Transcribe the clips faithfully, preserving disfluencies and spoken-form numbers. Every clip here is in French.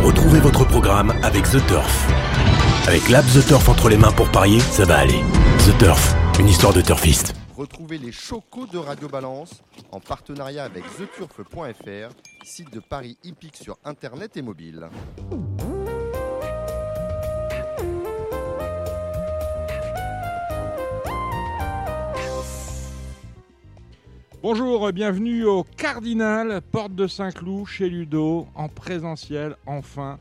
Retrouvez votre programme avec The Turf. Avec l'app The Turf entre les mains pour parier, ça va aller. The Turf, une histoire de turfiste. Retrouvez les chocos de Radio Balance en partenariat avec the turf point f r, site de paris hippique sur internet et mobile. Bonjour, bienvenue au Cardinal, porte de Saint-Cloud, chez Ludo, en présentiel, enfin,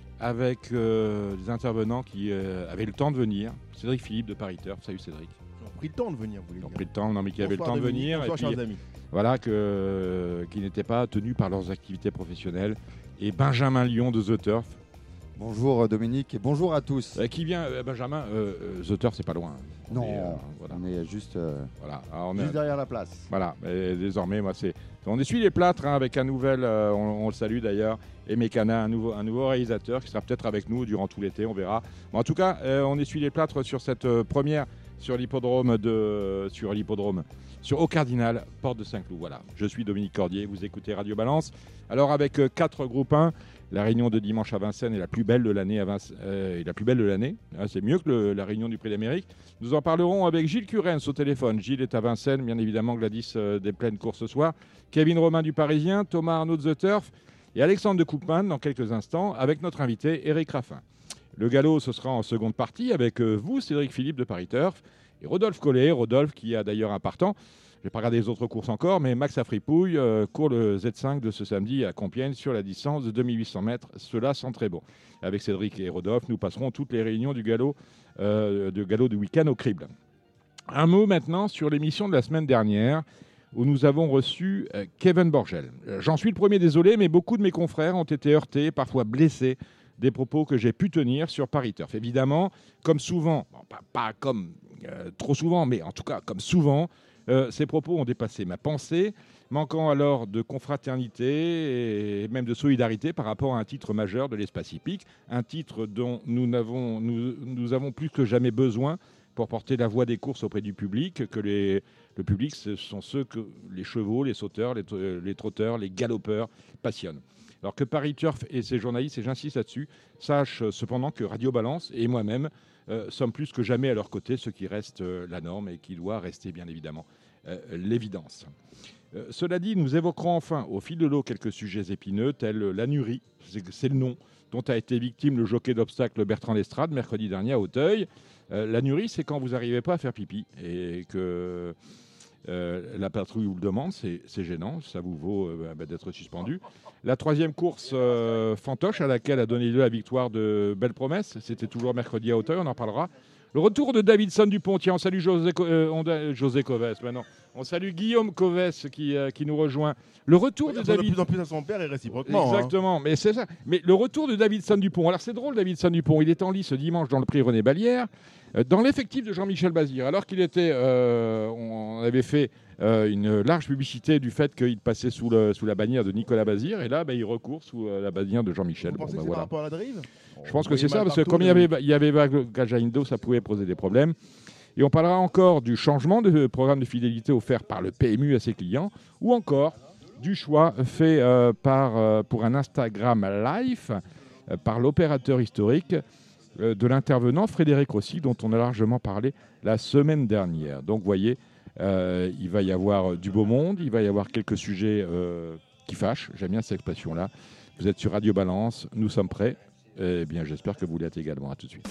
avec euh, des intervenants qui euh, avaient le temps de venir. Cédric Philippe de Paris Turf. Salut Cédric. Ils ont pris le temps de venir, vous voulez Ils ont dire. pris le temps, non mais qui avaient le Bonsoir temps de Dominique, venir. bonsoir, Et puis, chers amis. voilà, que, euh, qui n'étaient pas tenus par leurs activités professionnelles. Et Benjamin Lyon de The Turf. Bonjour Dominique et bonjour à tous. Euh, qui vient, euh, Benjamin, euh, euh, The Turf, c'est pas loin. Non, Et, euh, voilà. on est juste, euh, Voilà. Alors, on est- Juste derrière la place. Voilà, et désormais, moi, c'est. On essuie les plâtres hein, avec un nouvel, euh, on, on le salue d'ailleurs, et Mécana, un nouveau, un nouveau réalisateur qui sera peut-être avec nous durant tout l'été, on verra. Bon, en tout cas, euh, on essuie les plâtres sur cette euh, première sur l'hippodrome de, sur l'hippodrome, sur au Cardinal, porte de Saint-Cloud. Voilà, je suis Dominique Cordier, vous écoutez Radio Balance. Alors avec euh, quatre groupes un, la réunion de dimanche à Vincennes est la plus belle de l'année. À Vinc... euh, est la plus belle de l'année. Ah, c'est mieux que le, la réunion du Prix d'Amérique. Nous en parlerons avec Gilles Curens au téléphone. Gilles est à Vincennes, bien évidemment. Gladys euh, des Plaines court ce soir. Kevin Romain du Parisien, Thomas Arnaud de The Turf et Alexandre de Koopman dans quelques instants avec notre invité Éric Raffin. Le galop, ce sera en seconde partie avec euh, vous, Cédric Philippe de Paris Turf et Rodolphe Collet. Rodolphe qui a d'ailleurs un partant. Je n'ai pas regardé les autres courses encore, mais Max Afripouille euh, court le Z cinq de ce samedi à Compiègne sur la distance de deux mille huit cents mètres. Cela sent très bon. Avec Cédric et Rodolphe, nous passerons toutes les réunions du galop, euh, de galop du week-end au crible. Un mot maintenant sur l'émission de la semaine dernière où nous avons reçu euh, Kevin Borgel. Euh, J'en suis le premier désolé, mais beaucoup de mes confrères ont été heurtés, parfois blessés, des propos que j'ai pu tenir sur Paris Turf. Évidemment, comme souvent, bon, pas, pas comme euh, trop souvent, mais en tout cas comme souvent, Euh, ces propos ont dépassé ma pensée, manquant alors de confraternité et même de solidarité par rapport à un titre majeur de l'espace hippique, un titre dont nous avons, nous, nous avons plus que jamais besoin pour porter la voix des courses auprès du public, que les, le public, ce sont ceux que les chevaux, les sauteurs, les, les trotteurs, les galopeurs passionnent. Alors que Paris Turf et ses journalistes, et j'insiste là-dessus, sachent cependant que Radio Balance et moi-même euh, sommes plus que jamais à leur côté, ce qui reste euh, la norme et qui doit rester bien évidemment euh, l'évidence. Euh, cela dit, nous évoquerons enfin au fil de l'eau quelques sujets épineux, tels l'anurie, c'est, c'est le nom dont a été victime le jockey d'obstacle Bertrand Lestrade mercredi dernier à Auteuil. Euh, l'anurie, c'est quand vous n'arrivez pas à faire pipi et que Euh, la patrouille vous le demande, c'est, c'est gênant, ça vous vaut euh, bah, d'être suspendu. La troisième course euh, fantoche à laquelle a donné lieu la victoire de Belle Promesse, c'était toujours mercredi à Auteuil, on en parlera. Le retour de Davidson Dupont, tiens, on salue José, euh, on, José Coves, maintenant. On salue Guillaume Coves qui, euh, qui nous rejoint. Le retour Oui, de David... de plus en plus à son père et réciproquement. Exactement, hein. Mais c'est ça. Mais le retour de Davidson Dupont, alors c'est drôle, Davidson Dupont, il est en lice ce dimanche dans le prix René Ballière, euh, dans l'effectif de Jean-Michel Bazir, alors qu'il était, euh, on avait fait euh, une large publicité du fait qu'il passait sous, le, sous la bannière de Nicolas Bazir, et là, bah, il recourt sous euh, la bannière de Jean-Michel. Vous Bon, pensez bah, que c'est voilà. par rapport à la drive? Je pense Vous que c'est voyez ça, mal parce que partout, comme il y le- avait, il y avait Gajaindo, ça pouvait poser des problèmes. Et on parlera encore du changement de programme de fidélité offert par le P M U à ses clients, ou encore du choix fait euh, par, euh, pour un Instagram Live euh, par l'opérateur historique euh, de l'intervenant Frédéric Rossi, dont on a largement parlé la semaine dernière. Donc, vous voyez, euh, il va y avoir du beau monde, il va y avoir quelques sujets euh, qui fâchent. J'aime bien cette expression-là. Vous êtes sur Radio Balance, nous sommes prêts. Eh bien, j'espère que vous l'êtes également. À tout de suite.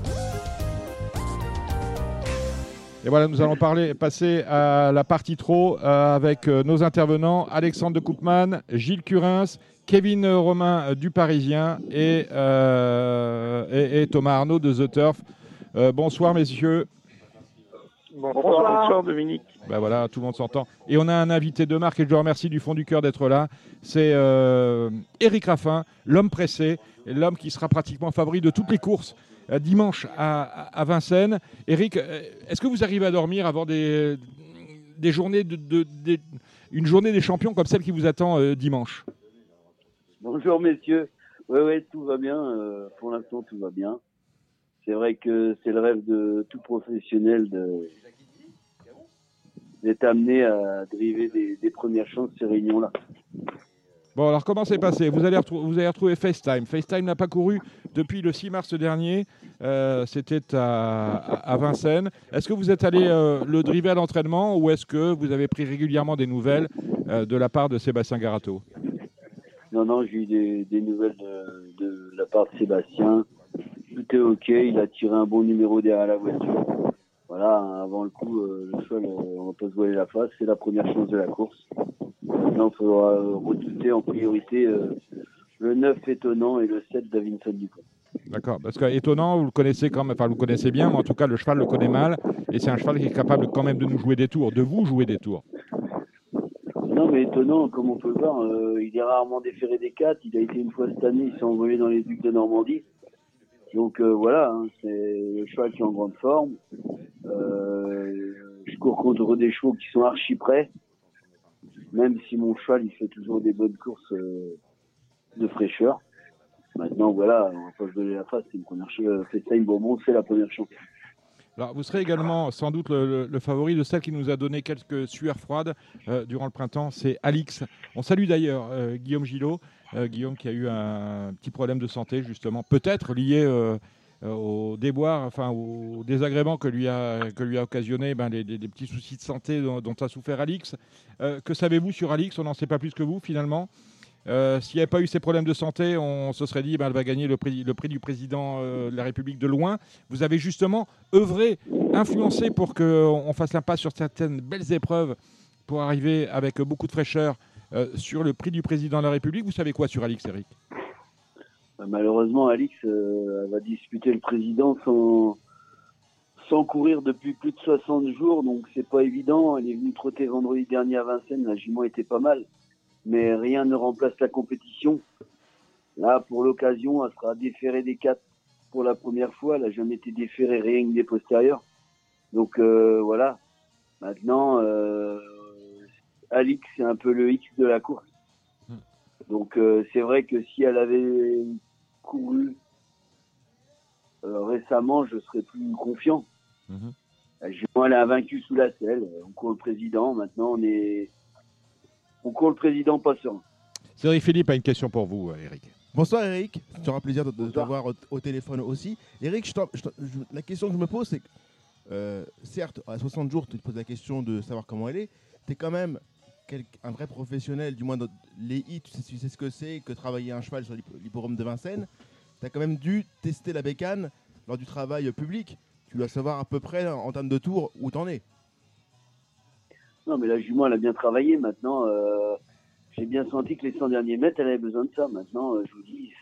Et voilà, nous allons parler, passer à la partie trop euh, avec euh, nos intervenants Alexandre de Koopman, Gilles Curens, Kevin Romain euh, du Parisien et, euh, et, et Thomas Arnaud de The Turf. Euh, bonsoir messieurs. Bonsoir, bonsoir Dominique. Ben voilà, tout le monde s'entend. Et on a un invité de marque et je le remercie du fond du cœur d'être là. C'est euh, Éric Raffin, l'homme pressé, l'homme qui sera pratiquement favori de toutes les courses euh, dimanche à, à Vincennes. Éric, euh, est-ce que vous arrivez à dormir avant des, des journées de, de, de, une journée des champions comme celle qui vous attend euh, dimanche? Bonjour messieurs. Oui, oui, tout va bien. Euh, pour l'instant, tout va bien. C'est vrai que c'est le rêve de tout professionnel de, d'être amené à driver des, des premières chances ces réunions-là. Bon, alors comment c'est passé? Vous allez retrou- vous avez retrouvé FaceTime. FaceTime n'a pas couru depuis le six mars dernier. Euh, C'était à, à Vincennes. Est-ce que vous êtes allé euh, le driver à l'entraînement ou est-ce que vous avez pris régulièrement des nouvelles euh, de la part de Sébastien Garato? Non, non, j'ai eu des, des nouvelles de, de la part de Sébastien. Tout est OK. Il a tiré un bon numéro derrière la voiture. Voilà, avant le coup, euh, le cheval, euh, on va pas se voiler la face. C'est la première chose de la course. Maintenant, il faudra euh, redouter en priorité euh, le neuf étonnant et le sept Davinson Dupont. D'accord, parce que étonnant, vous le connaissez quand même, enfin vous le connaissez bien, mais en tout cas le cheval le connaît mal et c'est un cheval qui est capable quand même de nous jouer des tours, de vous jouer des tours. Non, mais étonnant, comme on peut le voir, euh, il est rarement déféré des quatre. Il a été une fois cette année, il s'est envolé dans les Ducs de Normandie. Donc euh, voilà, hein, c'est le cheval qui est en grande forme. Euh, je cours contre des chevaux qui sont archi prêts. Même si mon cheval, il fait toujours des bonnes courses euh, de fraîcheur. Maintenant, voilà, on va pas se donner la face. C'est une première chose. FaceTime Bourbon, c'est la première chance. Alors, vous serez également sans doute le, le, le favori de celle qui nous a donné quelques sueurs froides euh, durant le printemps, c'est Alix. On salue d'ailleurs euh, Guillaume Gillot, euh, Guillaume qui a eu un petit problème de santé justement, peut-être lié euh, au déboire, enfin au désagrément que lui a, que lui a occasionné ben, les, les, les petits soucis de santé dont, dont a souffert Alix. Euh, que savez-vous sur Alix? On n'en sait pas plus que vous finalement. Euh, S'il n'y avait pas eu ces problèmes de santé, on se serait dit ben, elle va gagner le prix, le prix du président euh, de la République de loin. Vous avez justement œuvré, influencé pour qu'on fasse l'impasse sur certaines belles épreuves pour arriver avec beaucoup de fraîcheur euh, sur le prix du président de la République. Vous savez quoi sur Alix, Eric? Malheureusement, Alix euh, va disputer le président sans, sans courir depuis plus de soixante jours, donc c'est pas évident. Elle est venue trotter vendredi dernier à Vincennes, la jument était pas mal. Mais rien ne remplace la compétition. Là, pour l'occasion, elle sera déférée des quatre pour la première fois. Elle n'a jamais été déférée rien que des postérieurs. Donc euh, voilà. Maintenant, euh, Alix, c'est un peu le X de la course. Donc euh, c'est vrai que si elle avait couru euh, récemment, je serais plus confiant. Mm-hmm. La jument, elle a vaincu sous la selle. On court le président. Maintenant, on est... On court le président pas serein. Cédric Philippe a une question pour vous, Eric. Bonsoir Eric, tu auras plaisir de, de t'avoir au, au téléphone aussi. Eric, je je je, la question que je me pose, c'est que, euh, certes, à soixante jours, tu te poses la question de savoir comment elle est. Tu es quand même quel, un vrai professionnel, du moins dans les hits, tu sais, tu sais ce que c'est que travailler un cheval sur l'hippodrome de Vincennes. Tu as quand même dû tester la bécane lors du travail public. Tu dois savoir à peu près, en termes de tours, où tu en es. Non, mais la jument, elle a bien travaillé. Maintenant, euh, j'ai bien senti que les cent derniers mètres, elle avait besoin de ça. Maintenant, euh, je vous dis,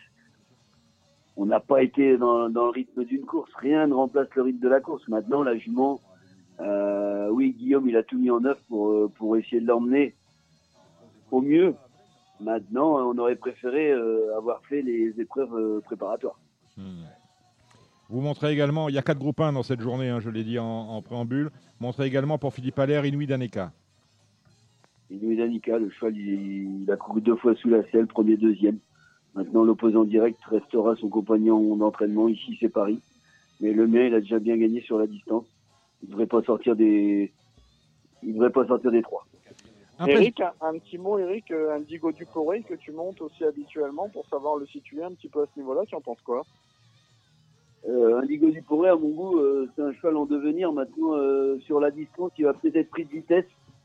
on n'a pas été dans, dans le rythme d'une course. Rien ne remplace le rythme de la course. Maintenant, la jument, euh, oui, Guillaume, il a tout mis en œuvre pour, pour essayer de l'emmener au mieux. Maintenant, on aurait préféré euh, avoir fait les épreuves euh, préparatoires. Hmm. Vous montrez également, il y a quatre groupes un dans cette journée, hein, je l'ai dit en, en préambule, montrez également pour Philippe Allaire, Inouï d'Aneka. Inouï d'Aneka, le cheval, il, il a couru deux fois sous la selle, premier, deuxième. Maintenant, l'opposant direct restera son compagnon d'entraînement. Ici, c'est Paris. Mais le mien, il a déjà bien gagné sur la distance. Il ne devrait pas sortir des, il devrait pas sortir des trois. Eric, un, un petit mot, Eric, euh, Indigo Duporé, que tu montes aussi habituellement pour savoir le situer un petit peu à ce niveau-là, tu en penses quoi? Euh, Indigo Duporé, à mon goût, euh, c'est un cheval en devenir. Maintenant, euh, sur la distance, il va peut-être être pris de vitesse.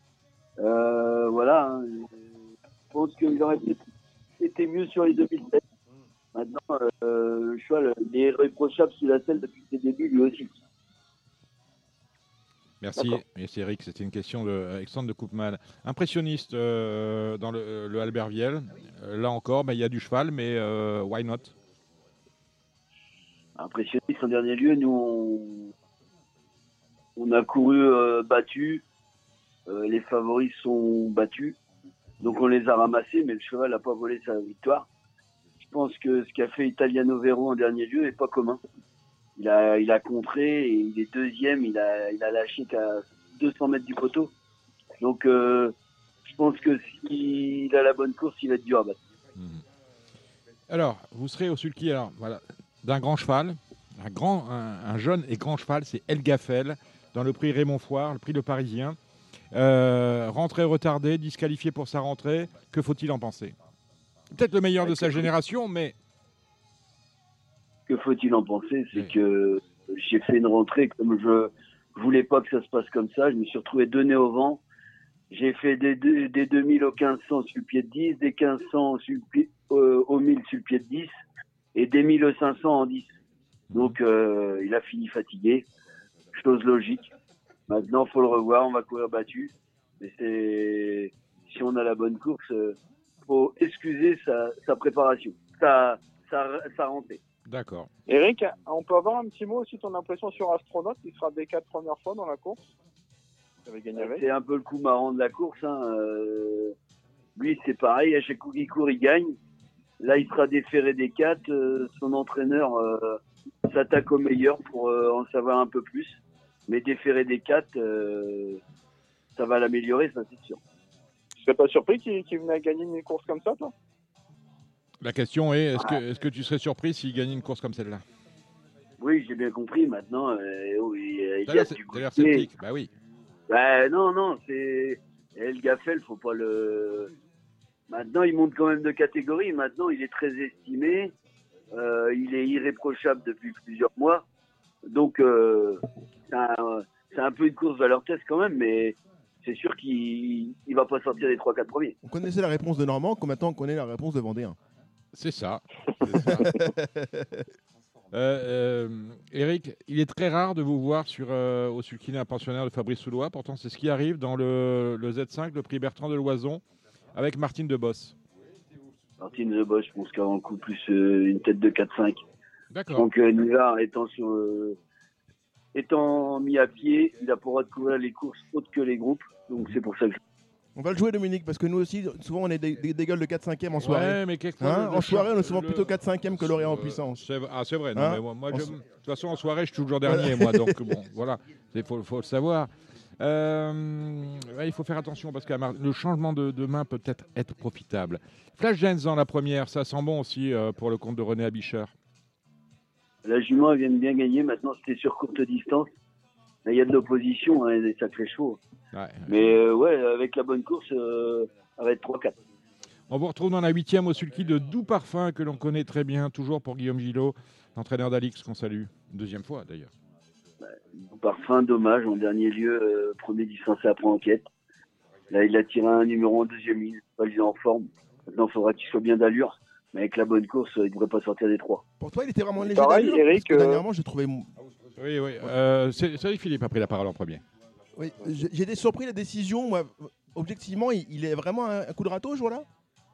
Euh, voilà. Hein. Je pense qu'il aurait peut-être été mieux sur les deux mille sept. Maintenant, euh, le cheval, il est irréprochable sous la selle depuis ses débuts, lui aussi. Merci, merci Eric. C'était une question d'Alexandre de Koopman. Impressionniste euh, dans le, le Albert Viel. Euh, là encore, bah, il y a du cheval, mais euh, why not? Impressionniste en dernier lieu, nous on, on a couru euh, battu, euh, les favoris sont battus, donc on les a ramassés, mais le cheval n'a pas volé sa victoire. Je pense que ce qu'a fait Italiano Vero en dernier lieu n'est pas commun. Il a, il a contré et il est deuxième, il a, il a lâché qu'à deux cents mètres du poteau. Donc euh, je pense que s'il a la bonne course, il va être dur à battre. Mmh. Alors, vous serez au sulky, alors voilà. D'un grand cheval, un, grand, un, un jeune et grand cheval, c'est El Gaffel, dans le prix Raymond Foire, le prix Le Parisien. Euh, rentrée retardée, disqualifié pour sa rentrée, que faut-il en penser? peut-être le meilleur de sa génération, mais... Que faut-il en penser? C'est oui. que j'ai fait une rentrée comme je voulais pas que ça se passe comme ça. Je me suis retrouvé deux nez au vent. J'ai fait des, des, des deux mille au quinze cents sur le pied de dix, des quinze cents sur le pied, euh, au mille sur le pied de dix et des mille cinq cents en dix. Donc euh, il a fini fatigué. Chose logique. Maintenant, faut le revoir. On va courir battu. Mais c'est si on a la bonne course, euh, faut excuser sa, sa préparation, sa, sa, sa rentrée. D'accord. Eric, on peut avoir un petit mot aussi ton impression sur Astronaute, qui sera des quatre premières fois dans la course. Gagné avec. C'est un peu le coup marrant de la course. Hein. Euh, lui, c'est pareil. À chaque coup qu'il court, il gagne. Là, il sera déféré des quatre. Euh, son entraîneur euh, s'attaque au meilleur pour euh, en savoir un peu plus. Mais déféré des quatre, euh, ça va l'améliorer, ça c'est sûr. Tu serais pas surpris qu'il, qu'il venait à gagner une course comme ça, toi? La question est, est-ce, ah. que, est-ce que tu serais surpris s'il gagnait une course comme celle-là? Oui, j'ai bien compris. Maintenant, euh, oui, il y a du T'as l'air sceptique, bah oui. Bah non, non, c'est... El Gaffel, faut pas le... Maintenant, il monte quand même de catégorie. Maintenant, il est très estimé. Euh, il est irréprochable depuis plusieurs mois. Donc, euh, c'est, un, c'est un peu une course valeur test quand même, mais c'est sûr qu'il ne va pas sortir les trois quatre premiers. On connaissait la réponse de Normand, comme maintenant on connaît la réponse de Vendéen. C'est ça. C'est ça. Euh, euh, Eric, il est très rare de vous voir sur, euh, au sulky un pensionnaire de Fabrice Soulois. Pourtant, c'est ce qui arrive dans le, le Z cinq, le prix Bertrand de Loison, avec Martine Deboss. Martine Deboss, je pense qu'avant le coup, plus euh, une tête de quatre cinq. D'accord. Donc, euh, Nivard étant, sur, euh, étant mis à pied, il a pour droit de couvrir les courses autres que les groupes. Donc, c'est pour ça que je... On va le jouer, Dominique, parce que nous aussi, souvent, on est des, des, des gueules de quatre cinquième en soirée. Ouais, mais quelquefois, hein le, en soirée, on est souvent le, plutôt quatre cinquième que Lorient en puissance. C'est, ah, c'est vrai. Non, hein mais moi, moi je, de toute façon, en soirée, je suis toujours dernier, moi. Donc, bon, voilà. Il faut, faut le savoir. Euh, ouais, il faut faire attention, parce que le changement de, de main peut peut-être être profitable. Flash Genzan, la première, ça sent bon aussi euh, pour le compte de René Abicheur. La jument, elle vient de bien gagner. Maintenant, c'était sur courte distance. Là, il y a de l'opposition, hein, des sacrés chevaux. Ouais, mais euh, ouais, avec la bonne course, euh, ça va être trois quatre. On vous retrouve dans la huitième au sulky de Doux Parfum, que l'on connaît très bien, toujours pour Guillaume Gillot, l'entraîneur d'Alix, qu'on salue. Deuxième fois, d'ailleurs. Ouais, Doux Parfum, dommage. En dernier lieu, euh, premier distancé après enquête. Là, il a tiré un numéro en deuxième ligne. Pas lui en forme. Maintenant, il faudra qu'il soit bien d'allure. Mais avec la bonne course, il ne devrait pas sortir des trois. Pour toi, il était vraiment léger Pareil, d'allure, Eric, parce que euh... dernièrement, j'ai trouvé... Oui, oui. Euh, c'est, c'est Philippe a pris la parole en premier. Oui, j'ai été surpris de la décision. Moi, objectivement, il, il est vraiment un, un coup de râteau ce jour-là.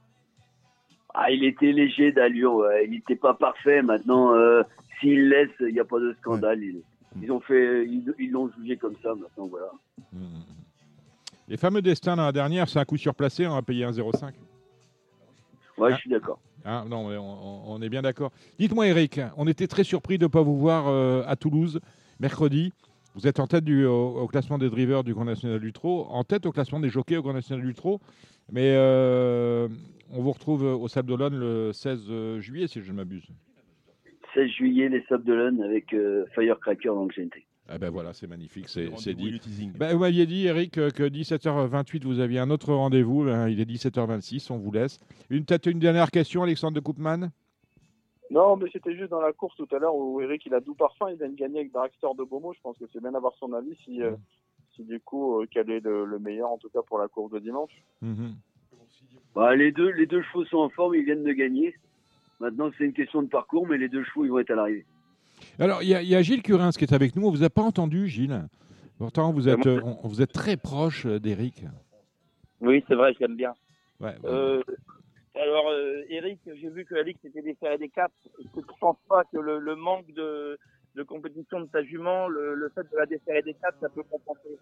Ah, il était léger d'allure. Ouais. Il n'était pas parfait. Maintenant, euh, s'il laisse, il n'y a pas de scandale. Ouais. Ils, ils ont fait, ils, ils l'ont jugé comme ça. Maintenant, voilà. Mmh. Les fameux destins dans la dernière, c'est un coup surplacé. On a payé un zéro cinq. Ouais, ah. je suis d'accord. Ah, non, on, on est bien d'accord. Dites-moi, Eric, on était très surpris de ne pas vous voir euh, à Toulouse mercredi. Vous êtes en tête du, au, au classement des drivers du Grand National du Trot, en tête au classement des jockeys au Grand National du Trot. Mais euh, on vous retrouve au Sables d'Olonne le seize juillet, si je ne m'abuse. seize juillet, les Sables d'Olonne avec euh, Firecracker dans le G N T. Ah ben voilà, c'est magnifique, c'est, c'est dit. Ben, vous m'aviez dit, Eric, que dix-sept heures vingt-huit, vous aviez un autre rendez-vous. Ben, il est dix-sept heures vingt-six, on vous laisse. Une, peut-être une dernière question, Alexandre de Koopman. Non, mais c'était juste dans la course tout à l'heure où Eric, il a Doux Parfum, il vient de gagner avec Dragster de Beaumont. Je pense que c'est bien d'avoir son avis si, euh, si du coup, euh, quel est le, le meilleur, en tout cas pour la course de dimanche. Mm-hmm. Bah, les, deux, les deux chevaux sont en forme, ils viennent de gagner. Maintenant, c'est une question de parcours, mais les deux chevaux, ils vont être à l'arrivée. Alors, il y, y a Gilles Curins qui est avec nous. On ne vous a pas entendu, Gilles. Pourtant, vous êtes, euh, on, vous êtes très proche d'Eric. Oui, c'est vrai, je l'aime bien. Ouais, ouais. Euh, alors, euh, Eric, j'ai vu que Alix était déféré des quatre. Est-ce que tu ne penses pas que le, le manque de, de compétition de ta jument, le, le fait de la déférer des quatre, ça peut compenser?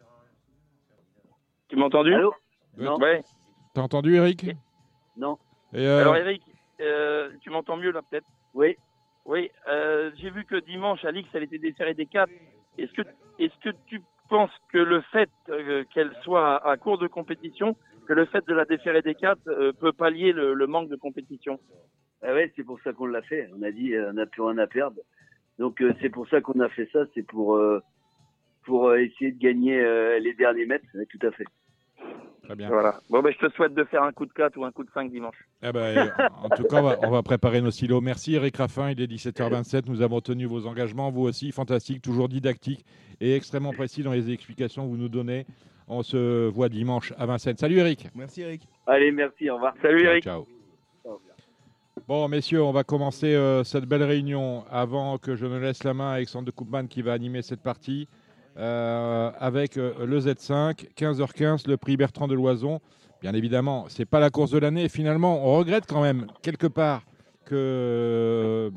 Tu m'as entendu? Allô? Non. Ouais. T'as entendu, Eric? Non. Et euh... Alors, Eric, euh, tu m'entends mieux là, peut-être? Oui. Oui, euh, j'ai vu que dimanche, Alix, elle était déférée des quatre. Est-ce que, est-ce que tu penses que le fait euh, qu'elle soit à, à court de compétition, que le fait de la déférer des quatre euh, peut pallier le, le manque de compétition? Ah ouais, c'est pour ça qu'on l'a fait. On a dit, euh, on n'a plus rien à perdre. Donc euh, c'est pour ça qu'on a fait ça. C'est pour euh, pour euh, essayer de gagner euh, les derniers mètres. Ouais, tout à fait. Très bien. Voilà. Bon, ben, je te souhaite de faire un coup de quatre ou un coup de cinq dimanche. Eh ben, en tout cas, on va, on va préparer nos silos. Merci Eric Raffin, il est dix-sept heures vingt-sept. Nous avons tenu vos engagements, vous aussi, fantastique, toujours didactique et extrêmement précis dans les explications que vous nous donnez. On se voit dimanche à Vincennes. Salut Eric. Merci Eric. Allez, merci, au revoir. Salut Ciao, Eric. ciao. Bon, messieurs, on va commencer euh, cette belle réunion avant que je ne laisse la main à Alexandre de Koopman qui va animer cette partie euh, avec euh, le Z cinq, quinze heures quinze, le prix Bertrand de Loison. Bien évidemment, ce n'est pas la course de l'année. Finalement, on regrette quand même, quelque part, que euh,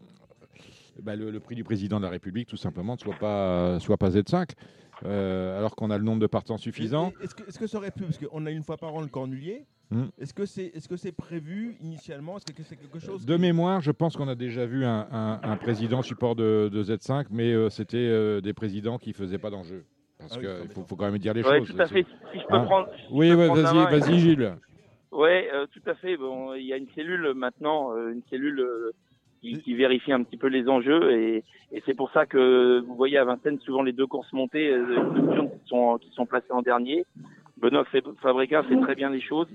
bah, le, le prix du président de la République, tout simplement, ne soit pas, soit pas Z cinq, euh, alors qu'on a le nombre de partants suffisant. Est-ce que, est-ce que ça aurait pu, parce qu'on a une fois par an le Cornulier, hum. est-ce que c'est est-ce que c'est prévu initialement? Est-ce que c'est quelque chose De qui... mémoire, je pense qu'on a déjà vu un, un, un président support de, de Z cinq, mais euh, c'était euh, des présidents qui ne faisaient pas d'enjeu. Parce ah oui, qu'il faut, faut quand même dire les ouais, choses. Tout à fait. Si je peux hein prendre. Si oui, ouais, vas-y, main, vas-y, Gilles. Oui, euh, tout à fait. Bon, il y a une cellule maintenant, euh, une cellule euh, qui, qui vérifie un petit peu les enjeux, et, et c'est pour ça que vous voyez à Vincennes souvent les deux courses montées, euh, qui sont qui sont placées en dernier. Benoît Fabrega fait très bien les choses.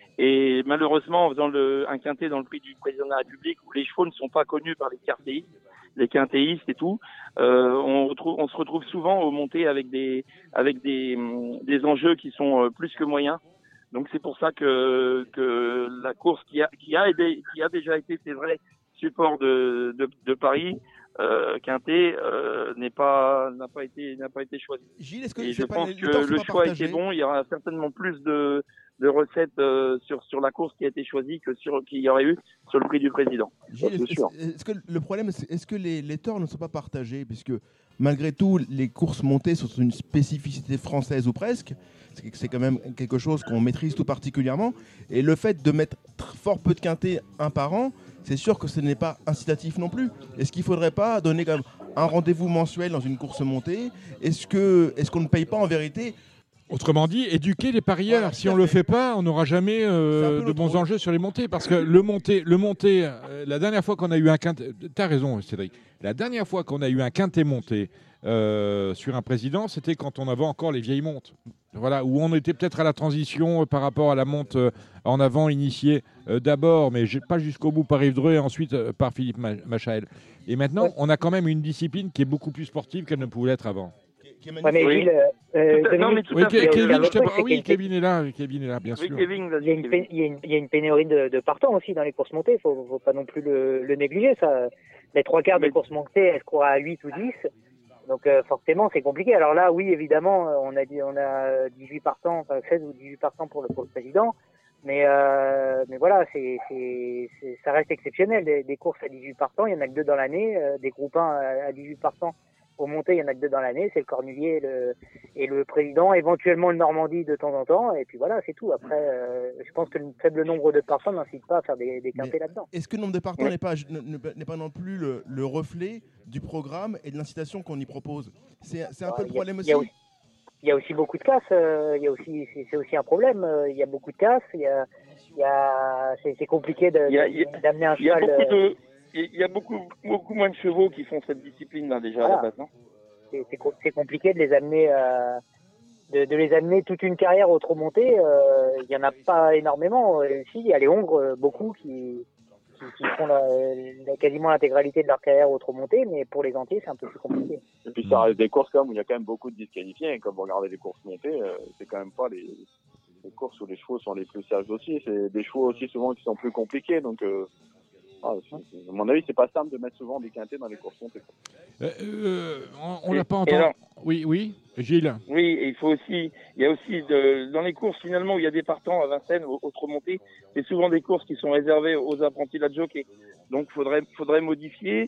Et malheureusement, en faisant le, un quintet dans le prix du président de la République, où les chevaux ne sont pas connus par les quintéistes, les quintéistes et tout, euh, on, retrouve, on se retrouve souvent aux montées avec des avec des, des enjeux qui sont plus que moyens. Donc c'est pour ça que que la course qui a qui a aidé, qui a déjà été, c'est vrai, support de de, de Paris, euh, quintet, euh, n'est pas n'a pas été n'a pas été choisi. Gilles, est-ce que et je pas, pense le, que le, le choix était bon. Il y aura certainement plus de de recettes euh, sur sur la course qui a été choisie que sur qu'il y aurait eu sur le prix du président. Gilles, est-ce, est-ce, est-ce que le problème, c'est, est-ce que les, les torts ne sont pas partagés, puisque malgré tout, les courses montées sont une spécificité française ou presque. C'est, c'est quand même quelque chose qu'on maîtrise tout particulièrement. Et le fait de mettre fort peu de quintets un par an, c'est sûr que ce n'est pas incitatif non plus. Est-ce qu'il ne faudrait pas donner quand même un rendez-vous mensuel dans une course montée? Est-ce que, est-ce qu'on ne paye pas en vérité? Autrement dit, éduquer les parieurs. Voilà, si on ne le fait pas, on n'aura jamais euh, de bons rôle. enjeux sur les montées. Parce que le monté, le monté euh, la dernière fois qu'on a eu un quintet... Tu as raison, Cédric. La dernière fois qu'on a eu un quintet monté euh, sur un président, c'était quand on avait encore les vieilles montes. Voilà, où on était peut-être à la transition euh, par rapport à la monte euh, en avant initiée euh, d'abord, mais pas jusqu'au bout par Yves Dreux et ensuite euh, par Philippe Machael. Et maintenant, ouais. on a quand même une discipline qui est beaucoup plus sportive qu'elle ne pouvait l'être avant. Ouais, mais oui. Gilles, euh, non, mais tout oui, à fait. Kevin, je truc, ah, oui, Kevin est là, Kevin est là, bien oui, sûr. Kevin, il, y a une, il, y a une, il y a une pénurie de, de partants aussi dans les courses montées. Il faut, faut pas non plus le, le négliger. Ça. Les trois quarts mais... des courses montées, elles courent à huit ou dix. Donc euh, forcément, c'est compliqué. Alors là, oui, évidemment, on a dit, on a dix-huit partants, enfin seize ou dix-huit partants pour le, pour le président. Mais euh, mais voilà, c'est, c'est, c'est ça reste exceptionnel. Des, des courses à dix-huit partants, il y en a que deux dans l'année. Euh, des groupes un à dix-huit partants. Au monté, il y en a que deux dans l'année, c'est le Cornulier et le, et le président, éventuellement le Normandie de temps en temps, et puis voilà, c'est tout. Après, euh, je pense que le faible nombre de partants n'incite pas à faire des, des quintets là-dedans. Est-ce que le nombre de partants ouais. n'est, pas, n'est pas non plus le, le reflet du programme et de l'incitation qu'on y propose? C'est, c'est un ouais, peu le problème aussi. Il y a aussi beaucoup de casses, euh, il y a aussi, c'est, c'est aussi un problème. Euh, il y a beaucoup de casses, il y a, il y a, c'est, c'est compliqué de, y a, y a, d'amener un cheval. De... Il y a beaucoup, beaucoup moins de chevaux qui font cette discipline-là déjà voilà. à la base, non? C'est, c'est, c'est compliqué de les amener, euh, de, de les amener toute une carrière au trot monté. Euh, il y en a pas énormément. Euh, si, il y a les Hongres, beaucoup qui, qui, qui font la, la, quasiment l'intégralité de leur carrière au trot monté, mais pour les entiers, c'est un peu plus compliqué. Et puis ça reste des courses comme où il y a quand même beaucoup de disqualifiés. Et comme vous regardez les courses montées, euh, c'est quand même pas les, les courses où les chevaux sont les plus sages aussi. C'est des chevaux aussi souvent qui sont plus compliqués, donc. Euh, Ah, à mon avis, c'est pas simple de mettre souvent des quintets dans les courses montées. Euh, euh, on ne l'a pas entendu. Alors, oui, oui, Gilles. Oui, et il faut aussi, il y a aussi de, dans les courses finalement où il y a des partants à Vincennes, au, au trot monté, c'est souvent des courses qui sont réservées aux apprentis de la jockey. Donc, faudrait, faudrait modifier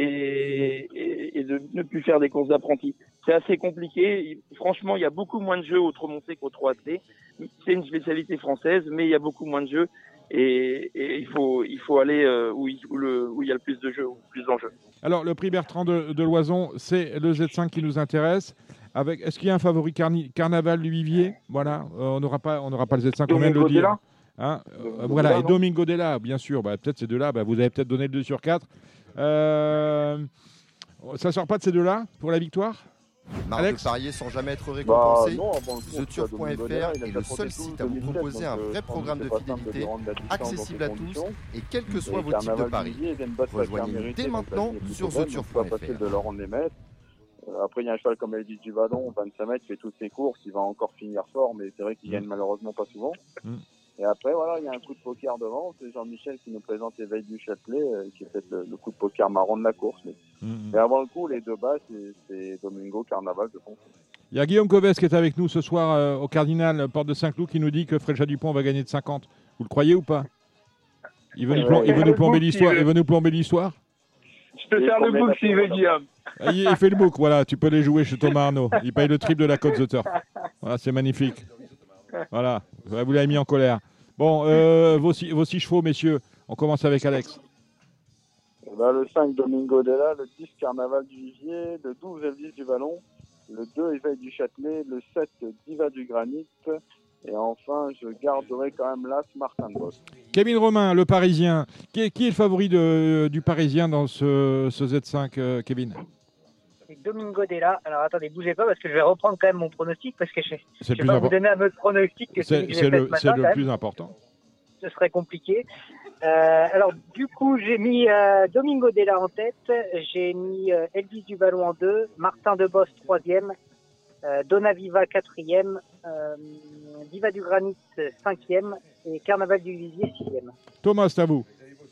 et, et, et de ne plus faire des courses d'apprentis. C'est assez compliqué. Franchement, il y a beaucoup moins de jeux au trot monté qu'au trot attelé. C'est une spécialité française, mais il y a beaucoup moins de jeux. Et, et il faut il faut aller euh, où, il, où, le, où il y a le plus de jeux, où plus d'enjeux. Alors le prix Bertrand de, de Loison, c'est le Z cinq qui nous intéresse. Avec, est-ce qu'il y a un favori carni, Carnaval du Vivier? Voilà, euh, on n'aura pas on n'aura pas le Z cinq. On vient de le dire. Hein euh, voilà, Della, et Domingo Della, bien sûr. Bah, peut-être ces deux-là. Bah, vous avez peut-être donné le deux sur quatre. Euh, ça sort pas de ces deux-là pour la victoire? Marre Alex de parier sans jamais être récompensé? Bah, non, avant le coup, The Turf point F R il a est le déjà seul tenté site tout à vous deux mille sept, proposer un donc, vrai euh, programme de c'est pas simple de fidélité, lui rendre la distance dans accessible ces à tous conditions. et quels que soient Et vos types de Carnaval paris. du Vivier, il a une bonne Rejoignez-nous mérité, dès donc maintenant la limite sur est bonne, The Turf donc point c'est pas facile F R. de leur rendre les mètres. Euh, après, il y a un cheval comme Elvis du Vadon, vingt-cinq mètres, fait toutes ses courses, il va encore finir fort, mais c'est vrai qu'il Mm. gagne malheureusement pas souvent. Mm. Et après, voilà, il y a un coup de poker devant, c'est Jean-Michel qui nous présente l'éveil du Châtelet, euh, qui est peut-être le, le coup de poker marron de la course. Mais, Mm. mais avant le coup, les deux bas, c'est, c'est Domingo, Carnaval, je pense. Il y a Guillaume Covès qui est avec nous ce soir euh, au Cardinal, porte de Saint-Cloud, qui nous dit que Frédéric Dupont va gagner de cinquante. Vous le croyez ou pas? Il veut, nous, plom- il veut nous plomber l'histoire. Il veut nous plomber l'histoire. Je peux faire le book s'il veut, Guillaume. Ah, il, il fait le book, voilà. Tu peux les jouer chez Thomas Arnaud. Il paye le triple de la cote The Turf. Voilà, c'est magnifique. Voilà, vous l'avez mis en colère. Bon, euh, vos, six, vos six chevaux, messieurs. On commence avec Alex. Bah, le cinq, Domingo Della, le dix, Carnaval du Vivier, le douze, Elvis du Vallon, le deux, Éveil du Châtelet, le sept, Diva du Granit, et enfin, je garderai quand même l'As, Martin de Boss. Kevin Romain, le Parisien. Qui est, qui est le favori de, du Parisien dans ce, ce Z cinq, euh, Kevin? C'est Domingo Della. Alors attendez, bougez pas parce que je vais reprendre quand même mon pronostic parce que je ne vais pas vous donner un autre pronostic que celui que j'ai fait ce matin. C'est le plus important. Ce serait compliqué. Euh, alors du coup, j'ai mis euh, Domingo Della en tête, j'ai mis euh, Elvis du Vallon en deux, Martin de Boss troisième, euh, Donna Viva quatrième, euh, Diva du Granit cinquième et Carnaval du Vivier sixième. Thomas, c'est à vous.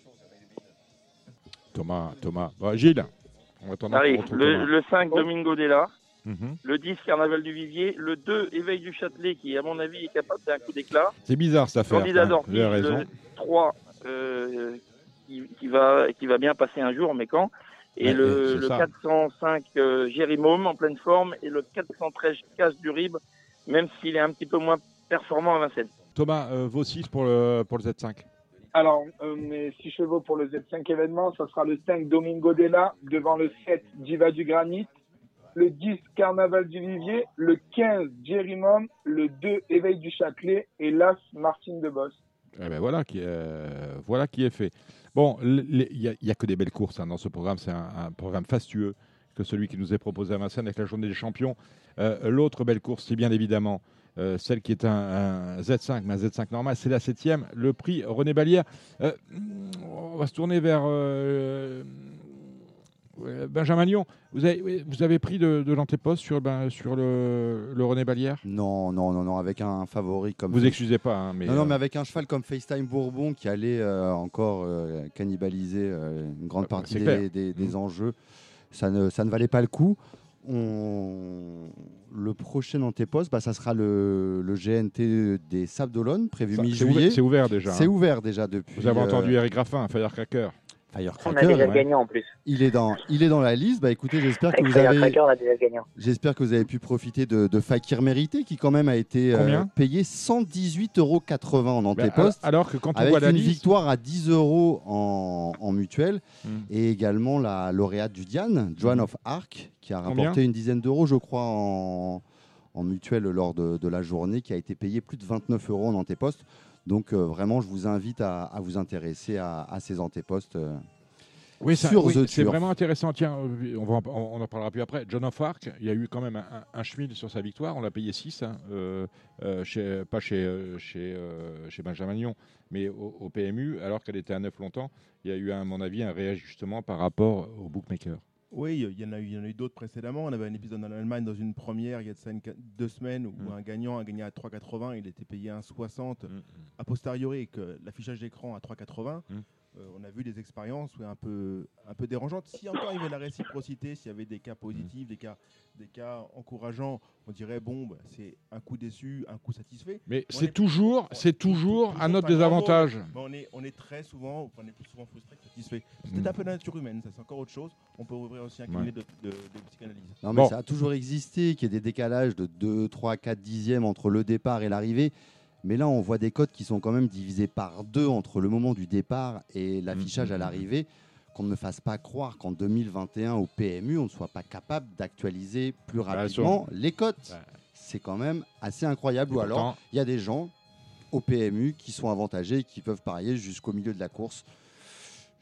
Thomas, Thomas. Bon, Gilles, on va t'en Allez, avoir le, le cinq, Domingo Della. Mm-hmm. Le dix, Carnaval du Vivier. Le deux, Éveil du Châtelet, qui, à mon avis, est capable d'un coup d'éclat. C'est bizarre, cette affaire. Candidat d'Ortiz, Vous avez raison. le trois, euh, qui, qui, va, qui va bien passer un jour, mais quand. Et ouais, le, le quatre cent cinq, euh, Jérimôme, en pleine forme. Et le quatre cent treize, Casse du Rib, même s'il est un petit peu moins performant à Vincennes. Thomas, euh, vos six pour le, pour le Z cinq. Alors, euh, mes six chevaux pour le Z cinq événement, ça sera le cinq, Domingo Della, devant le sept, Diva du Granit, le dix, Carnaval du Vivier, le quinze, Jérimôme, le deux, Éveil du Châtelet et l'As, Martine de Boss. Eh ben voilà, qui, euh, voilà qui est fait. Bon, il n'y a, a que des belles courses hein, dans ce programme. C'est un, un programme fastueux que celui qui nous est proposé à Vincennes avec la Journée des Champions. Euh, L'autre belle course, c'est bien évidemment euh, celle qui est un, un Z cinq, mais un Z cinq normal. C'est la septième, le prix René Ballière. Euh, on va se tourner vers... Euh, Benjamin Lyon, vous avez, vous avez pris de, de l'antéposte sur, ben, sur le, le René Ballière? Non, non, non, non, avec un favori comme... Vous excusez pas, hein, mais... Non, non, euh... mais avec un cheval comme FaceTime Bourbon qui allait euh, encore euh, cannibaliser euh, une grande ah, partie des, des, des mmh. enjeux, ça ne, ça ne valait pas le coup. On... Le prochain antéposte, bah, ça sera le, le G N T des Sables d'Olonne, prévu mi-juillet. C'est ouvert, ouvert déjà. C'est hein. ouvert déjà depuis... Vous avez euh... entendu Eric Raffin, Firecracker. On a déjà le gagnant en plus. Il est dans, il est dans la liste. Bah écoutez, j'espère que vous avez, j'espère que vous avez pu profiter de, de Fakir Mérité, qui quand même a été euh, payé cent dix-huit euros quatre-vingts en antéposte. Bah, alors que quand on avec voit la une liste... victoire à dix euros en, en mutuelle, hmm. et également la lauréate du Diane, Joan hmm. of Arc, qui a rapporté Combien une dizaine d'euros, je crois, en, en mutuelle lors de, de la journée, qui a été payé plus de vingt-neuf euros en antéposte. Donc euh, vraiment, je vous invite à, à vous intéresser à, à ces antépostes. Euh, Oui, oui c'est vraiment intéressant. Tiens, on, va en, on en parlera plus après. John of Arc, il y a eu quand même un, un, un schmil sur sa victoire. On l'a payé six, hein, euh, euh, chez, pas chez, euh, chez, euh, chez Benjamin Lyon, mais au, au P M U, alors qu'elle était à neuf longtemps. Il y a eu, à mon avis, un réajustement par rapport au bookmaker. Oui, il y en a eu, il y en a eu d'autres précédemment. On avait un épisode en Allemagne dans une première, il y a de ça une, deux semaines, où mmh. un gagnant a gagné à trois quatre-vingts, il était payé à un soixante. Mmh. A posteriori, que l'affichage d'écran à trois quatre-vingts, mmh. euh, on a vu des expériences un peu, un peu dérangeantes. Si encore il y avait la réciprocité, s'il y avait des cas positifs, mmh. des, cas, des cas encourageants, on dirait bon, bah, c'est un coup déçu, un coup satisfait. Mais c'est toujours, c'est toujours un autre désavantage. On est, on est très souvent, on est plus souvent frustré que satisfait. C'est mmh. un peu la nature humaine, ça c'est encore autre chose. On peut ouvrir aussi un cabinet ouais. de, de, de psychanalyse. Non, mais bon. Ça a toujours existé, qu'il y ait des décalages de deux, trois, quatre dixièmes entre le départ et l'arrivée. Mais là, on voit des cotes qui sont quand même divisées par deux entre le moment du départ et l'affichage mmh. à l'arrivée. Qu'on ne me fasse pas croire qu'en deux mille vingt et un, au P M U, on ne soit pas capable d'actualiser plus rapidement ah, les cotes. Ouais. C'est quand même assez incroyable. Et Ou pourtant... alors, il y a des gens au P M U qui sont avantagés et qui peuvent parier jusqu'au milieu de la course.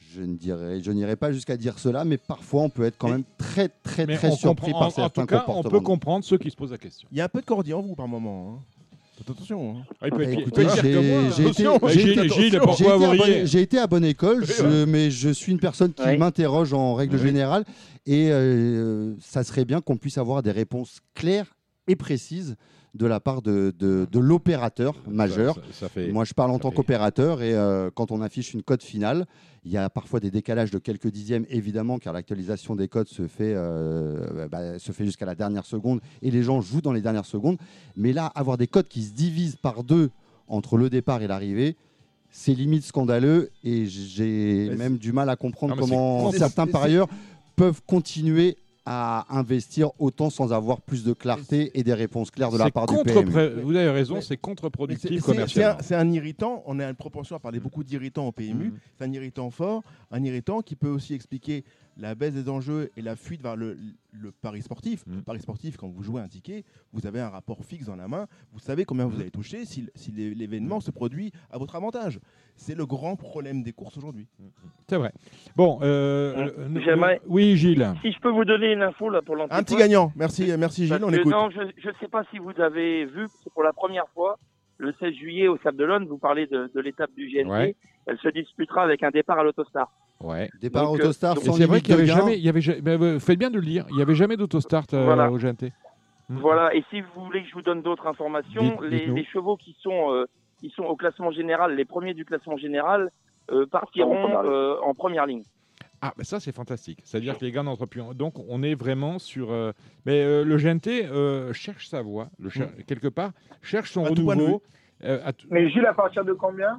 je ne dirais, je n'irai pas jusqu'à dire cela, mais parfois on peut être quand même très très Mais très on surpris comprend- par en- certains En tout cas, on comportements. peut comprendre ceux qui se posent la question. Il y a un peu de cordier en vous par moment. Hein. Faites attention. Hein. Ah, il peut être- il Écoutez, peut être pire que moi, j'ai hein. j'ai été, Attention, j'ai Gilles, été- Gilles, j'ai pourquoi été vous à bonne- riez j'ai été à bonne école, Oui, je- ouais. mais je suis une personne qui Oui. m'interroge en règle Oui. générale, et euh, ça serait bien qu'on puisse avoir des réponses claires et précises de la part de, de, de l'opérateur majeur. Ça- ça- ça fait- Moi, je parle en ça tant fait- qu'opérateur, et euh, quand on affiche une cote finale, il y a parfois des décalages de quelques dixièmes, évidemment, car l'actualisation des codes se fait, euh, bah, se fait jusqu'à la dernière seconde, et les gens jouent dans les dernières secondes. Mais là, avoir des codes qui se divisent par deux entre le départ et l'arrivée, c'est limite scandaleux, et j'ai Mais même du mal à comprendre Non, mais comment c'est- certains c'est- parieurs peuvent continuer à investir autant sans avoir plus de clarté et des réponses claires de la C'est part du P M U. contre- Vous avez raison, Mais- c'est Mais contre-productif c'est- c'est- commercialement. C'est un, c'est un irritant. On a une propension à parler beaucoup d'irritants au P M U. Mhm. C'est un irritant fort, un irritant qui peut aussi expliquer la baisse des enjeux et la fuite vers le, le pari sportif. Mhm. Pari sportif, quand vous jouez un ticket, vous avez un rapport fixe dans la main. Vous savez combien Mhm. vous allez toucher si, si l'é- l'événement se produit à votre avantage. C'est le grand problème des courses aujourd'hui. C'est vrai. Bon, euh, Hum, le- j'aimerais- oui, Gilles. Si je peux vous donner une info là pour l'antiposte. Un petit gagnant. Merci, merci Gilles. Parce On que écoute. non, je ne sais pas si vous avez vu, c'est pour la première fois, le seize juillet au Sable d'Olonne, vous parlez de, de l'étape du G N T, Ouais. elle se disputera avec un départ à l'Autostar. Ouais. Départ Donc, euh, Autostar donc- Et sans c'est vrai limite qu'il y de avait gain. jamais, il y avait, ja- mais, euh, faites bien de le dire, il n'y avait jamais d'autostart euh, Voilà. au G N T. Mhm. Voilà, et si vous voulez que je vous donne d'autres informations, Dites- les, dites-nous. les chevaux qui sont, euh, qui sont au classement général, les premiers du classement général, euh, En partiront première ligne. euh, en première ligne. Ah, bah ça c'est fantastique. C'est-à-dire que les gars n'entrent plus. en- Donc on est vraiment sur. euh, Mais euh, le G N T euh, cherche sa voie, le cher- quelque part, cherche son À tout point de renouveau. euh, à tout- Mais Gilles, à partir de combien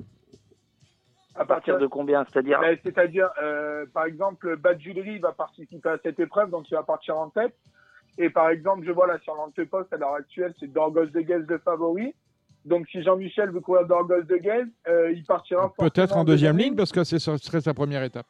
À partir de combien? C'est-à-dire Ben, C'est-à-dire, euh, par exemple, Badjulri va participer à cette épreuve, donc il va partir en tête. Et par exemple, je vois là sur l'anteposte à l'heure actuelle, c'est Dorgos de Guez de favori. Donc si Jean-Michel veut courir Dorgos de Guez, euh, il partira Peut-être forcément en deuxième ligne parce que c'est- ce serait sa première étape.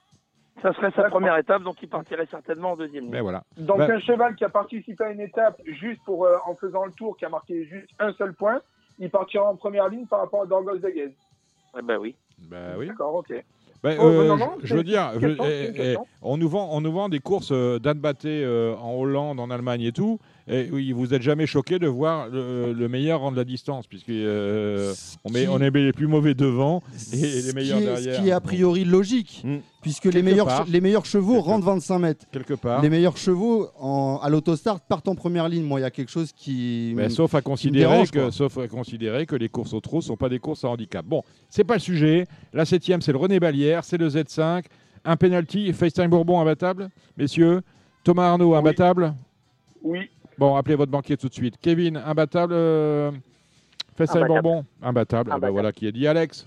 Ça serait sa première étape, donc il partirait certainement en deuxième ligne. Mais voilà. Donc Bah- un cheval qui a participé à une étape juste pour euh, en faisant le tour, qui a marqué juste un seul point, il partira en première ligne par rapport à Dorgos de Guez. Eh ben oui. Bah oui. D'accord, ok. Ben, Oh, euh, non, non, je, je c'est- veux dire, c'est une je- question, c'est eh, une eh, question. on, nous vend, on nous vend des courses euh, d'Anne Batté euh, en Hollande, en Allemagne et tout. Et oui, vous n'êtes jamais choqué de voir le, le meilleur rendre la distance, puisque euh, on, met, qui- on met les plus mauvais devant et les Ce meilleurs qui est- derrière. Ce qui est a priori logique, Mm. puisque les Quelque meilleurs, part. les meilleurs chevaux Quelque- rentrent vingt-cinq mètres. Quelque part. Les meilleurs chevaux en, à l'autostart partent en première ligne. Moi, il y a quelque chose qui. Mais sauf à qui me considérer dérange, que, quoi. sauf à considérer que les courses au trot sont pas des courses à handicap. Bon, c'est pas le sujet. La septième, c'est le René Balière, c'est le Z cinq, un penalty, FaceTime Bourbon imbattable, messieurs. Thomas Arnaud imbattable. Oui. Bon, appelez votre banquier tout de suite. Kevin imbattable. Euh... FaceTime Imbattable. Bourbon imbattable. Ah ben Imbattable. voilà qui est dit. Alex.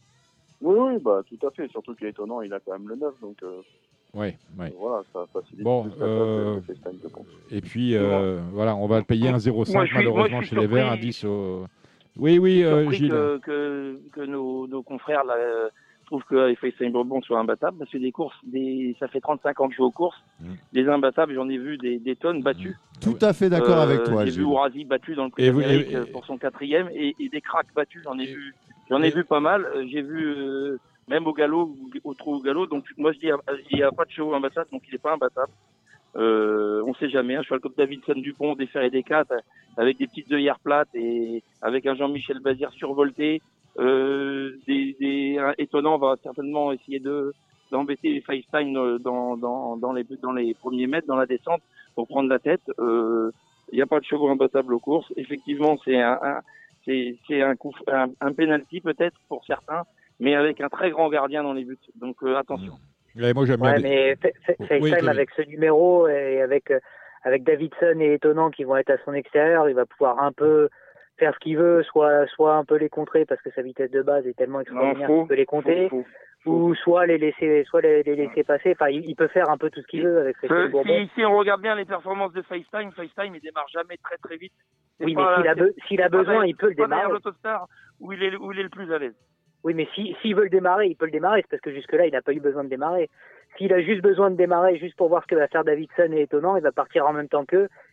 Oui, oui, bah, tout à fait. Surtout qu'il est étonnant, il a quand même le neuf. Donc euh, Oui, oui. voilà, ça facilite Bon, plus la euh, tâche de FaceTime, je pense. Et puis euh, voilà, on va le payer un zéro Moi, cinq je suis- moi, malheureusement je suis chez les Verts, un surpris. dix au. Oui, oui, euh, surpris Gilles. que, que, que nos, nos confrères là, euh, trouvent que FaceTime Bourbon soit imbattable, parce que des courses, des, ça fait trente-cinq ans que je joue aux courses, Mm. des imbattables, j'en ai vu des, des tonnes battues. Tout à fait d'accord Euh, avec toi, J'ai Gilles. vu Ourasi battu dans le prix Et vous- d'Amérique et- euh, pour son quatrième, et, et des cracks battus, j'en ai Et- vu, j'en ai et- vu pas mal. Euh, J'ai vu euh, même au galop, au trou au galop. Donc moi je dis, euh, il n'y a pas de chevaux imbattable, donc il n'est pas imbattable. Euh, on sait jamais, un cheval comme Davidson Dupont, des Ferré des quatre, avec des petites œillères plates et avec un Jean-Michel Bazir survolté, euh, des, des un étonnant va certainement essayer de d'embêter les FaceTime dans, dans, dans, les, dans les premiers mètres, dans la descente, pour prendre la tête. Il euh, n'y a pas de chevaux imbattables aux courses. Effectivement, c'est un, un, c'est, c'est un, coup, un, un penalty peut-être pour certains, mais avec un très grand gardien dans les buts. Donc euh, attention. Ouais, moi j'aime Ouais, bien. mais Fa- Fa- Oui, FaceTime Kevin. avec ce numéro et avec, euh, avec Davidson et Étonnant qui vont être à son extérieur, il va pouvoir un peu faire ce qu'il veut, soit, soit un peu les contrer parce que sa vitesse de base est tellement extraordinaire faux. qu'il peut les compter, Faut- faut- ou soit les laisser, soit les, les laisser passer. Enfin, il, il peut faire un peu tout ce qu'il veut avec Euh, FaceTime Bourbon. si, si on regarde bien les performances de FaceTime, FaceTime il démarre jamais très très vite. C'est Oui, mais pas- s'il a, c'est- be- s'il a c'est pas besoin, derrière- il peut le c'est pas derrière démarrer. l'Autostar où il est où il est le plus à l'aise. Oui, mais si, s'il veut le démarrer, il peut le démarrer, c'est parce que jusque-là, il n'a pas eu besoin de démarrer. S'il a juste besoin de démarrer juste pour voir ce que va faire Davidson et Étonnant, il va partir en même temps qu'eux,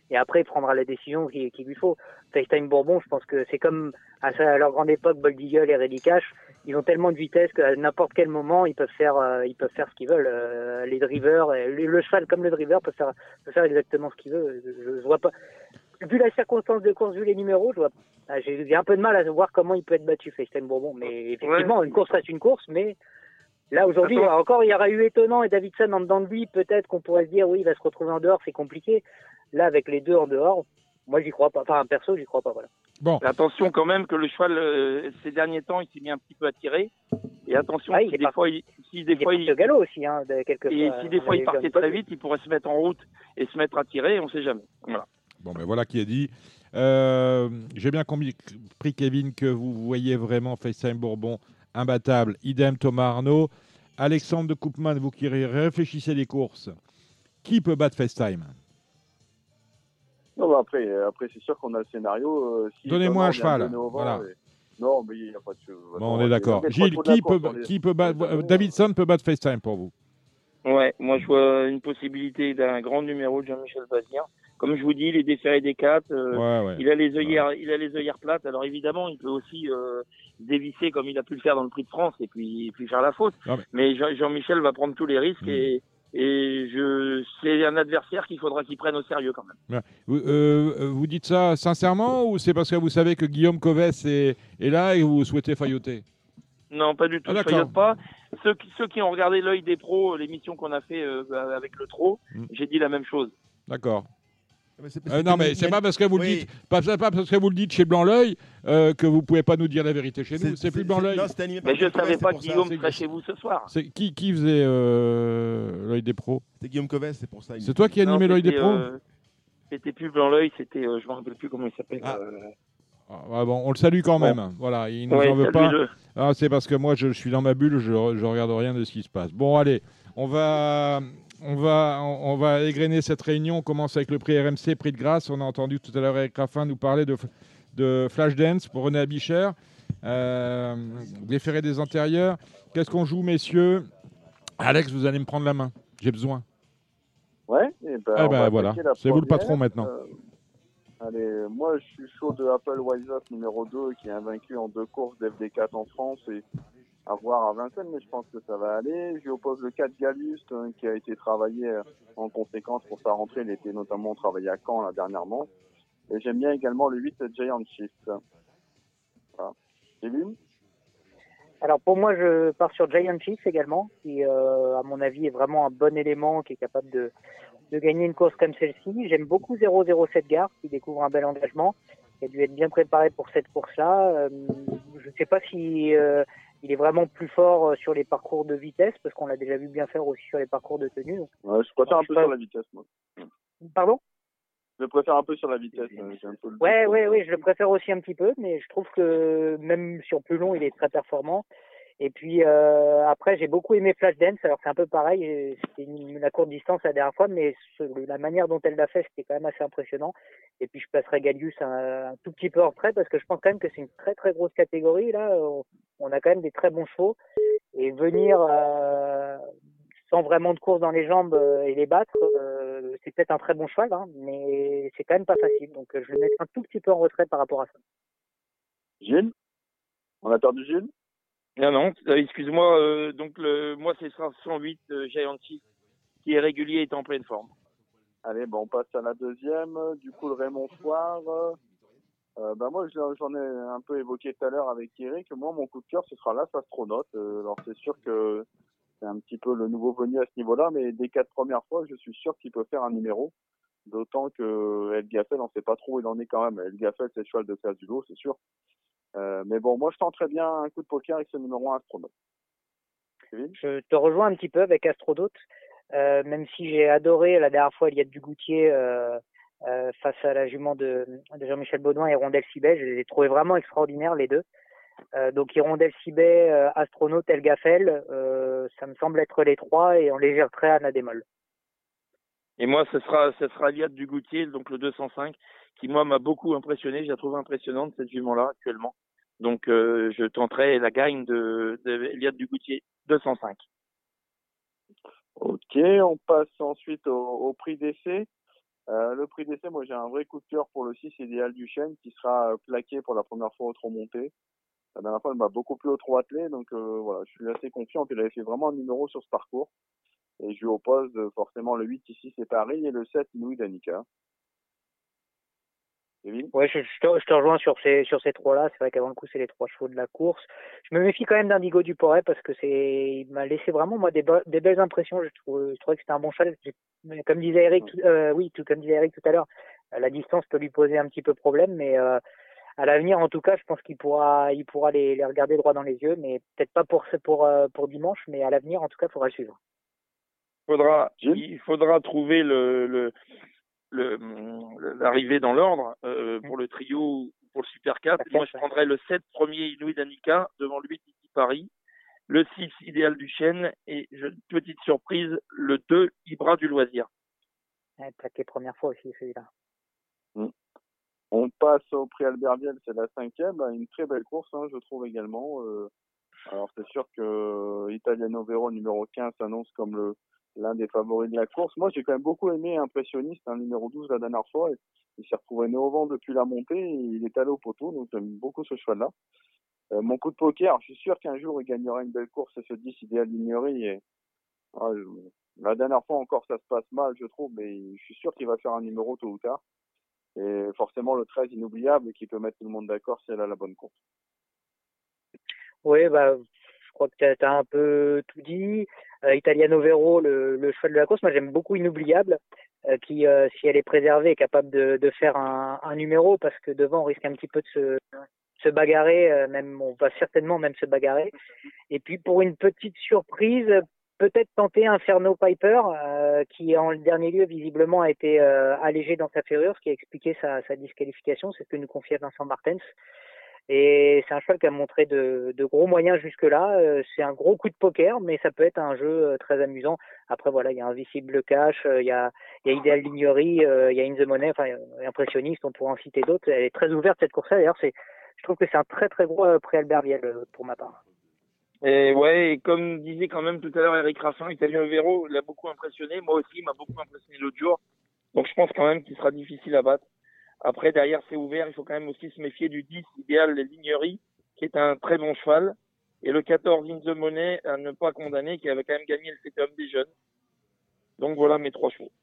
et après il prendra la décision qu'il qu'il lui faut. FaceTime Bourbon, je pense que c'est comme à, sa, à leur grande époque, Bold Eagle et Ready Cash, ils ont tellement de vitesse qu'à n'importe quel moment ils peuvent faire, euh, ils peuvent faire ce qu'ils veulent. Euh, les drivers, euh, le, le cheval comme le driver peut faire, peut faire exactement ce qu'il veut. Je, je, je vois pas. Vu la circonstance de course, vu les numéros, je vois. Ah, j'ai, j'ai un peu de mal à voir comment il peut être battu FaceTime Bourbon, mais effectivement, Ouais. une course reste une course, mais là aujourd'hui, Attends. encore, il y aurait eu Étonnant et Davidson en dedans de lui, peut-être qu'on pourrait se dire oui, il va se retrouver en dehors, c'est compliqué. Là, avec les deux en dehors, moi j'y crois pas. Enfin, perso, j'y crois pas. Voilà. Bon. Attention quand même que le cheval, euh, ces derniers temps, il s'est mis un petit peu attiré. Et attention, Ah, si il est des parti- fois, il, si des Il est fois, parti il, au galop aussi, hein, de quelques et fois. si des On fois il l'avait partait vu très un peu. vite, il pourrait se mettre en route et se mettre à tirer, on sait jamais. Voilà. Bon, ben voilà qui est dit. Euh, J'ai bien compris, Kevin, que vous voyez vraiment FaceTime Bourbon imbattable. Idem Thomas Arnaud. Alexandre de Koopman, vous qui ré- réfléchissez les courses, qui peut battre FaceTime? Non, bah après, euh, après c'est sûr qu'on a le scénario. Euh, si Donnez-moi un Étonnant vient cheval, de donner au vent, voilà. et- Non, mais il n'y a pas de. Bon, on est d'accord. Gilles, qui peut, qui peut battre, euh, Davidson peut battre FaceTime pour vous? Ouais, moi je vois une possibilité d'un grand numéro de Jean-Michel Bazir. Comme je vous dis, il est déféré des quatre. euh, Ouais, ouais. Il a les œillères, il a les œillères plates. Alors évidemment, il peut aussi euh, dévisser comme il a pu le faire dans le Prix de France et puis, et puis faire la faute. Non, mais- Mais Jean- Jean-Michel va prendre tous les risques Mm. et, et je, c'est un adversaire qu'il faudra qu'il prenne au sérieux quand même. Ouais. Vous, euh, vous dites ça sincèrement ou c'est parce que vous savez que Guillaume Covès est, est là et vous souhaitez failloter? Non, pas du tout. Ah, Je d'accord. faillote pas. Ceux qui, ceux qui ont regardé l'œil des pros, l'émission qu'on a fait euh, avec le trot, Mm. j'ai dit la même chose. D'accord. Mais c'est- Euh, c'est non, une- mais c'est une- pas parce que vous le oui. dites, pas, pas parce que vous le dites chez Blanc l'œil euh, que vous pouvez pas nous dire la vérité chez nous. C'est- C'est plus c'est- Blanc l'œil. non, c'était animé par Mais je Guillaume savais Covès, pas c'est que pour ça. Guillaume C'est- serait chez vous ce soir. C'est qui qui faisait euh, l'œil des pros? C'était Guillaume Covès, c'est pour ça. il- C'est toi qui Non, animais l'œil des c'était, pros? euh, C'était plus Blanc l'œil, c'était, euh, je me rappelle plus comment il s'appelle. Ah. euh, Ah, ouais, bon, on le salue quand Bon. même. Voilà, il nous ouais, en veut pas. salut-le. Ah, c'est parce que moi, je, je suis dans ma bulle, je, je regarde rien de ce qui se passe. Bon, allez, on va, on va, on, on va égrener cette réunion. On commence avec le prix R M C, prix de grâce. On a entendu tout à l'heure Eric Raffin nous parler de, de Flashdance pour René Abichère, euh, déféré des antérieurs. Qu'est-ce qu'on joue, messieurs? Alex, vous allez me prendre la main. J'ai besoin. Ouais, et ben, Eh on ben, va voilà. attaquer la C'est vous le première. patron maintenant. Euh, allez, moi je suis chaud de Apple Wise Up numéro deux qui est invaincu en deux courses d'F D quatre en France et à voir à Vincennes, mais je pense que ça va aller. Je lui oppose le quatre Gallus hein, qui a été travaillé euh, en conséquence pour sa rentrée. Il était notamment travaillé à Caen là, dernièrement. Et j'aime bien également le huit Giant Shift. Voilà. Kevin? Alors pour moi, je pars sur Giant Chiefs également, qui euh, à mon avis est vraiment un bon élément, qui est capable de, de gagner une course comme celle-ci. J'aime beaucoup zéro zéro sept Gare, qui découvre un bel engagement, qui a dû être bien préparé pour cette course-là. Euh, je ne sais pas si euh, il est vraiment plus fort sur les parcours de vitesse, parce qu'on l'a déjà vu bien faire aussi sur les parcours de tenue. Donc... Ouais, je préfère un peu je sur la vitesse, moi. Pardon? Je préfère un peu sur la vitesse. euh, j'ai un peu le Ouais, doute, ouais, euh, ouais, je le préfère aussi un petit peu, mais je trouve que même sur plus long, il est très performant. Et puis euh, après, j'ai beaucoup aimé Flashdance. Alors c'est un peu pareil, euh, c'était une, la courte distance la dernière fois, mais ce, la manière dont elle l'a fait, c'était quand même assez impressionnant. Et puis je placerai Gallius un, un tout petit peu en retrait parce que je pense quand même que c'est une très très grosse catégorie. Là, on, on a quand même des très bons chevaux et venir euh, sans vraiment de course dans les jambes euh, et les battre, euh, c'est peut-être un très bon cheval, hein, mais c'est quand même pas facile. Donc euh, je le mettrai un tout petit peu en retrait par rapport à ça. Gilles? On a perdu Gilles? Non, non, euh, excuse-moi, euh, donc le, moi c'est cent huit euh, Giant Chiefs qui est régulier et est en pleine forme. Allez, bon, on passe à la deuxième. Du coup, le Raymond Foire. Euh, ben moi, j'en j'en ai un peu évoqué tout à l'heure avec Eric. Moi, mon coup de cœur, ce sera l'As Astronaute. Euh, alors, c'est sûr que c'est un petit peu le nouveau venu à ce niveau-là, mais des quatre premières fois, je suis sûr qu'il peut faire un numéro. D'autant que El Gaffel, on ne sait pas trop où il en est quand même. El Gaffel, c'est le cheval de classe du lot, c'est sûr. Euh, mais bon, moi, je tente très bien un coup de poker avec ce numéro un Astronaute. Kevin? Je te rejoins un petit peu avec Astronaute, euh, même si j'ai adoré la dernière fois Eliade Dugoutier euh, euh, face à la jument de, de Jean-Michel Baudouin et Rondel Sibet. Je les ai trouvés vraiment extraordinaires les deux. Euh, donc Hirondelle Sibet, euh, Astronaute, El Gaffel, euh, ça me semble être les trois et en léger retrait Anna Démol. Et moi, ce sera, ce sera Eliade Dugoutier, donc le deux cent cinq, qui moi m'a beaucoup impressionné. Je la trouve impressionnante cette jument-là actuellement. Donc euh, je tenterai la gagne de, de Eliade Dugoutier deux cent cinq. Ok, on passe ensuite au, au prix d'essai. Euh, le prix d'essai, moi j'ai un vrai coup de cœur pour le six Idéal du Chêne qui sera euh, plaqué pour la première fois au trot monté. La dernière fois, elle m'a beaucoup plu au trot attelé, donc euh, voilà, je suis assez confiant qu'il avait fait vraiment un numéro sur ce parcours. Et je lui oppose euh, forcément le huit ici, c'est Paris, et le sept Inouï Danica. Kevin? Ouais, je, je, te, je te rejoins sur ces sur ces trois-là. C'est vrai qu'avant le coup, c'est les trois chevaux de la course. Je me méfie quand même d'Indigo Duporé parce que c'est, il m'a laissé vraiment moi des, be- des belles impressions. Je trouve, je trouvais que c'était un bon cheval. J'ai- Comme disait Eric, tout- euh, oui, tout comme disait Eric tout à l'heure, euh, la distance peut lui poser un petit peu problème, mais euh, à l'avenir, en tout cas, je pense qu'il pourra, il pourra les, les regarder droit dans les yeux, mais peut-être pas pour ce- pour euh, pour dimanche, mais à l'avenir, en tout cas, il faudra le suivre. Faudra, il faudra trouver le, le, le, l'arrivée dans l'ordre euh, pour le trio, pour le Super quatre. Moi, je prendrais le sept premier Inouï Danica devant le huit Ici Paris, le six Idéal du Chêne et, je, petite surprise, le deux Ibra du Loisir. Ouais, plaqué première fois aussi, celui-là. Mm. On passe au prix Albert Viel, c'est la cinquième, une très belle course, hein, je trouve également. Euh, alors c'est sûr que Italiano Vero numéro quinze s'annonce comme le l'un des favoris de la course. Moi, j'ai quand même beaucoup aimé Impressionniste, hein, numéro douze la dernière fois. Il s'est retrouvé né au vent depuis la montée et il est allé au poteau, donc j'aime beaucoup ce cheval-là. Euh, mon coup de poker, je suis sûr qu'un jour il gagnera une belle course et ce dix Idéal Lignery. Et, ah, je, la dernière fois encore, ça se passe mal, je trouve, mais je suis sûr qu'il va faire un numéro tôt ou tard. Et forcément, le treize inoubliable qui peut mettre tout le monde d'accord si elle a la bonne course. Oui, bah, je crois que tu as un peu tout dit. Euh, Italiano Vero, le, le cheval de la course, moi j'aime beaucoup Inoubliable, euh, qui, euh, si elle est préservée, est capable de, de faire un, un numéro, parce que devant, on risque un petit peu de se, se bagarrer, euh, même on va certainement même se bagarrer. Et puis pour une petite surprise, peut-être tenter Inferno Piper, euh, qui en dernier lieu visiblement a été euh, allégé dans sa ferrure, ce qui a expliqué sa, sa disqualification, c'est ce que nous confiait Vincent Martens. Et c'est un cheval qui a montré de, de gros moyens jusque-là. Euh, c'est un gros coup de poker, mais ça peut être un jeu euh, très amusant. Après, voilà, il y a Invisible Cash, euh, il y a, il y a Idéal Lignery, euh, il y a In the Money, enfin, euh, Impressionniste, on pourra en citer d'autres. Elle est très ouverte, cette course-là. D'ailleurs, c'est, je trouve que c'est un très, très gros euh, prix Albert Viel, euh, pour ma part. Et ouais, et comme disait quand même tout à l'heure Eric Raffin, Italiano Vero l'a beaucoup impressionné. Moi aussi, il m'a beaucoup impressionné l'autre jour. Donc je pense quand même qu'il sera difficile à battre. Après, derrière, c'est ouvert. Il faut quand même aussi se méfier du dix Idéal Lignery, qui est un très bon cheval. Et le quatorze In the Money, à ne pas condamner, qui avait quand même gagné le Setum des jeunes. Donc voilà mes trois chevaux.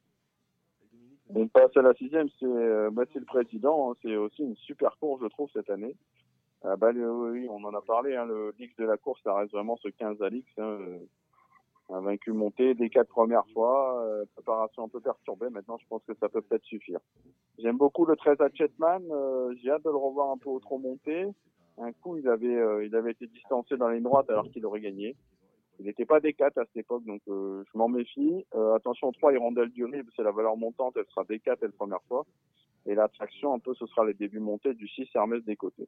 On passe à la sixième, c'est, euh, bah, c'est le président. Hein, c'est aussi une super course, je trouve, cette année. Euh, bah, le, oui, on en a parlé. Hein, le Lix de la course, ça reste vraiment ce quinze Alix. Hein, un vaincu monté des quatre premières fois, euh, préparation un peu perturbée. Maintenant, je pense que ça peut peut-être suffire. J'aime beaucoup le treize à Chetman. Euh, j'ai hâte de le revoir un peu au trop monté. Un coup, il avait, euh, il avait été distancé dans les droites alors qu'il aurait gagné. Il n'était pas des quatre à cette époque, donc euh, je m'en méfie. Euh, attention, trois, Hirondelle du Rib, c'est la valeur montante. Elle sera des quatre la première fois. Et l'attraction, un peu, ce sera les débuts montés du six Hermès des côtés.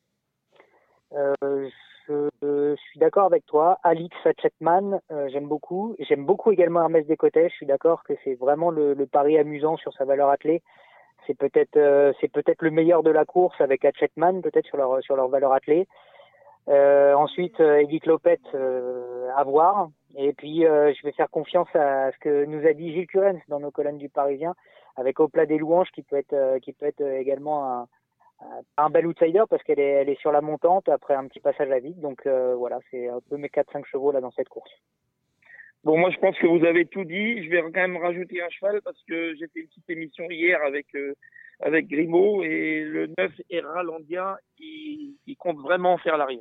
Euh, je, je suis d'accord avec toi. Alix Chetman, euh, j'aime beaucoup. J'aime beaucoup également Hermès Descotes. Je suis d'accord que c'est vraiment le, le pari amusant sur sa valeur attelée. C'est peut-être, euh, c'est peut-être le meilleur de la course avec Chetman, peut-être sur leur sur leur valeur attelée. Euh, ensuite, euh, Edith Lopet, euh, à voir. Et puis, euh, je vais faire confiance à ce que nous a dit Gilles Curens dans nos colonnes du Parisien, avec Au plat des louanges, qui peut être, euh, qui peut être également un un bel outsider parce qu'elle est, elle est sur la montante après un petit passage à vide. Donc euh, voilà, c'est un peu mes quatre cinq chevaux là dans cette course. Bon, moi je pense que vous avez tout dit. Je vais quand même rajouter un cheval parce que j'ai fait une petite émission hier avec euh, avec Grimaud et le neuf Eralandia, il, il compte vraiment faire l'arrivée.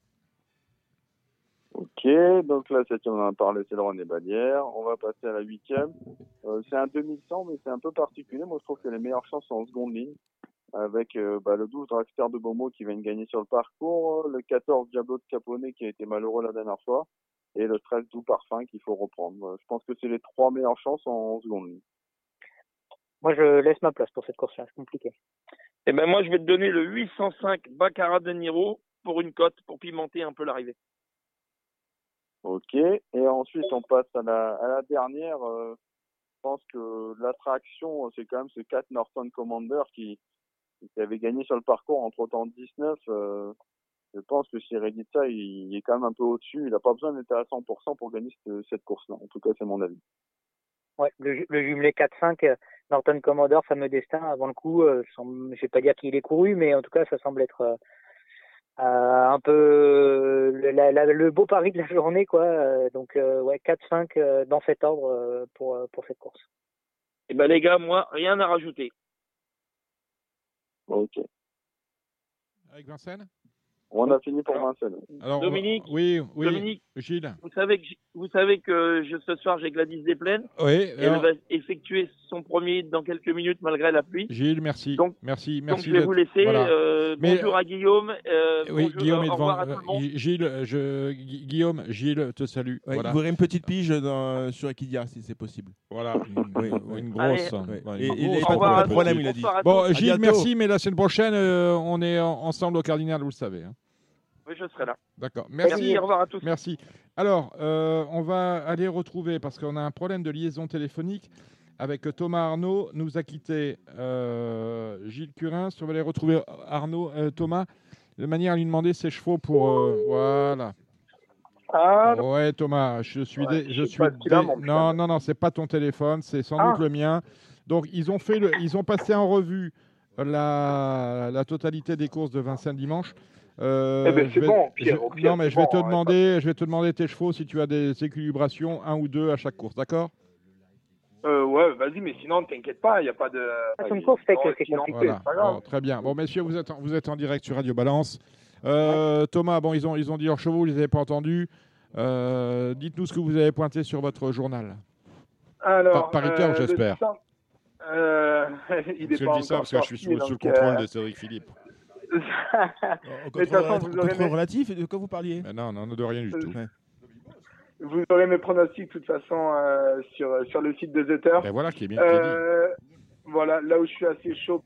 Ok, donc la septième, on en a parlé, c'est le René Balière. On va passer à la huitième. Euh, c'est un deux mille cent, mais c'est un peu particulier. Moi, je trouve que les meilleures chances sont en seconde ligne. Avec euh, bah, le douze Dragster de Beaumont qui vient de gagner sur le parcours, le quatorze Diablo de Caponnet qui a été malheureux la dernière fois, et le treize Doux Parfum qu'il faut reprendre. Je pense que c'est les trois meilleures chances en seconde ligne. Moi, je laisse ma place pour cette course-là, c'est compliqué. Eh ben moi, je vais te donner le huit cent cinq Baccarat de Niro pour une cote, pour pimenter un peu l'arrivée. Ok, et ensuite on passe à la, à la dernière. Euh, je pense que l'attraction, c'est quand même ce quatre Norton Commander qui, qui avait gagné sur le parcours en trottant dix-neuf. Euh, je pense que si Reddit ça, il, il est quand même un peu au-dessus. Il n'a pas besoin d'être à cent pour cent pour gagner cette, cette course-là. En tout cas, c'est mon avis. Ouais, le, le jumelé quatre cinq, euh, Norton Commodore, fameux destin, avant le coup, euh, semble- je vais pas dire qu'il est couru, mais en tout cas, ça semble être euh, euh, un peu le, la- la- le beau pari de la journée, quoi. Euh, donc, euh, ouais, quatre cinq euh, dans cet ordre euh, pour, euh, pour cette course. Eh ben les gars, moi, rien à rajouter. Ok. Avec Vincennes? On a fini pour Vincennes. Alors, on va- Dominique, oui, oui, Dominique, Gilles. vous savez que, j- vous savez que je, ce soir, j'ai Gladys Desplaines. Oui, Et elle alors- va effectuer son premier hit dans quelques minutes malgré la pluie. Gilles, merci. Donc, merci, donc merci. je vais d'être- vous laisser. voilà. Euh, Mais- bonjour à Guillaume. euh, Oui, bonjour, Guillaume euh, est au devant. revoir à tout le monde. euh, Gilles, je, Gui- Guillaume, Gilles te salue. Ouais, voilà. Il voudrait une petite pige dans, sur Equidia, si c'est possible. Voilà, une, Oui, une ouais. grosse. Ouais. Ouais, Et- une et- grosse et Au pas de revoir à problème, tous. il a dit. Bonsoir à Bon, tous. Gilles, bientôt. merci, mais la semaine prochaine, euh, on est en- ensemble au Cardinal, vous le savez. hein. Oui, je serai là. D'accord. Merci. Merci. Au revoir à tous. Merci. Alors, euh, on va aller retrouver, parce qu'on a un problème de liaison téléphonique avec Thomas Arnaud. Nous a quitté euh, Gilles Curin. On va aller retrouver Arnaud, euh, Thomas, de manière à lui demander ses chevaux pour. euh, voilà. Ah, Ouais, Thomas, je suis. Ouais, dé- je je sais suis pas ce qu'il a, dé- mon putain. Non, non, non, c'est pas ton téléphone, c'est sans Ah. doute le mien. Donc, ils ont, fait le... ils ont passé en revue la, la totalité des courses de Vincennes dimanche. Euh, Eh ben, je c'est vais- bon, Pierre, je- au pire, Non, mais c'est je vais bon, te hein, demander, je vais te demander tes chevaux si tu as des équilibrations, un ou deux à chaque course, d'accord? Euh, ouais, vas-y, mais sinon, t'inquiète pas, il n'y a pas de. Ah, c'est une course, fait que Non, c'est sinon, compliqué. Voilà. c'est pas grave. Bon, très bien. Bon, messieurs, vous êtes en, vous êtes en direct sur Radio Balance. Euh, Thomas, bon, ils ont, ils ont dit leurs chevaux, vous les avez pas entendus. Euh, dites-nous ce que vous avez pointé sur votre journal. Alors, Par- pariteur, euh, le j'espère. cent- Euh, il Parce est que pas je dis ça encore parce que je suis sorti, sous, sous le donc, contrôle euh, de Cédric Philippe. Au Mais de toute contrôle, façon, vous au aurez contrôle mes- relatif, de quoi vous parliez? Mais non, non, de rien du tout. Ouais. Vous aurez mes pronostics de toute façon euh, sur, sur le site de The Turf. Ben voilà qui est bien qui est dit. Euh, voilà, là où je suis assez chaud,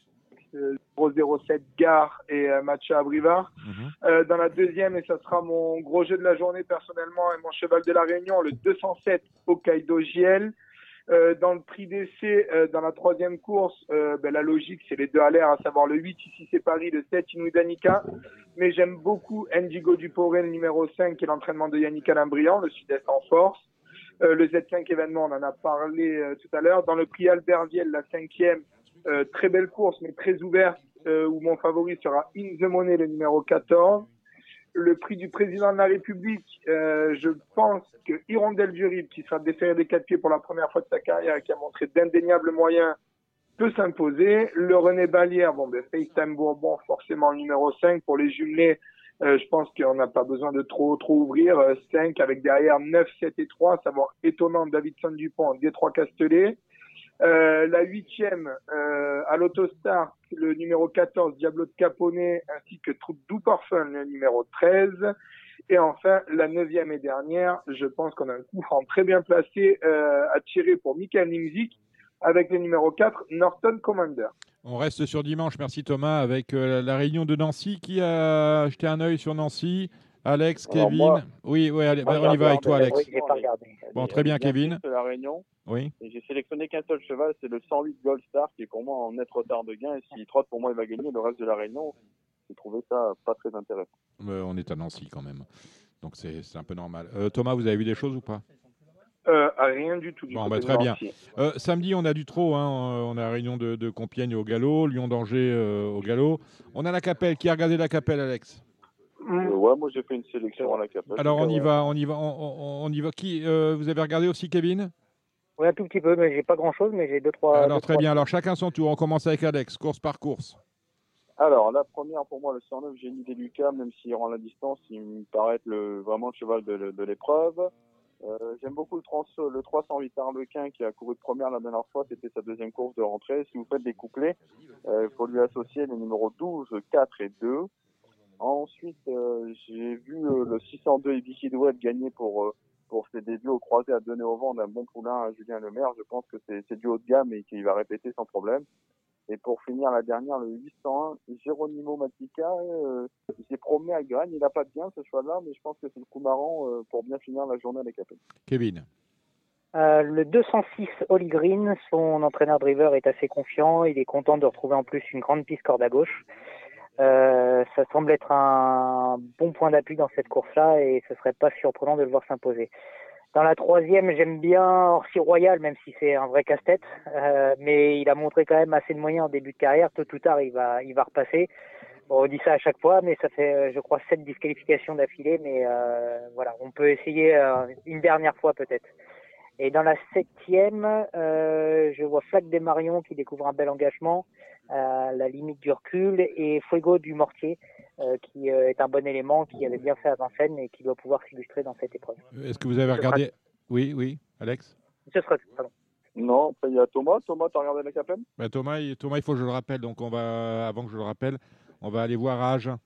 euh, zéro zéro sept Gare et euh, match à Brivard. Mhm. Euh, dans la deuxième, et ça sera mon gros jeu de la journée personnellement, et mon cheval de la Réunion, le deux cent sept Hokkaido J L. Euh, dans le prix d'essai, euh, dans la troisième course, euh, ben, la logique, c'est les deux à l'air, à savoir le huit, ici c'est Paris, le sept, Inouï Danica. Mais j'aime beaucoup Indigo Duporé, le numéro cinq, qui est l'entraînement de Yannick Alain-Briand, le sud-est en force. Euh, le Z cinq événement, on en a parlé euh, tout à l'heure. Dans le prix Albert Viel, la cinquième, euh, très belle course, mais très ouverte, euh, où mon favori sera In the Money, le numéro quatorze. Le prix du président de la République, euh, je pense que Hirondelle Jurib, qui sera déféré des quatre pieds pour la première fois de sa carrière et qui a montré d'indéniables moyens, peut s'imposer. Le René Ballière, bon, ben, FaceTime Bourbon, forcément le numéro cinq. Pour les jumelés, euh, je pense qu'on n'a pas besoin de trop, trop ouvrir. Euh, cinq avec derrière neuf, sept et trois, à savoir étonnant Davidson Dupont, Détroit Castellet. Euh, la huitième, euh, à l'Autostar, le numéro quatorze, Diablo de Caponnet, ainsi que Troupe Doux Parfum, le numéro treize. Et enfin, la neuvième et dernière, je pense qu'on a un coup franc très bien placé euh, à tirer pour Michael Nimzik, avec le numéro quatre, Norton Commander. On reste sur dimanche, merci Thomas, avec euh, la réunion de Nancy. Qui a jeté un œil sur Nancy? Alex, Alors, Kevin? moi- oui, oui, allez, moi, on y j'ai va avec toi, regardé, Alex. Oui, j'ai pas regardé. Bon, très bien, Kevin. C'est la Réunion. Oui. Et j'ai sélectionné qu'un seul cheval, c'est le cent huit Gold Star, qui est pour moi en net retard de gain. Et s'il trotte, pour moi, il va gagner. Le reste de la Réunion, j'ai trouvé ça pas très intéressant. Euh, on est à Nancy quand même. Donc c'est c'est un peu normal. Euh, Thomas, vous avez vu des choses ou pas? Euh, rien du tout. Du Bon, côté bah, de très bien. Nancy. Euh, samedi, on a du trot. Hein. Euh, On a la réunion de, de Compiègne au galop, Lyon-Danger euh, au galop. On a la Capelle. Qui a regardé la Capelle, Alex? Mm. Euh, ouais, moi j'ai fait une sélection à la Capelle. Alors on y Ouais. va, on y va, on, on- on y va. Qui euh, vous avez regardé aussi, Kevin? Oui, un tout petit peu, mais j'ai pas grand chose, mais j'ai deux, trois. Alors deux, très trois- bien. Alors chacun son tour. On commence avec Alex, course par course. Alors, la première, pour moi, le cent neuf, Génie des Lucas, même s'il rend la distance, il me paraît être le, vraiment le cheval de, de l'épreuve. Euh, j'aime beaucoup le, trans, le trois cent huit Arlequin qui a couru de première la dernière fois, c'était sa deuxième course de rentrée. Si vous faites des couplets, il euh, faut lui associer les numéros douze, quatre et deux. Ensuite, euh, j'ai vu euh, le six cent deux Ibishi Douette gagner pour, euh, pour ses débuts au croisé à donner au vent d'un bon poulain à Julien Lemaire. Je pense que c'est, c'est du haut de gamme et qu'il va répéter sans problème. Et pour finir la dernière, le huit cent un, Geronimo Matica, euh, il s'est promené à Gragne, il n'a pas de gain ce choix-là, mais je pense que c'est le coup marrant euh, pour bien finir la journée avec Capel. Kevin. Euh, le deux cent six Holly Green, son entraîneur driver est assez confiant. Il est content de retrouver en plus une grande piste corde à gauche. Euh, ça semble être un bon point d'appui dans cette course-là et ce serait pas surprenant de le voir s'imposer. Dans la troisième, j'aime bien Orsi Royal, même si c'est un vrai casse-tête. Euh, mais il a montré quand même assez de moyens en début de carrière. Tôt ou tard, il va, il va repasser. Bon, on dit ça à chaque fois, mais ça fait, je crois, sept disqualifications d'affilée. Mais euh, voilà, on peut essayer euh, une dernière fois peut-être. Et dans la septième, euh, je vois Flac des Marions qui découvre un bel engagement, à la limite du recul, et Fuego du Mortier, euh, qui euh, est un bon élément, qui avait bien fait à Vincennes et qui doit pouvoir s'illustrer dans cette épreuve. Est-ce que vous avez Ce regardé sera... Oui, oui, Alex. Ce sera tout, pardon. Non, après il y a Thomas. Thomas, t'as regardé la Capelle? Bah, Thomas, il, Thomas, il faut que je le rappelle. Donc, on va, avant que je le rappelle, on va aller voir à Agen.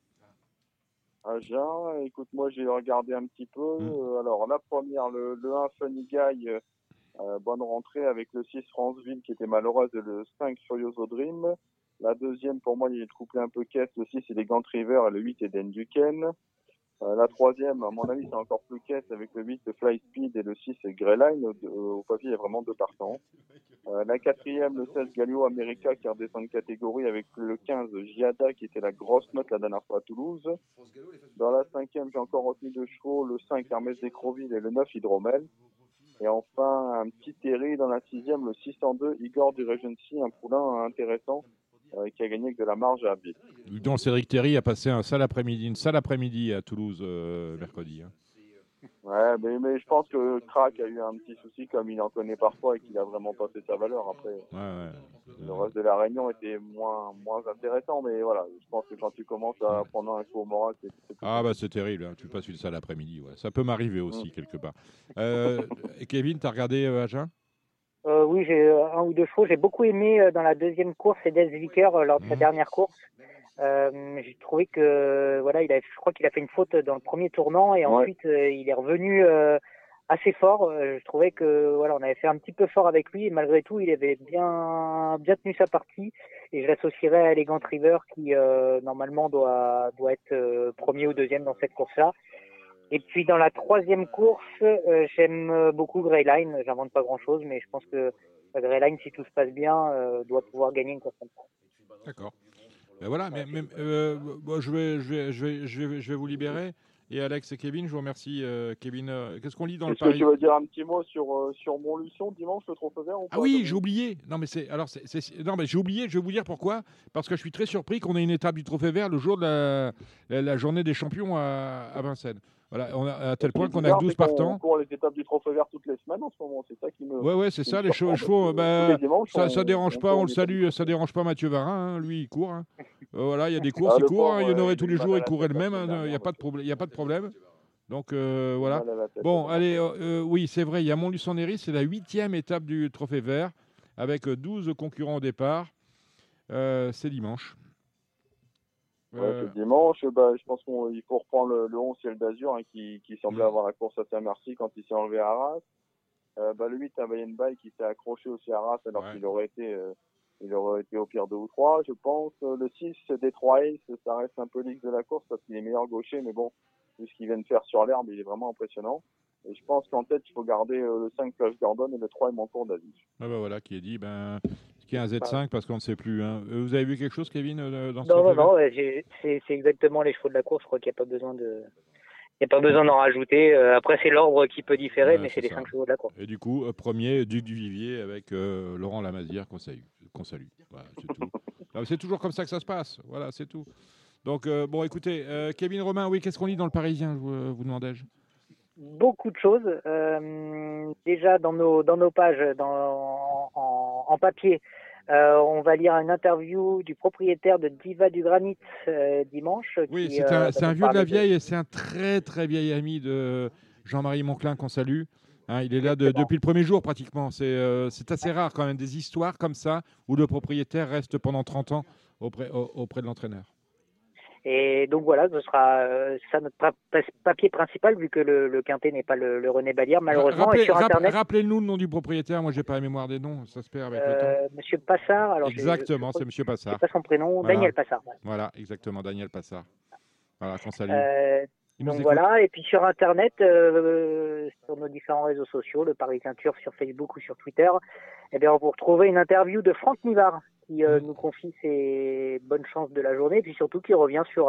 Agen, écoute, moi j'ai regardé un petit peu. Mm. Euh, alors, la première, le, le un Funny Guy, euh, bonne rentrée avec le six Franceville qui était malheureuse et le cinq Furioso Dream. La deuxième, pour moi, il y a le couplé un peu caisse. Le six, c'est les Gant River et le huit, Eden Duquesne. Euh, la troisième, à mon avis, c'est encore plus caisse avec le huit, Fly Speed et le six, Grey Line. Au, au papier, il y a vraiment deux partants. Euh, la quatrième, le seize, Galio America qui redescend de catégorie avec le quinze, Giada qui était la grosse note la dernière fois à Toulouse. Dans la cinquième, j'ai encore retenu deux chevaux, le cinq, Hermès d'Écroville et le neuf, Hydromel. Et enfin, un petit Terry dans la sixième, le six cent deux, Igor du Regency, un poulain intéressant euh, qui a gagné avec de la marge à Abbé. Donc, Cédric Terry a passé un sale après-midi, une sale après-midi à Toulouse euh, mercredi. Hein. Ouais, mais, mais je pense que Crack a eu un petit souci comme il en connaît parfois et qu'il a vraiment pas fait sa valeur. Après, ouais, ouais. le reste de la Réunion était moins, moins intéressant, mais voilà, je pense que quand tu commences à prendre un coup au moral, c'est, c'est Ah bah c'est terrible, hein. Tu passes une sale après-midi. Ouais. Ça peut m'arriver aussi, mmh. quelque part. Euh, et Kevin, t'as regardé euh, Agen? euh, Oui, j'ai un ou deux chevaux. J'ai beaucoup aimé euh, dans la deuxième course Edes Vicker euh, lors de mmh. sa dernière course. Euh, j'ai trouvé que voilà, il a, je crois qu'il a fait une faute dans le premier tournant et ouais. ensuite euh, il est revenu euh, assez fort. Euh, je trouvais que voilà, on avait fait un petit peu fort avec lui et malgré tout, il avait bien bien tenu sa partie. Et je l'associerais à Elegant River qui euh, normalement doit doit être euh, premier ou deuxième dans cette course-là. Et puis dans la troisième course, euh, j'aime beaucoup Grey Line. J'invente pas grand-chose, mais je pense que Grey Line, si tout se passe bien, euh, doit pouvoir gagner une course comme ça. D'accord. Ben voilà, mais, mais euh, bon, je, vais, je, vais, je, vais, je, vais, je vais vous libérer. Et Alex et Kevin, je vous remercie. Euh, Kevin, euh, qu'est-ce qu'on lit dans Est-ce le Paris? Est-ce que tu veux dire un petit mot sur, euh, sur Montluçon dimanche, le Trophée Vert ou pas? Ah oui, j'ai oublié. Non, mais c'est alors c'est, c'est, non, mais j'ai oublié. Je vais vous dire pourquoi. Parce que je suis très surpris qu'on ait une étape du Trophée Vert le jour de la, la, la journée des champions à, à Vincennes. Voilà, on a, à tel point qu'on a que douze partants. On court les étapes du Trophée Vert toutes les semaines en ce moment, c'est ça qui me. Ouais, ouais, c'est ça. Les chevaux, bah, ça, ça dérange pas. On le salue. Ça dérange pas Mathieu Varin. Hein, lui, il court. Hein. Euh, voilà, il y a des courses, ah, il court. Hein, il y en aurait tous les jours, il courait le même. Il n'y a pas de problème. Il y a pas de problème. Donc euh, voilà. Bon, allez, euh, oui, c'est vrai. Il y a Montluçon-Néry, c'est la huitième étape du Trophée Vert avec douze concurrents au départ. Euh, c'est dimanche. Ouais, euh... c'est dimanche. Bah, je pense qu'il faut reprendre le, le onze Ciel d'Azur hein, qui, qui semblait mmh. avoir la course à Saint-Merci quand il s'est enlevé à Arras. Euh, bah, le huit, un Bayern Bay qui s'est accroché aussi à Arras alors ouais. qu'il aurait été, euh, il aurait été au pire deux ou trois, je pense. Le six, Détroit Ace, ça reste un peu l'X de la course parce qu'il est meilleur gaucher, mais bon, vu ce qu'il vient de faire sur l'herbe, il est vraiment impressionnant. Et je pense qu'en tête, il faut garder euh, le cinq Flash Gordon et le trois Moncourt d'Avis. Ah bah voilà, qui est dit, ben, qui est un Z cinq parce qu'on ne sait plus. Hein. Vous avez vu quelque chose, Kevin, euh, dans ce Non, non, non, c'est, c'est exactement les chevaux de la course. Je crois qu'il n'y a pas besoin de, il n'y a pas besoin d'en rajouter. Euh, après, c'est l'ordre qui peut différer, ouais, mais c'est, c'est les cinq chevaux de la course. Et du coup, euh, premier, Duc du Vivier avec euh, Laurent Lamazière qu'on salue. Qu'on salue. Voilà, c'est tout. Non, c'est toujours comme ça que ça se passe. Voilà, c'est tout. Donc, euh, bon, écoutez, euh, Kevin Romain, oui, qu'est-ce qu'on lit dans le Parisien, je vous, vous demandais-je? Beaucoup de choses. Euh, déjà, dans nos, dans nos pages, dans, en, en papier, euh, on va lire une interview du propriétaire de Diva du Granit euh, dimanche. Oui, qui, c'est un, euh, c'est un vieux de la vieille de... et c'est un très, très vieil ami de Jean-Marie Monclin qu'on salue. Hein, il est là de, depuis le premier jour pratiquement. C'est, euh, c'est assez rare quand même des histoires comme ça où le propriétaire reste pendant trente ans auprès, auprès de l'entraîneur. Et donc voilà, ce sera euh, ça notre pa- papier principal vu que le, le Quintet n'est pas le, le René Balière malheureusement. Rappelez, et sur Internet, rappelez-nous le nom du propriétaire. Moi, j'ai pas la mémoire des noms. Ça se perd avec euh, le temps. Monsieur Passard. Alors exactement, je, je, c'est Monsieur Passard. C'est pas son prénom, voilà. Daniel Passard. Ouais. Voilà, exactement, Daniel Passard. Voilà, qu'on salue. Euh, donc voilà, et puis sur Internet, euh, sur nos différents réseaux sociaux, le Parisien Turf sur Facebook ou sur Twitter, eh bien, on peut retrouver une interview de Franck Nivard qui euh, mmh. nous confie ses bonnes chances de la journée, et puis surtout qui revient sur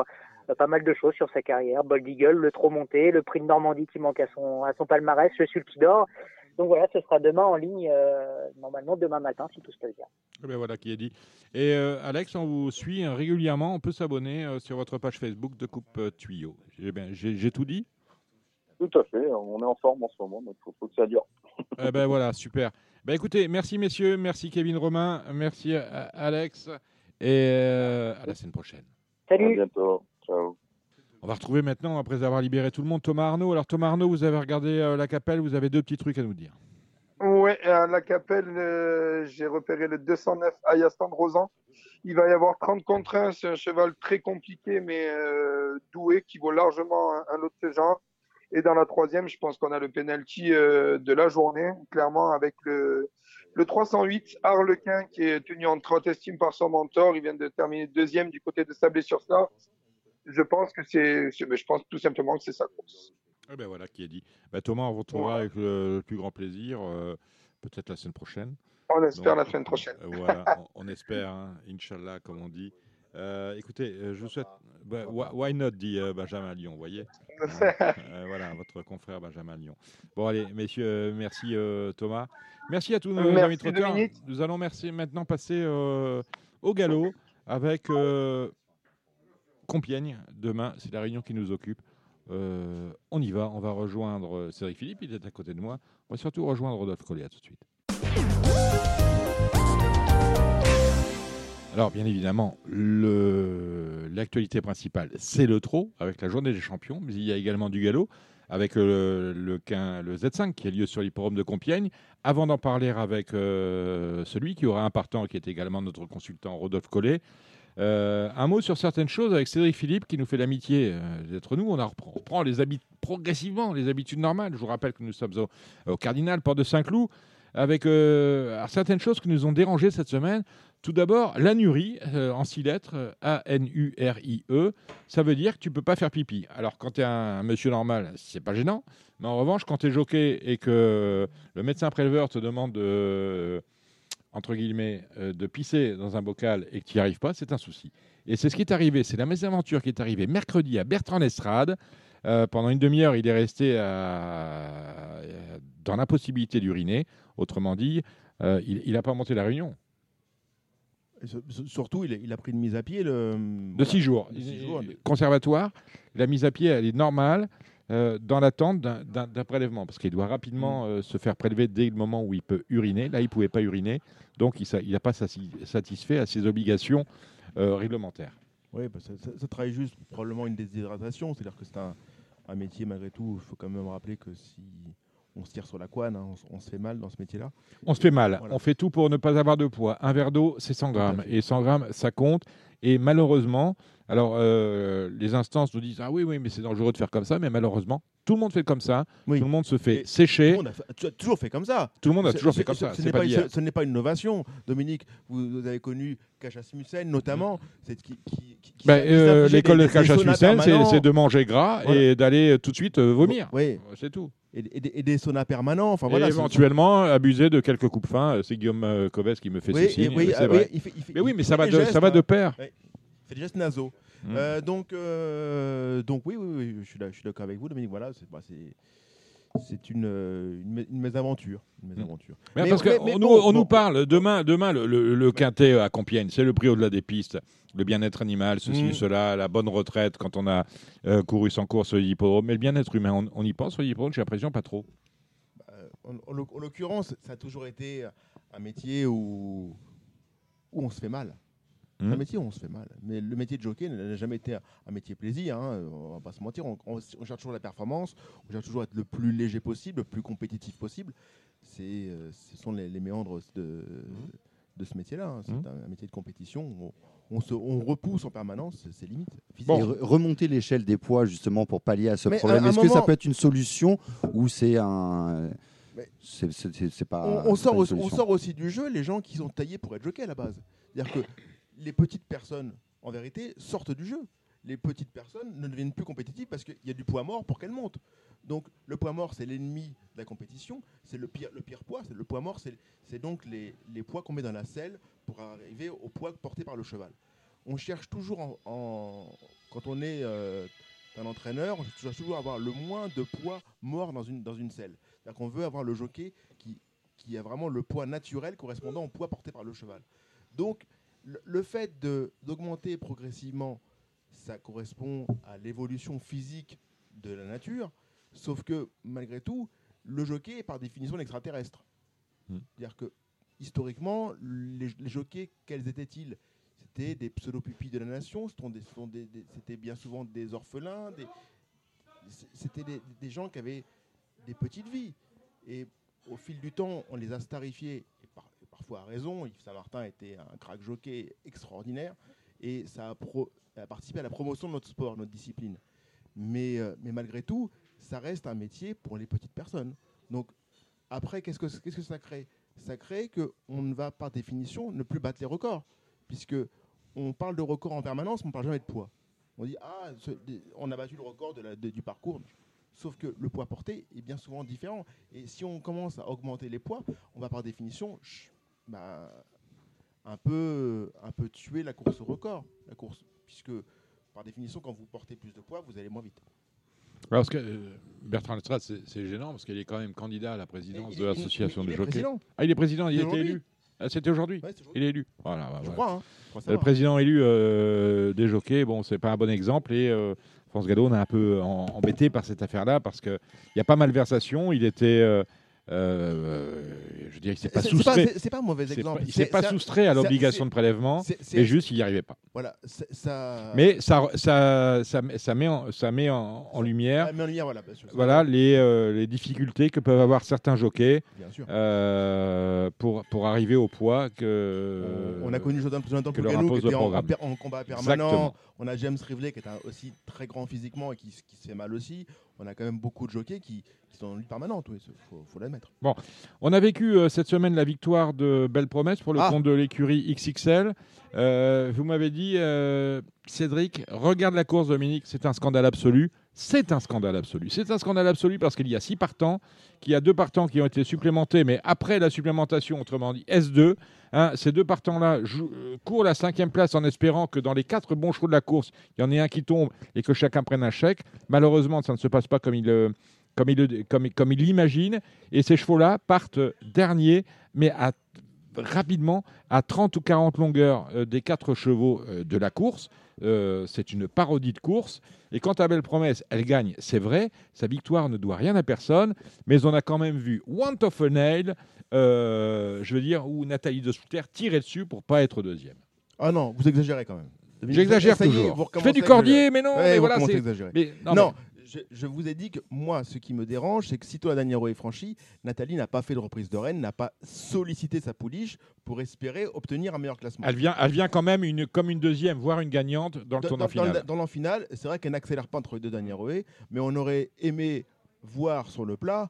euh, pas mal de choses sur sa carrière. Bold Eagle, le trot monté, le prix de Normandie qui manque à son, à son palmarès, le sulky d'or. Donc voilà, ce sera demain en ligne, euh, normalement demain matin, si tout se passe bien. Eh bien, voilà qui est dit. Et euh, Alex, on vous suit hein, régulièrement. On peut s'abonner euh, sur votre page Facebook de Coupe euh, Tuyau. J'ai, bien, j'ai, j'ai tout dit? Tout à fait. On est en forme en ce moment, donc il faut, faut que ça dure. Eh ben voilà, super. Ben écoutez, merci messieurs, merci Kevin Romain, merci à Alex et euh, à la semaine prochaine. Salut. À bientôt. Ciao. On va retrouver maintenant, après avoir libéré tout le monde, Thomas Arnaud. Alors Thomas Arnaud, vous avez regardé euh, la Capelle, vous avez deux petits trucs à nous dire. Ouais, à la Capelle, euh, j'ai repéré le deux cent neuf Ayastan de Rosan. Il va y avoir trente contre un. C'est un cheval très compliqué, mais euh, doué, qui vaut largement un, un lot de ce genre. Et dans la troisième, je pense qu'on a le penalty euh, de la journée, clairement, avec le, le trois cent huit Harlequin, qui est tenu en trotte estime par son mentor. Il vient de terminer deuxième du côté de Sablé-sur-Sarthe. Je pense que c'est, je pense tout simplement que c'est sa course. Eh ben voilà qui est dit. Ben, Thomas, on vous retrouvera ouais. avec le, le plus grand plaisir, euh, peut-être la semaine prochaine. On espère Donc, la semaine prochaine. Euh, voilà, on, on espère, hein, Inch'Allah, comme on dit. Euh, écoutez, euh, je vous souhaite. Bah, why not, dit euh, Benjamin Lyon, vous voyez. euh, euh, Voilà, votre confrère Benjamin Lyon. Bon, allez, messieurs, euh, merci euh, Thomas. Merci à tous nos merci amis trotteurs. Nous allons merci, maintenant passer euh, au galop avec euh, Compiègne. Demain, c'est la réunion qui nous occupe. Euh, on y va, on va rejoindre Cédric Philippe, il est à côté de moi. On va surtout rejoindre Rodolphe Collet, à tout de suite. Alors, bien évidemment, le... l'actualité principale, c'est le trot, avec la journée des champions, mais il y a également du galop, avec le, le, le Z cinq qui a lieu sur l'hippodrome de Compiègne. Avant d'en parler avec euh, celui qui aura un partant, qui est également notre consultant, Rodolphe Collet, Euh, un mot sur certaines choses avec Cédric Philippe qui nous fait l'amitié euh, d'être nous. On, a reprend, on reprend les habitudes progressivement, les habitudes normales. Je vous rappelle que nous sommes au, au Cardinal, Porte de Saint-Cloud, avec euh, alors, certaines choses qui nous ont dérangé cette semaine. Tout d'abord, l'anurie, euh, en six lettres, A N U R I E, ça veut dire que tu ne peux pas faire pipi. Alors, quand tu es un, un monsieur normal, c'est pas gênant. Mais en revanche, quand tu es jockey et que le médecin préleveur te demande de... Euh, entre guillemets, euh, de pisser dans un bocal et que tu n'y arrives pas, c'est un souci. Et c'est ce qui est arrivé, c'est la mésaventure qui est arrivée mercredi à Bertrand Lestrade. Euh, pendant une demi-heure, il est resté à... dans l'impossibilité d'uriner. Autrement dit, euh, il n'a pas monté la réunion. Et surtout, il a, il a pris une mise à pied. Le... De six jours. De six jours. Conservatoire, la mise à pied, elle est normale. Euh, dans l'attente d'un, d'un, d'un prélèvement, parce qu'il doit rapidement euh, se faire prélever dès le moment où il peut uriner. Là, il ne pouvait pas uriner, donc il n'a pas satisfait à ses obligations euh, réglementaires. Oui, bah ça, ça, ça travaille juste probablement une déshydratation, c'est-à-dire que c'est un, un métier, malgré tout, il faut quand même rappeler que si on se tire sur la couenne, hein, on, on se fait mal dans ce métier-là. On se fait mal, voilà. On fait tout pour ne pas avoir de poids. Un verre d'eau, c'est cent grammes, et cent grammes, ça compte, et malheureusement... Alors, euh, les instances nous disent « Ah oui, oui, mais c'est dangereux de faire comme ça » mais malheureusement, tout le monde fait comme ça, oui. Tout le monde se fait et sécher. Tout le monde a, fait, tu as toujours fait comme ça. Tout le monde a toujours fait comme ça. Ce, n'est pas, pas ce, ce n'est pas une innovation. Dominique, vous, vous avez connu Cache Asmussen, notamment. C'est qui, qui, qui, qui ben, euh, l'école des, de Cache Asmussen, c'est, c'est de manger gras voilà. et d'aller tout de suite euh, vomir. Oui. C'est tout. Et, et, et des saunas permanents. Enfin, et voilà, éventuellement, c'est... abuser de quelques coupes fins. C'est Guillaume euh, Covès qui me fait oui, ce signe. Oui, c'est ah, vrai. Oui, il fait, il fait, mais oui, mais ça va, de, gestes, ça va de pair. Oui. Il fait des gestes nasaux. Mmh. Euh, donc, euh, donc oui, oui, oui, je suis, là, je suis d'accord avec vous, Dominique. Voilà, c'est, bah, c'est, c'est une, une, une mésaventure. Une mésaventure. Mmh. Mais, mais parce qu'on nous, bon, on bon, nous parle demain, demain le, le, le quintet à Compiègne, c'est le prix au-delà des pistes, le bien-être animal, ceci, mmh. cela, la bonne retraite quand on a euh, couru sans course sur l'hippodrome. Mais le bien-être humain, on, on y pense sur l'hippodrome, j'ai l'impression pas trop. Bah, en, en, en l'occurrence, ça a toujours été un métier où, où on se fait mal. C'est un métier où on se fait mal. Mais le métier de jockey n'a jamais été un métier plaisir. Hein. On ne va pas se mentir. On, on, on cherche toujours la performance. On cherche toujours à être le plus léger possible, le plus compétitif possible. C'est, euh, ce sont les, les méandres de, de ce métier-là. Hein. C'est mmh. un, un métier de compétition. On, on, se, on repousse en permanence ses limites. Bon. Re- remonter l'échelle des poids, justement, pour pallier à ce Mais problème. à, à Est-ce moment... que ça peut être une solution ou c'est un... C'est, c'est, c'est, c'est pas, on, on, c'est sort pas aussi, on sort aussi du jeu les gens qui sont taillés pour être jockeys à la base. C'est-à-dire que les petites personnes, en vérité, sortent du jeu. Les petites personnes ne deviennent plus compétitives parce qu'il y a du poids mort pour qu'elles montent. Donc le poids mort, c'est l'ennemi de la compétition. C'est le pire, le pire poids. C'est le poids mort, c'est, c'est donc les, les poids qu'on met dans la selle pour arriver au poids porté par le cheval. on cherche toujours, en, en- quand on est euh, un entraîneur, on cherche toujours à avoir le moins de poids mort dans une, dans une selle. C'est-à-dire qu'on veut avoir le jockey qui, qui a vraiment le poids naturel correspondant au poids porté par le cheval. Donc, le, le fait de, d'augmenter progressivement, ça correspond à l'évolution physique de la nature, sauf que, malgré tout, le jockey est par définition l'extraterrestre. Mmh. C'est-à-dire que, historiquement, les, les jockeys, quels étaient-ils ? C'était des pseudo-pupilles de la nation, ce sont des- ce sont des- des- c'était bien souvent des orphelins, des- c'était des, des gens qui avaient des petites vies. Et au fil du temps, on les a starifiés, et, par- et parfois à raison. Yves Saint-Martin était un crack jockey extraordinaire, et ça a, pro- a participé à la promotion de notre sport, notre discipline. Mais, euh, mais malgré tout, ça reste un métier pour les petites personnes. Donc après, qu'est-ce que, qu'est-ce que ça crée ? Ça crée qu'on ne va par définition ne plus battre les records, puisque on parle de records en permanence, mais on ne parle jamais de poids. On dit, ah, ce- on a battu le record de la- de- du parcours, sauf que le poids porté est bien souvent différent. Et si on commence à augmenter les poids, on va par définition ch- bah, un, peu, un peu tuer la course au record, la course, puisque par définition, quand vous portez plus de poids, vous allez moins vite. Parce que euh, Bertrand Lestrade, c'est, c'est gênant parce qu'il est quand même candidat à la présidence Et- de et- l'association il- il de est jockey. président. Ah, il est président, il C'est a été aujourd'hui. élu. Ah, c'était aujourd'hui. Ouais, c'est aujourd'hui. Il est élu. Voilà, bah, Je voilà. crois, hein. Je crois Le savoir. président élu euh, des jockeys, bon, c'est pas un bon exemple. Et euh, France Gallo, on est un peu en- embêté par cette affaire-là parce qu'il n'y a pas malversation. Il était. euh, euh, je dirais qu'il s'est pas C'est- c'est soustrait. pas- c'est- c'est pas un mauvais C'est exemple. pas- il s'est C'est- pas c'est un- soustrait à c'est- l'obligation c'est- de prélèvement, c'est- c'est- mais juste il n'y arrivait pas. Voilà, c'est- ça. Mais ça, ça, ça, ça met en, ça met en, en lumière, Ah, mais en lumière, voilà, bien sûr. voilà les, euh, les difficultés que peuvent avoir certains jockeys Bien sûr. euh, pour, pour arriver au poids que, On a connu Jonathan, Jonathan que leur Pougano impose qui le était en, en programme. per- en combat permanent. Exactement. On a James Rivley qui est un- aussi très grand physiquement et qui, s- qui se fait mal aussi. On a quand même beaucoup de jockeys qui, qui sont en lutte permanente, il faut, faut l'admettre. Bon, on a vécu euh, cette semaine la victoire de Belle Promesse pour le Ah. compte de l'écurie X X L. Euh, vous m'avez dit, euh, Cédric, regarde la course, Dominique, c'est un scandale absolu. C'est un scandale absolu. C'est un scandale absolu parce qu'il y a six partants, qu'il y a deux partants qui ont été supplémentés, mais après la supplémentation, autrement dit S deux, hein, ces deux partants-là jou- euh, courent la cinquième place en espérant que dans les quatre bons chevaux de la course, il y en ait un qui tombe et que chacun prenne un chèque. Malheureusement, ça ne se passe pas comme il, euh, comme il, le- comme, comme il l'imagine. Et ces chevaux-là partent derniers, mais à, rapidement, à trente ou quarante longueurs euh, des quatre chevaux euh, de la course. Euh, c'est une parodie de course. Et quant à Belle Promesse, elle gagne, c'est vrai. Sa victoire ne doit rien à personne. Mais on a quand même vu Want of a Nail, euh, je veux dire, où Nathalie de Souter tirait dessus pour pas être deuxième. Ah non, vous exagérez quand même. J'exagère Ça y est, toujours. vous Je recommencez fais du à cordier, exagérer. mais non, Ouais, mais vous voilà, recommencez c'est- à exagérer. mais- non, non, mais- je, je vous ai dit que moi, ce qui me dérange, c'est que sitôt la dernière roue est franchie, Nathalie n'a pas fait de reprise de Rennes, n'a pas sollicité sa pouliche pour espérer obtenir un meilleur classement. Elle vient, elle vient quand même une, comme une deuxième, voire une gagnante dans le Dans- tournoi dans- dans final. le- Dans l'an final, c'est vrai qu'elle n'accélère pas entre les deux dernières rouées, mais on aurait aimé voir sur le plat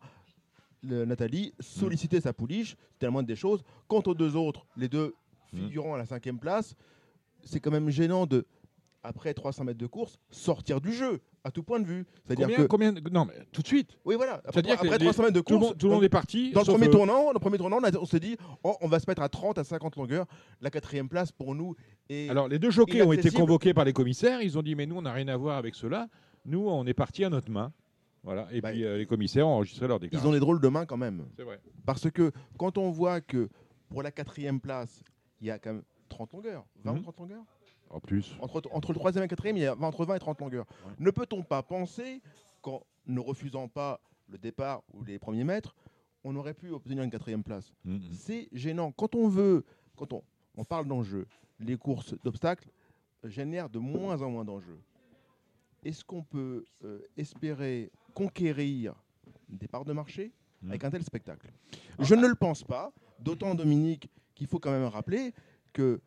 le- Nathalie solliciter sa pouliche, c'était la moindre des choses. Quant aux deux autres, les deux figurant à la cinquième place, c'est quand même gênant de, après trois cents mètres de course, sortir du jeu, à tout point de vue. C'est-à-dire Combien, que... combien de- Non, mais tout de suite. Oui, voilà. Après, C'est-à-dire que après les- trois cents mètres de tout le course, monde- tout le monde dans- est parti, Dans le sauf, premier euh, tournant, dans le premier tournant, on, a- on s'est dit, oh, on va se mettre à trente, à cinquante longueurs. La quatrième place pour nous est Alors, les deux jockeys ont été inaccessible. convoqués par les commissaires. Ils ont dit, mais nous, on n'a rien à voir avec cela. Nous, on est parti à notre main. Voilà. Et puis, euh, les commissaires ont enregistré leur Ils déclaration. ont des drôles de mains quand même. C'est vrai. Parce que quand on voit que pour la quatrième place, il y a quand même trente longueurs, vingt Mhm. ou trente longueurs. En plus. Entre, entre le troisième et le quatrième, il y a vingt- entre vingt et trente longueurs. Ne peut-on pas penser qu'en ne refusant pas le départ ou les premiers mètres, on aurait pu obtenir une quatrième place? Mhm. C'est gênant. Quand on veut, quand on, on parle d'enjeux, les courses d'obstacles génèrent de moins en moins d'enjeux. Est-ce qu'on peut euh, espérer conquérir des parts de marché Mhm. avec un tel spectacle? Je ne le pense pas, d'autant, Dominique, qu'il faut quand même rappeler que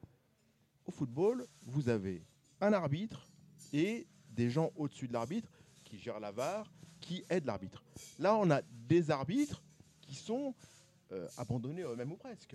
au football, vous avez un arbitre et des gens au-dessus de l'arbitre qui gèrent la V A R, qui aident l'arbitre. Là, on a des arbitres qui sont euh, abandonnés eux-mêmes ou presque.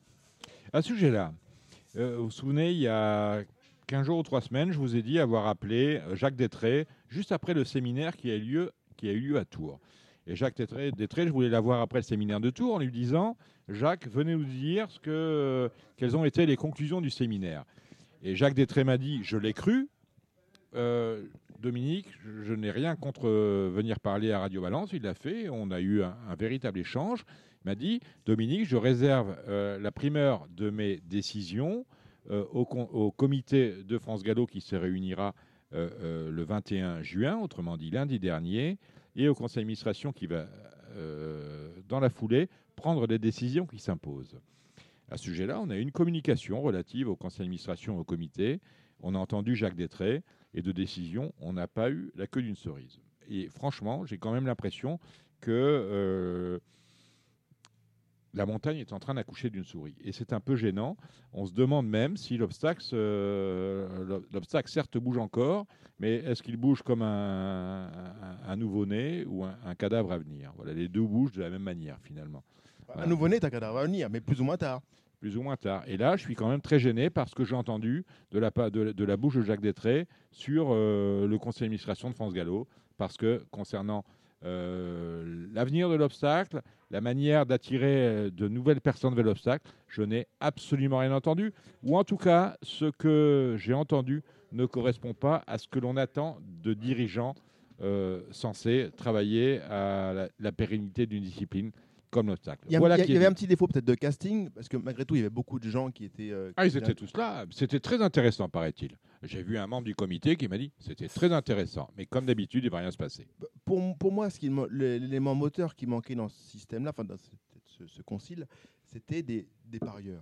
À ce sujet-là, euh, vous vous souvenez, il y a quinze jours ou trois semaines, je vous ai dit avoir appelé euh, Jacques Détré juste après le séminaire qui a eu lieu, qui a eu lieu à Tours. Et Jacques Détré, Détré, je voulais l'avoir après le séminaire de Tours en lui disant, Jacques, venez nous dire ce que, euh, quelles ont été les conclusions du séminaire. Et Jacques Détré m'a dit, je l'ai cru. Euh, Dominique, je, je n'ai rien contre euh, venir parler à Radio Balance. Il l'a fait. On a eu un, un véritable échange. Il m'a dit, Dominique, je réserve euh, la primeur de mes décisions euh, au, con- au comité de France Gallo qui se réunira euh, euh, le vingt et un juin, autrement dit lundi dernier, et au conseil d'administration qui va, euh, dans la foulée, prendre les décisions qui s'imposent. À ce sujet-là, on a eu une communication relative au conseil d'administration et au comité. On a entendu Jacques Détré, et de décision, on n'a pas eu la queue d'une cerise. Et franchement, j'ai quand même l'impression que euh, la montagne est en train d'accoucher d'une souris. Et c'est un peu gênant. On se demande même si l'obstacle, euh, l'obstacle certes bouge encore, mais est-ce qu'il bouge comme un, un, un nouveau-né ou un, un cadavre à venir? Voilà, les deux bougent de la même manière, finalement. Voilà. Un nouveau-né est un cadavre à venir, mais plus ou moins tard. Plus ou moins tard. Et là, je suis quand même très gêné par ce que j'ai entendu de la, de, de la bouche de Jacques Détré sur euh, le conseil d'administration de France Gallo, parce que concernant euh, l'avenir de l'obstacle, la manière d'attirer de nouvelles personnes vers l'obstacle, je n'ai absolument rien entendu. Ou en tout cas, ce que j'ai entendu ne correspond pas à ce que l'on attend de dirigeants euh, censés travailler à la, la pérennité d'une discipline comme l'obstacle. Il y, a, voilà il y, a, qui il y est avait dit. un petit défaut peut-être de casting, parce que malgré tout, il y avait beaucoup de gens qui étaient... Euh, Ah, qui ils étaient tous là. C'était très intéressant, paraît-il. J'ai vu un membre du comité qui m'a dit que c'était très intéressant. Mais comme d'habitude, il ne va rien se passer. Pour, pour moi, ce qui, l'élément moteur qui manquait dans ce système-là, enfin dans ce, ce, ce concile, c'était des, des parieurs.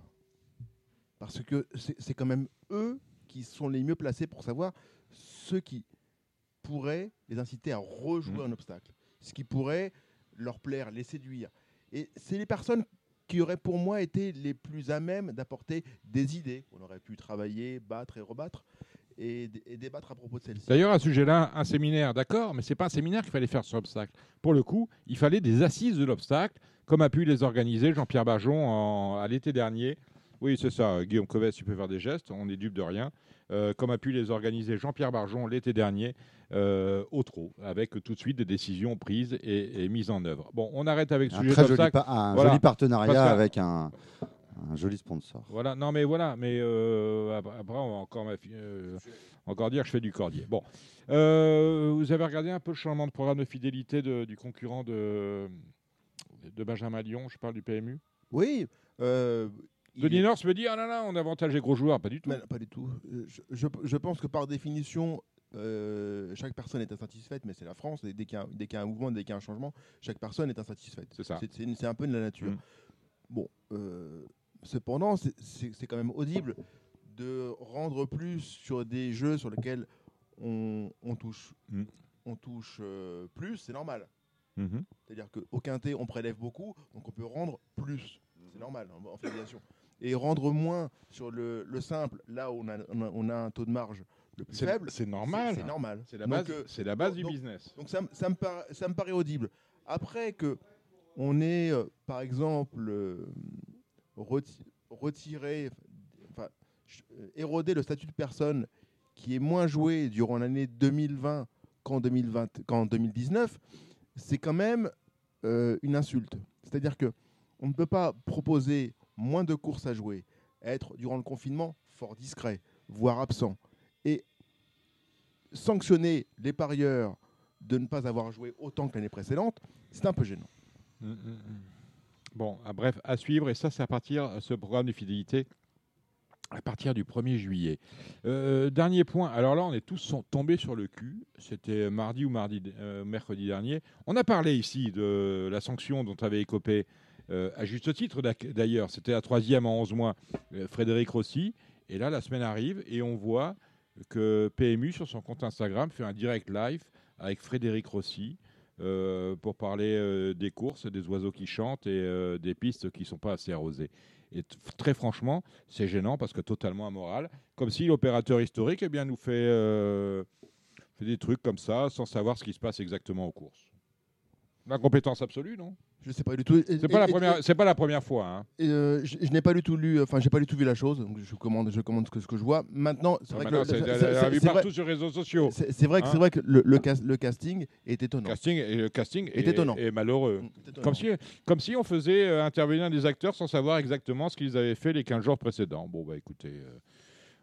Parce que c'est, c'est quand même eux qui sont les mieux placés pour savoir ce qui pourrait les inciter à rejouer mmh. un obstacle. Ce qui pourrait leur plaire, les séduire. Et c'est les personnes qui auraient pour moi été les plus à même d'apporter des idées. On aurait pu travailler, battre et rebattre et, et débattre à propos de celles-ci. D'ailleurs, à ce sujet-là, un séminaire, d'accord, mais ce n'est pas un séminaire qu'il fallait faire sur l'obstacle. Pour le coup, il fallait des assises de l'obstacle, comme a pu les organiser Jean-Pierre Barjon en, à l'été dernier. Oui, c'est ça, Guillaume Covès, tu peux faire des gestes, on n'est dupe de rien. Euh, comme a pu les organiser Jean-Pierre Barjon l'été dernier euh, au trot, avec tout de suite des décisions prises et, et mises en œuvre. Bon, on arrête avec ce un sujet très d'obstacle. Joli pa- un voilà. joli partenariat Pascal. avec un, un joli sponsor. Voilà, non mais voilà, mais euh, après, on va encore, euh, encore dire que je fais du cordier. Bon, euh, vous avez regardé un peu le changement de programme de fidélité de, du concurrent de, de Benjamin Lyon, je parle du P M U. Oui. Euh, Denis North me dit ah là là, on avantage les gros joueurs, pas du tout. Mais, pas du tout. Je, je, je pense que par définition, euh, chaque personne est insatisfaite, mais c'est la France. Dès qu'il y a, dès qu'il y a un mouvement, dès qu'il y a un changement, chaque personne est insatisfaite. C'est ça. C'est, c'est, c'est un peu de la nature. Mmh. Bon, euh, cependant, c'est, c'est, c'est quand même audible de rendre plus sur des jeux sur lesquels on, on touche, mmh. on touche euh, plus, c'est normal. Mmh. C'est-à-dire qu'au quintet, on prélève beaucoup, donc on peut rendre plus. C'est normal en, en fédération. Et rendre moins sur le, le simple, là où on a, on a, on a un taux de marge le plus c'est, faible. C'est normal. C'est, c'est normal. C'est la base, donc, euh, c'est la base donc, du business. Donc ça, ça, me paraît, ça me paraît audible. Après que on ait, euh, par exemple, euh, reti- retiré, enfin, euh, érodé le statut de personne qui est moins joué durant l'année deux mille vingt qu'en, deux mille vingt, qu'en deux mille dix-neuf, c'est quand même euh, une insulte. C'est-à-dire que on ne peut pas proposer moins de courses à jouer, être durant le confinement fort discret, voire absent, et sanctionner les parieurs de ne pas avoir joué autant que l'année précédente, c'est un peu gênant. Mmh, mmh. Bon, à, bref, à suivre, et ça c'est à partir de ce programme de fidélité à partir du premier juillet. Euh, dernier point, alors là on est tous tombés sur le cul, c'était mardi ou mardi, euh, mercredi dernier. On a parlé ici de la sanction dont avait écopé Euh, à juste titre d'ailleurs, c'était la troisième en onze mois, euh, Frédéric Rossi. Et là, la semaine arrive et on voit que P M U, sur son compte Instagram, fait un direct live avec Frédéric Rossi euh, pour parler euh, des courses, des oiseaux qui chantent et euh, des pistes qui ne sont pas assez arrosées. Et t- très franchement, c'est gênant parce que totalement amoral. Comme si l'opérateur historique eh bien, nous fait, euh, fait des trucs comme ça sans savoir ce qui se passe exactement aux courses. L'incompétence absolue, non ? Je sais pas du tout. C'est pas, la première, c'est pas la première fois. Hein. Euh, je, je n'ai pas du tout lu, enfin, j'ai pas du tout vu la chose, donc je commande, je commande ce que, ce que je vois. Maintenant, c'est non, vrai maintenant, que c'est, le, c'est, c'est, c'est, c'est, c'est partout vrai, sur les réseaux sociaux. C'est, c'est vrai que, hein c'est vrai que le, le, cas, le casting est étonnant. Casting, et le casting est, est étonnant. Et malheureux. Est étonnant. Comme, si, comme si on faisait euh, intervenir des acteurs sans savoir exactement ce qu'ils avaient fait les quinze jours précédents. Bon, bah écoutez, euh,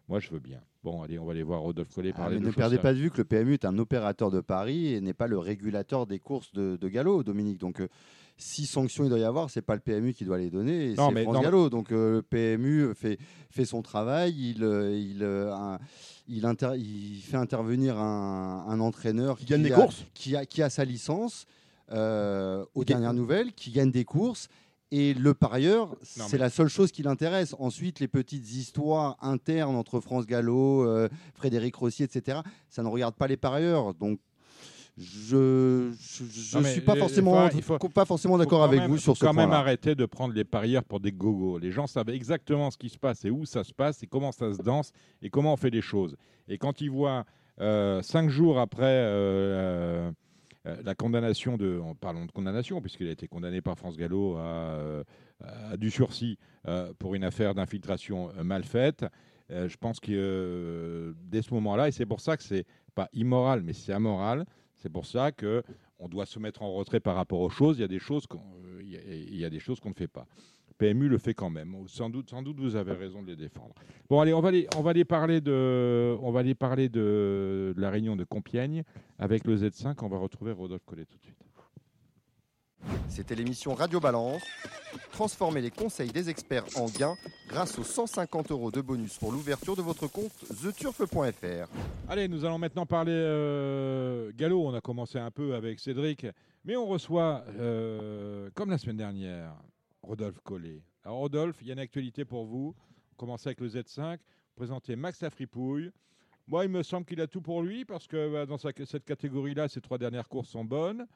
Moi, je veux bien. Bon, allez, on va aller voir Rodolphe Collet Ah, parler mais de ne choses perdez sérieuses. pas de vue que le P M U est un opérateur de paris et n'est pas le régulateur des courses de, de galop, Dominique. Donc, euh, si sanction il doit y avoir, c'est pas le P M U qui doit les donner, Non, c'est mais- France non, mais- Gallo. Donc, euh, le P M U fait, fait son travail, il, euh, il, euh, un- il, inter- il fait intervenir un, un entraîneur Qui gagne des a, courses. qui a, qui a sa licence, euh, aux Qui- dernières nouvelles, qui gagne des courses. Et le parieur, c'est mais- la seule chose qui l'intéresse. Ensuite, les petites histoires internes entre France Gallo, euh, Frédéric Rossi, et cetera, ça ne regarde pas les parieurs. Donc, je je Non, ne mais suis pas il forcément, faut- il faut- pas forcément faut d'accord quand avec même- vous sur faut ce quand même point-là. arrêter de prendre les parieurs pour des gogos. Les gens savent exactement ce qui se passe et où ça se passe et comment ça se danse et comment on fait les choses. Et quand ils voient euh, cinq jours après euh, euh, la condamnation de, en parlons de condamnation puisqu'il a été condamné par France Gallo à, euh, à du sursis euh, pour une affaire d'infiltration euh, mal faite. Euh, je pense que euh, dès ce moment-là, et c'est pour ça que c'est pas immoral, mais c'est amoral. C'est pour ça que on doit se mettre en retrait par rapport aux choses. Il y a des choses qu'on, euh, il y a, il y a des choses qu'on ne fait pas. P M U le fait quand même. Sans doute, sans doute, vous avez raison de les défendre. Bon, allez, on va aller, on va aller parler de, on va aller parler de, de la réunion de Compiègne avec le Z cinq. On va retrouver Rodolphe Collet tout de suite. C'était l'émission Radio Balance. Transformez les conseils des experts en gains grâce aux cent cinquante euros de bonus pour l'ouverture de votre compte the turf point f r. Allez, nous allons maintenant parler euh, galop. On a commencé un peu avec Cédric, mais on reçoit, euh, comme la semaine dernière, Rodolphe Collet. Alors Rodolphe, il y a une actualité pour vous. On commence avec le Z cinq. Présenter Max Lafripouille. Moi, il me semble qu'il a tout pour lui parce que bah, dans sa, cette catégorie-là, ses trois dernières courses sont bonnes.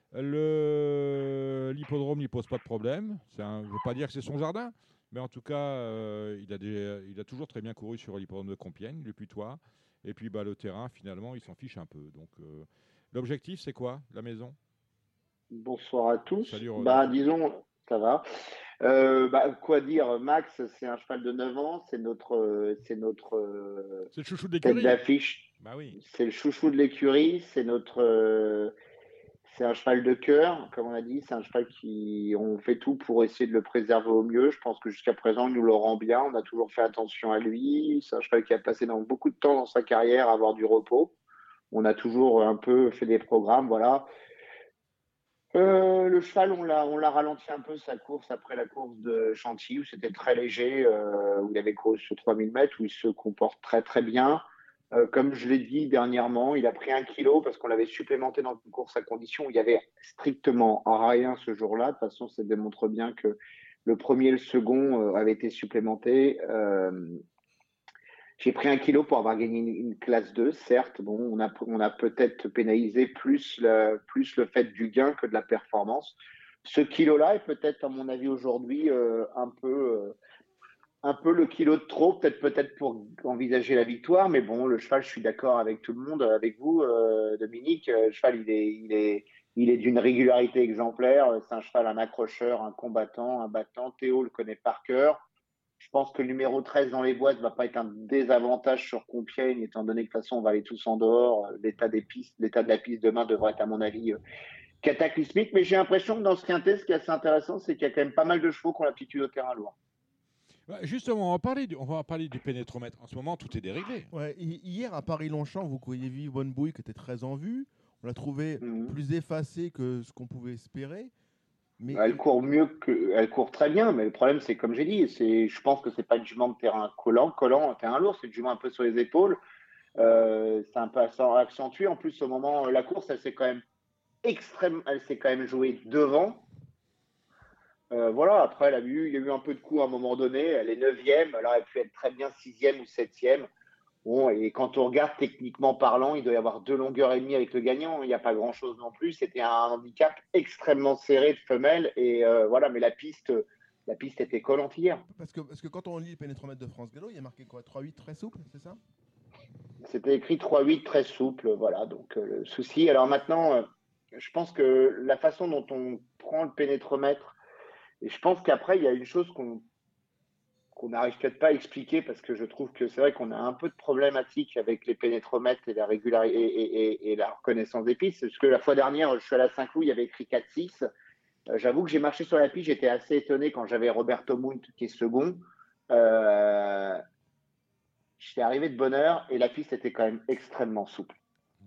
Le, l'hippodrome n'y pose pas de problème. C'est un, je ne veux pas dire que c'est son jardin, mais en tout cas, euh, il, a des, il a toujours très bien couru sur l'hippodrome de Compiègne, le Putois. Et puis bah, le terrain, finalement, il s'en fiche un peu. Donc, euh, l'objectif, c'est quoi, la maison? Bonsoir à tous. Salut, Rodolphe. Bah, disons, ça va. Euh, bah, quoi dire, Max, c'est un cheval de neuf ans, c'est notre, euh, c'est notre euh, C'est le chouchou de tête l'écurie. d'affiche. Bah oui. C'est le chouchou de l'écurie, c'est notre, euh, c'est un cheval de cœur, comme on a dit, c'est un cheval qui, on fait tout pour essayer de le préserver au mieux. Je pense que jusqu'à présent, il nous le rend bien. On a toujours fait attention à lui. C'est un cheval qui a passé dans beaucoup de temps dans sa carrière à avoir du repos. On a toujours un peu fait des programmes, voilà. Euh, le cheval, on l'a, on l'a ralenti un peu sa course après la course de Chantilly où c'était très léger, euh, où il avait couru sur trois mille mètres, où il se comporte très très bien. Euh, comme je l'ai dit dernièrement, il a pris un kilo parce qu'on l'avait supplémenté dans une course à condition où il y avait strictement rien ce jour-là. De toute façon, ça démontre bien que le premier et le second euh, avaient été supplémentés. Euh, J'ai pris un kilo pour avoir gagné une, une classe deux, certes. Bon, on a, on a peut-être pénalisé plus le, plus le fait du gain que de la performance. Ce kilo-là est peut-être, à mon avis, aujourd'hui, euh, un peu, euh, un peu le kilo de trop, peut-être, peut-être pour envisager la victoire. Mais bon, le cheval, je suis d'accord avec tout le monde, avec vous, euh, Dominique. Le cheval, il est, il est, il est d'une régularité exemplaire. C'est un cheval, un accrocheur, un combattant, un battant. Théo le connaît par cœur. Je pense que le numéro treize dans les boîtes ne va pas être un désavantage sur Compiègne, étant donné que de toute façon, on va aller tous en dehors. L'état des pistes, l'état de la piste demain devrait être, à mon avis, euh, cataclysmique. Mais j'ai l'impression que dans ce quintet, ce qui est assez intéressant, c'est qu'il y a quand même pas mal de chevaux qui ont l'aptitude au terrain lourd. Bah, justement, on va, parler du, on va parler du pénétromètre. En ce moment, tout est déréglé. Ouais, hi- hier à Paris-Longchamp, vous couriez vu Bonne Bouille qui était très en vue. On l'a trouvé Mhm. plus effacé que ce qu'on pouvait espérer. Mais Elle court mieux que, elle court très bien, mais le problème, c'est comme j'ai dit, c'est, je pense que c'est pas une jument de terrain collant, collant, en terrain lourd, c'est une jument un peu sur les épaules. Euh, c'est un peu accentué. En plus, au moment, la course, elle s'est quand même extrême, elle s'est quand même jouée devant. Euh, voilà, après, elle a eu, il y a eu un peu de coup à un moment donné. Elle est neuvième, elle aurait pu être très bien sixième ou septième. Bon, et quand on regarde techniquement parlant, il doit y avoir deux longueurs et demie avec le gagnant. Il n'y a pas grand-chose non plus. C'était un handicap extrêmement serré de femelle. Et euh, voilà, mais la piste, la piste était collante hier. parce que, parce que quand on lit le pénétromètre de France Gallo, il y a marqué quoi, trois huit très souple, c'est ça? C'était écrit trois huit très souple. Voilà, donc euh, le souci. Alors maintenant, euh, je pense que la façon dont on prend le pénétromètre, et je pense qu'après, il y a une chose qu'on qu'on n'arrive peut-être pas à expliquer parce que je trouve que c'est vrai qu'on a un peu de problématique avec les pénétromètres et la régularité et, et, et, et la reconnaissance des pistes. Parce que la fois dernière, je suis à la Saint-Cloud, il y avait écrit quatre six. Euh, j'avoue que j'ai marché sur la piste, j'étais assez étonné quand j'avais Roberto Munt qui est second. Euh, j'étais arrivé de bonne heure et la piste était quand même extrêmement souple.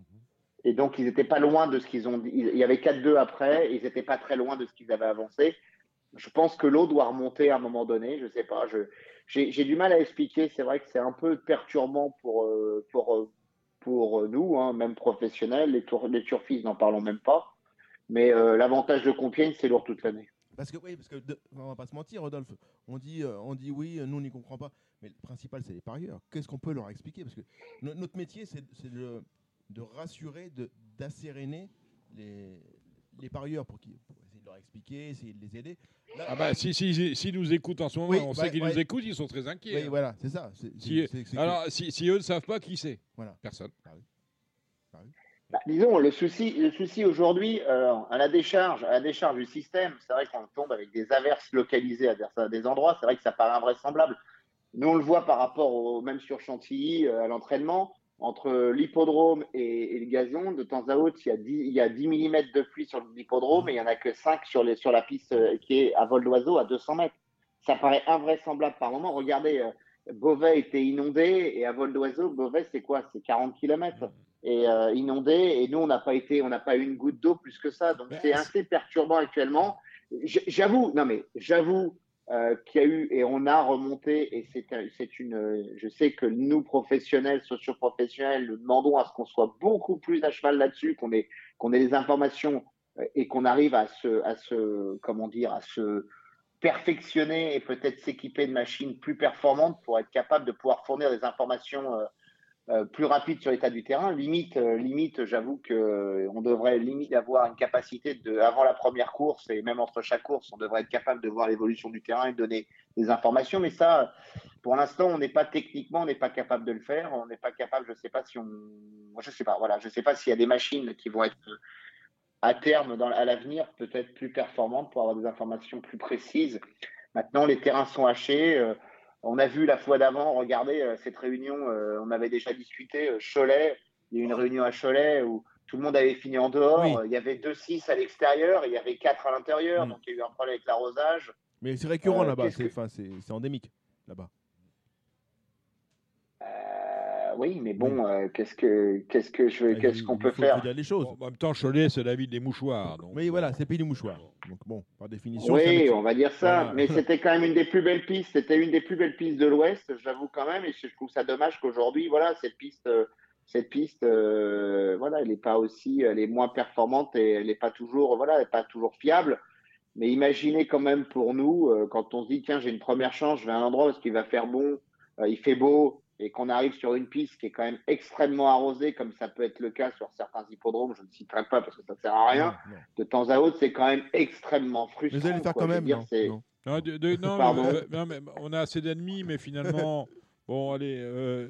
Et donc, ils n'étaient pas loin de ce qu'ils ont dit. Il y avait quatre deux après, et ils n'étaient pas très loin de ce qu'ils avaient avancé. Je pense que l'eau doit remonter à un moment donné, je ne sais pas. Je, j'ai, j'ai du mal à expliquer. C'est vrai que c'est un peu perturbant pour, euh, pour, pour nous, hein, même professionnels. Les, tour, les turfistes, n'en parlons même pas. Mais euh, l'avantage de Compiègne, c'est lourd toute l'année. Parce que oui, parce que de, on va pas se mentir, Rodolphe. On dit, euh, on dit oui, nous on n'y comprend pas. Mais le principal, c'est les parieurs. Qu'est-ce qu'on peut leur expliquer? Parce que no, notre métier, c'est, c'est de, de rassurer, de, d'asséréner les, les parieurs pour, qu'ils, pour essayer de leur expliquer, essayer de les aider. Là, ah bah si, si, si, si nous écoutent en ce moment, oui, on bah, sait qu'ils ouais. nous écoutent, ils sont très inquiets. Oui, hein. voilà, c'est ça. C'est, si, c'est, c'est alors, si, si eux ne savent pas, qui c'est? Voilà. Personne. Ah oui. Ah oui. Bah, disons, le souci, le souci aujourd'hui, euh, à la décharge, à la décharge du système, c'est vrai qu'on tombe avec des averses localisées à des endroits. C'est vrai que ça paraît invraisemblable. Nous, on le voit par rapport au même sur Chantilly, euh, à l'entraînement, entre l'hippodrome et, et le gazon. De temps à autre, il y a dix, il y a dix millimètres de pluie sur l'hippodrome et il n'y en a que cinq sur, les, sur la piste euh, qui est à vol d'oiseau à deux cents mètres. Ça paraît invraisemblable par moment. Regardez, euh, Beauvais était inondé et à vol d'oiseau, Beauvais, c'est quoi? C'est quarante kilomètres. Et euh, inondé, et nous on n'a pas été, on n'a pas eu une goutte d'eau plus que ça, donc ben, c'est assez perturbant actuellement. J'avoue, non mais j'avoue euh, qu'il y a eu et on a remonté, et c'est, c'est une, je sais que nous professionnels, socio-professionnels, nous demandons à ce qu'on soit beaucoup plus à cheval là-dessus, qu'on ait, qu'on ait des informations et qu'on arrive à se, à se, comment dire, à se perfectionner et peut-être s'équiper de machines plus performantes pour être capable de pouvoir fournir des informations euh, Euh, plus rapide sur l'état du terrain. Limite, euh, limite, j'avoue que euh, on devrait limite avoir une capacité de, avant la première course et même entre chaque course, on devrait être capable de voir l'évolution du terrain et de donner des informations. Mais ça, pour l'instant, on n'est pas techniquement, on n'est pas capable de le faire. On n'est pas capable. Je sais pas si on, je sais pas. Voilà, je sais pas s'il y a des machines qui vont être à terme, dans, à l'avenir, peut-être plus performantes pour avoir des informations plus précises. Maintenant, les terrains sont hachés. Euh, On a vu la fois d'avant, regardez euh, cette réunion, euh, on avait déjà discuté, euh, Cholet, il y a eu une réunion à Cholet où tout le monde avait fini en dehors, oui. euh, il y avait deux six à l'extérieur, et il y avait quatre à l'intérieur, mmh. donc il y a eu un problème avec l'arrosage. Mais c'est récurrent euh, là-bas, c'est, que... c'est, c'est endémique là-bas. Euh, oui, mais bon, oui. Euh, qu'est-ce, que, qu'est-ce, que je, bah, qu'est-ce il, qu'on peut faut, faire faut dire les choses. Bon, en même temps, Cholet, c'est la ville des mouchoirs. Donc... Oui, voilà, c'est le pays des mouchoirs. Donc bon, par définition. Oui, on va dire ça, voilà. Mais c'était quand même une des plus belles pistes. C'était une des plus belles pistes de l'Ouest, j'avoue quand même, et je trouve ça dommage qu'aujourd'hui, voilà, cette piste, cette piste, euh, voilà, elle n'est pas aussi, elle est moins performante et elle n'est pas toujours, voilà, elle n'est pas toujours fiable. Mais imaginez quand même pour nous, euh, quand on se dit, tiens, j'ai une première chance, je vais à un endroit parce qu'il va faire bon, euh, il fait beau, et qu'on arrive sur une piste qui est quand même extrêmement arrosée, comme ça peut être le cas sur certains hippodromes, je ne citerai pas parce que ça ne sert à rien, non, non. De temps à autre, c'est quand même extrêmement frustrant. Mais vous allez le faire quoi. quand même, dire, non, c'est... non. Non, de, de, non, mais, non mais on a assez d'ennemis, mais finalement, bon, allez, euh,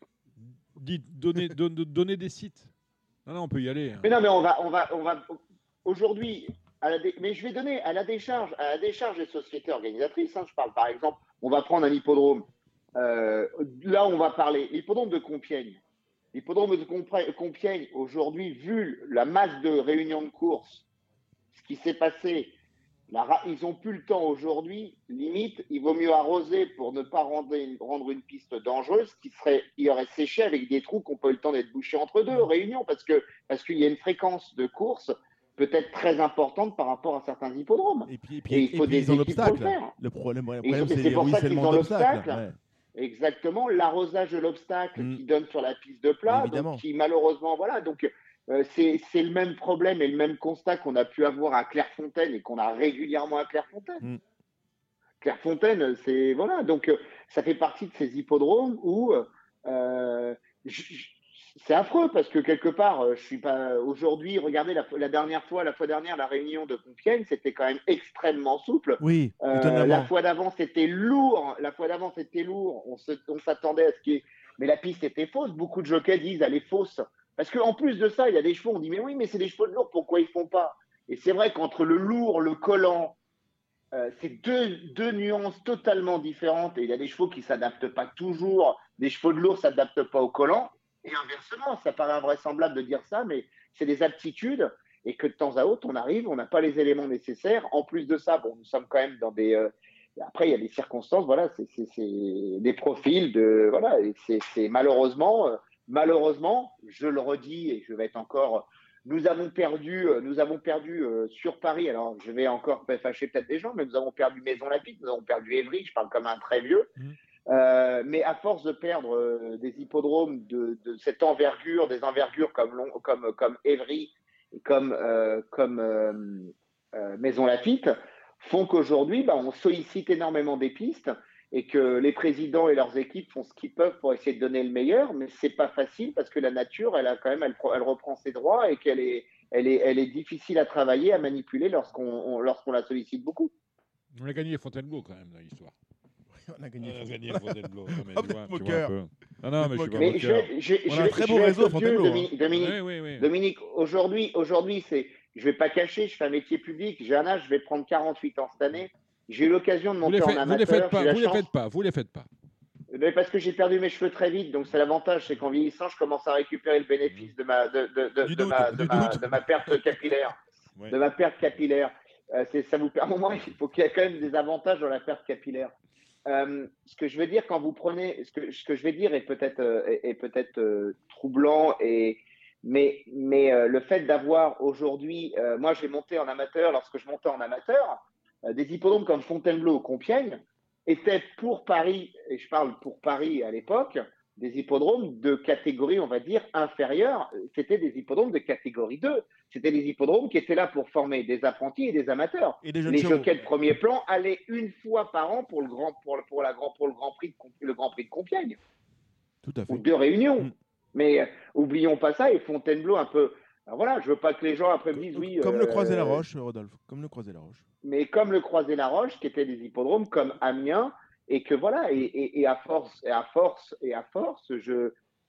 dites, donnez, don, donnez des sites. Non, non, on peut y aller. Hein. Mais non, mais on va, on va, on va aujourd'hui, à la dé... mais je vais donner à la décharge, à la décharge des sociétés organisatrices, hein, je parle par exemple, on va prendre un hippodrome. Euh, là, on va parler l'hippodrome de Compiègne. L'hippodrome de Compiègne, aujourd'hui, vu la masse de réunions de course, ce qui s'est passé, la, ils n'ont plus le temps aujourd'hui. Limite, il vaut mieux arroser pour ne pas rendre une, rendre une piste dangereuse, qui serait, il aurait séché avec des trous qui n'ont pas eu le temps d'être bouchés entre deux réunions, parce que parce qu'il y a une fréquence de course peut-être très importante par rapport à certains hippodromes. Et puis, et puis, et il faut et puis des équipes pour le faire. Le problème, le problème c'est, c'est les ruissellements d'obstacles. Ouais. Exactement, l'arrosage de l'obstacle mmh. qui donne sur la piste de plat, donc qui malheureusement, voilà, donc euh, c'est, c'est le même problème et le même constat qu'on a pu avoir à Clairefontaine et qu'on a régulièrement à Clairefontaine. Mmh. Clairefontaine, c'est, voilà, donc euh, ça fait partie de ces hippodromes où euh, j- j- c'est affreux parce que quelque part, je suis pas aujourd'hui. Regardez la, la dernière fois, la fois dernière, la réunion de Compiègne, c'était quand même extrêmement souple. Oui. Euh, la fois d'avant, c'était lourd. La fois d'avant, c'était lourd. On, se, on s'attendait à ce qui, mais la piste était fausse. Beaucoup de jockeys disent elle est fausse parce qu'en plus de ça, il y a des chevaux. On dit mais oui, mais c'est des chevaux de lourd. Pourquoi ils font pas? Et c'est vrai qu'entre le lourd, le collant, euh, c'est deux, deux nuances totalement différentes. Et il y a des chevaux qui s'adaptent pas toujours. Des chevaux de lourd s'adaptent pas au collant. Et inversement, ça paraît invraisemblable de dire ça, mais c'est des aptitudes et que de temps à autre, on arrive, on n'a pas les éléments nécessaires. En plus de ça, bon, nous sommes quand même dans des, euh, Après, il y a des circonstances, voilà, c'est, c'est, c'est des profils de, voilà, et c'est, c'est malheureusement, euh, malheureusement, je le redis et je vais être encore, nous avons perdu, euh, nous avons perdu euh, sur Paris. Alors, je vais encore fâcher peut-être des gens, mais nous avons perdu Maison Lafitte, nous avons perdu Évry. Je parle comme un très vieux. Mmh. Euh, mais à force de perdre euh, des hippodromes de, de cette envergure, des envergures comme Long, comme comme Évry, et comme euh, comme euh, euh, Maison Lafitte, font qu'aujourd'hui, bah, on sollicite énormément des pistes et que les présidents et leurs équipes font ce qu'ils peuvent pour essayer de donner le meilleur, mais c'est pas facile parce que la nature, elle a quand même, elle, elle reprend ses droits et qu'elle est, elle est, elle est difficile à travailler, à manipuler lorsqu'on, on, lorsqu'on la sollicite beaucoup. On a gagné Fontainebleau quand même dans l'histoire. On a gagné, on a gagné Fontainebleau. Non, mais oh, tu vois, tu vois un peu. Non, non, mais je suis pas mais moqueur. je, je, on je, a un très je beau réseau à Fontainebleau. Dominique, hein. Dominique, Oui, oui, oui. Dominique, aujourd'hui, aujourd'hui, c'est, je vais pas cacher, je fais un métier public, j'ai un âge, je vais prendre quarante-huit ans cette année. J'ai eu l'occasion de monter vous les en amateur. Vous les faites pas, vous les chance... faites pas, vous les faites pas. Mais parce que j'ai perdu mes cheveux très vite, donc c'est l'avantage, c'est qu'en vieillissant, je commence à récupérer le bénéfice de ma, de, de, de, de, doute, ma, de, ma, de ma perte capillaire. Ouais. De ma perte capillaire. Euh, c'est, ça vous permet, au moins, il faut qu'il y ait quand même des avantages dans la perte capillaire. Euh, ce que je veux dire quand vous prenez, ce que, ce que je vais dire est peut-être, euh, est, est peut-être euh, troublant, et, mais, mais euh, le fait d'avoir aujourd'hui, euh, moi j'ai monté en amateur, lorsque je montais en amateur, euh, des hippodromes comme Fontainebleau ou Compiègne étaient pour Paris, et je parle pour Paris à l'époque, des hippodromes de catégorie, on va dire, inférieure. C'était des hippodromes de catégorie deux. C'était des hippodromes qui étaient là pour former des apprentis et des amateurs. Et des jeunes les chevaux. jockeys de premier plan allaient une fois par an pour le Grand, pour, pour la grand, pour le grand Prix de, le Grand Prix de Compiègne. Tout à fait. Ou de Réunion. Mm. Mais euh, oublions pas ça, et Fontainebleau un peu. Alors voilà, je veux pas que les gens après me disent oui. Comme euh, le Croisé-la-Roche, Rodolphe. Comme le Croisé-la-Roche. Mais comme le Croisé-la-Roche, qui étaient des hippodromes comme Amiens, et que voilà, et, et, et à force, et à force, et à force, je,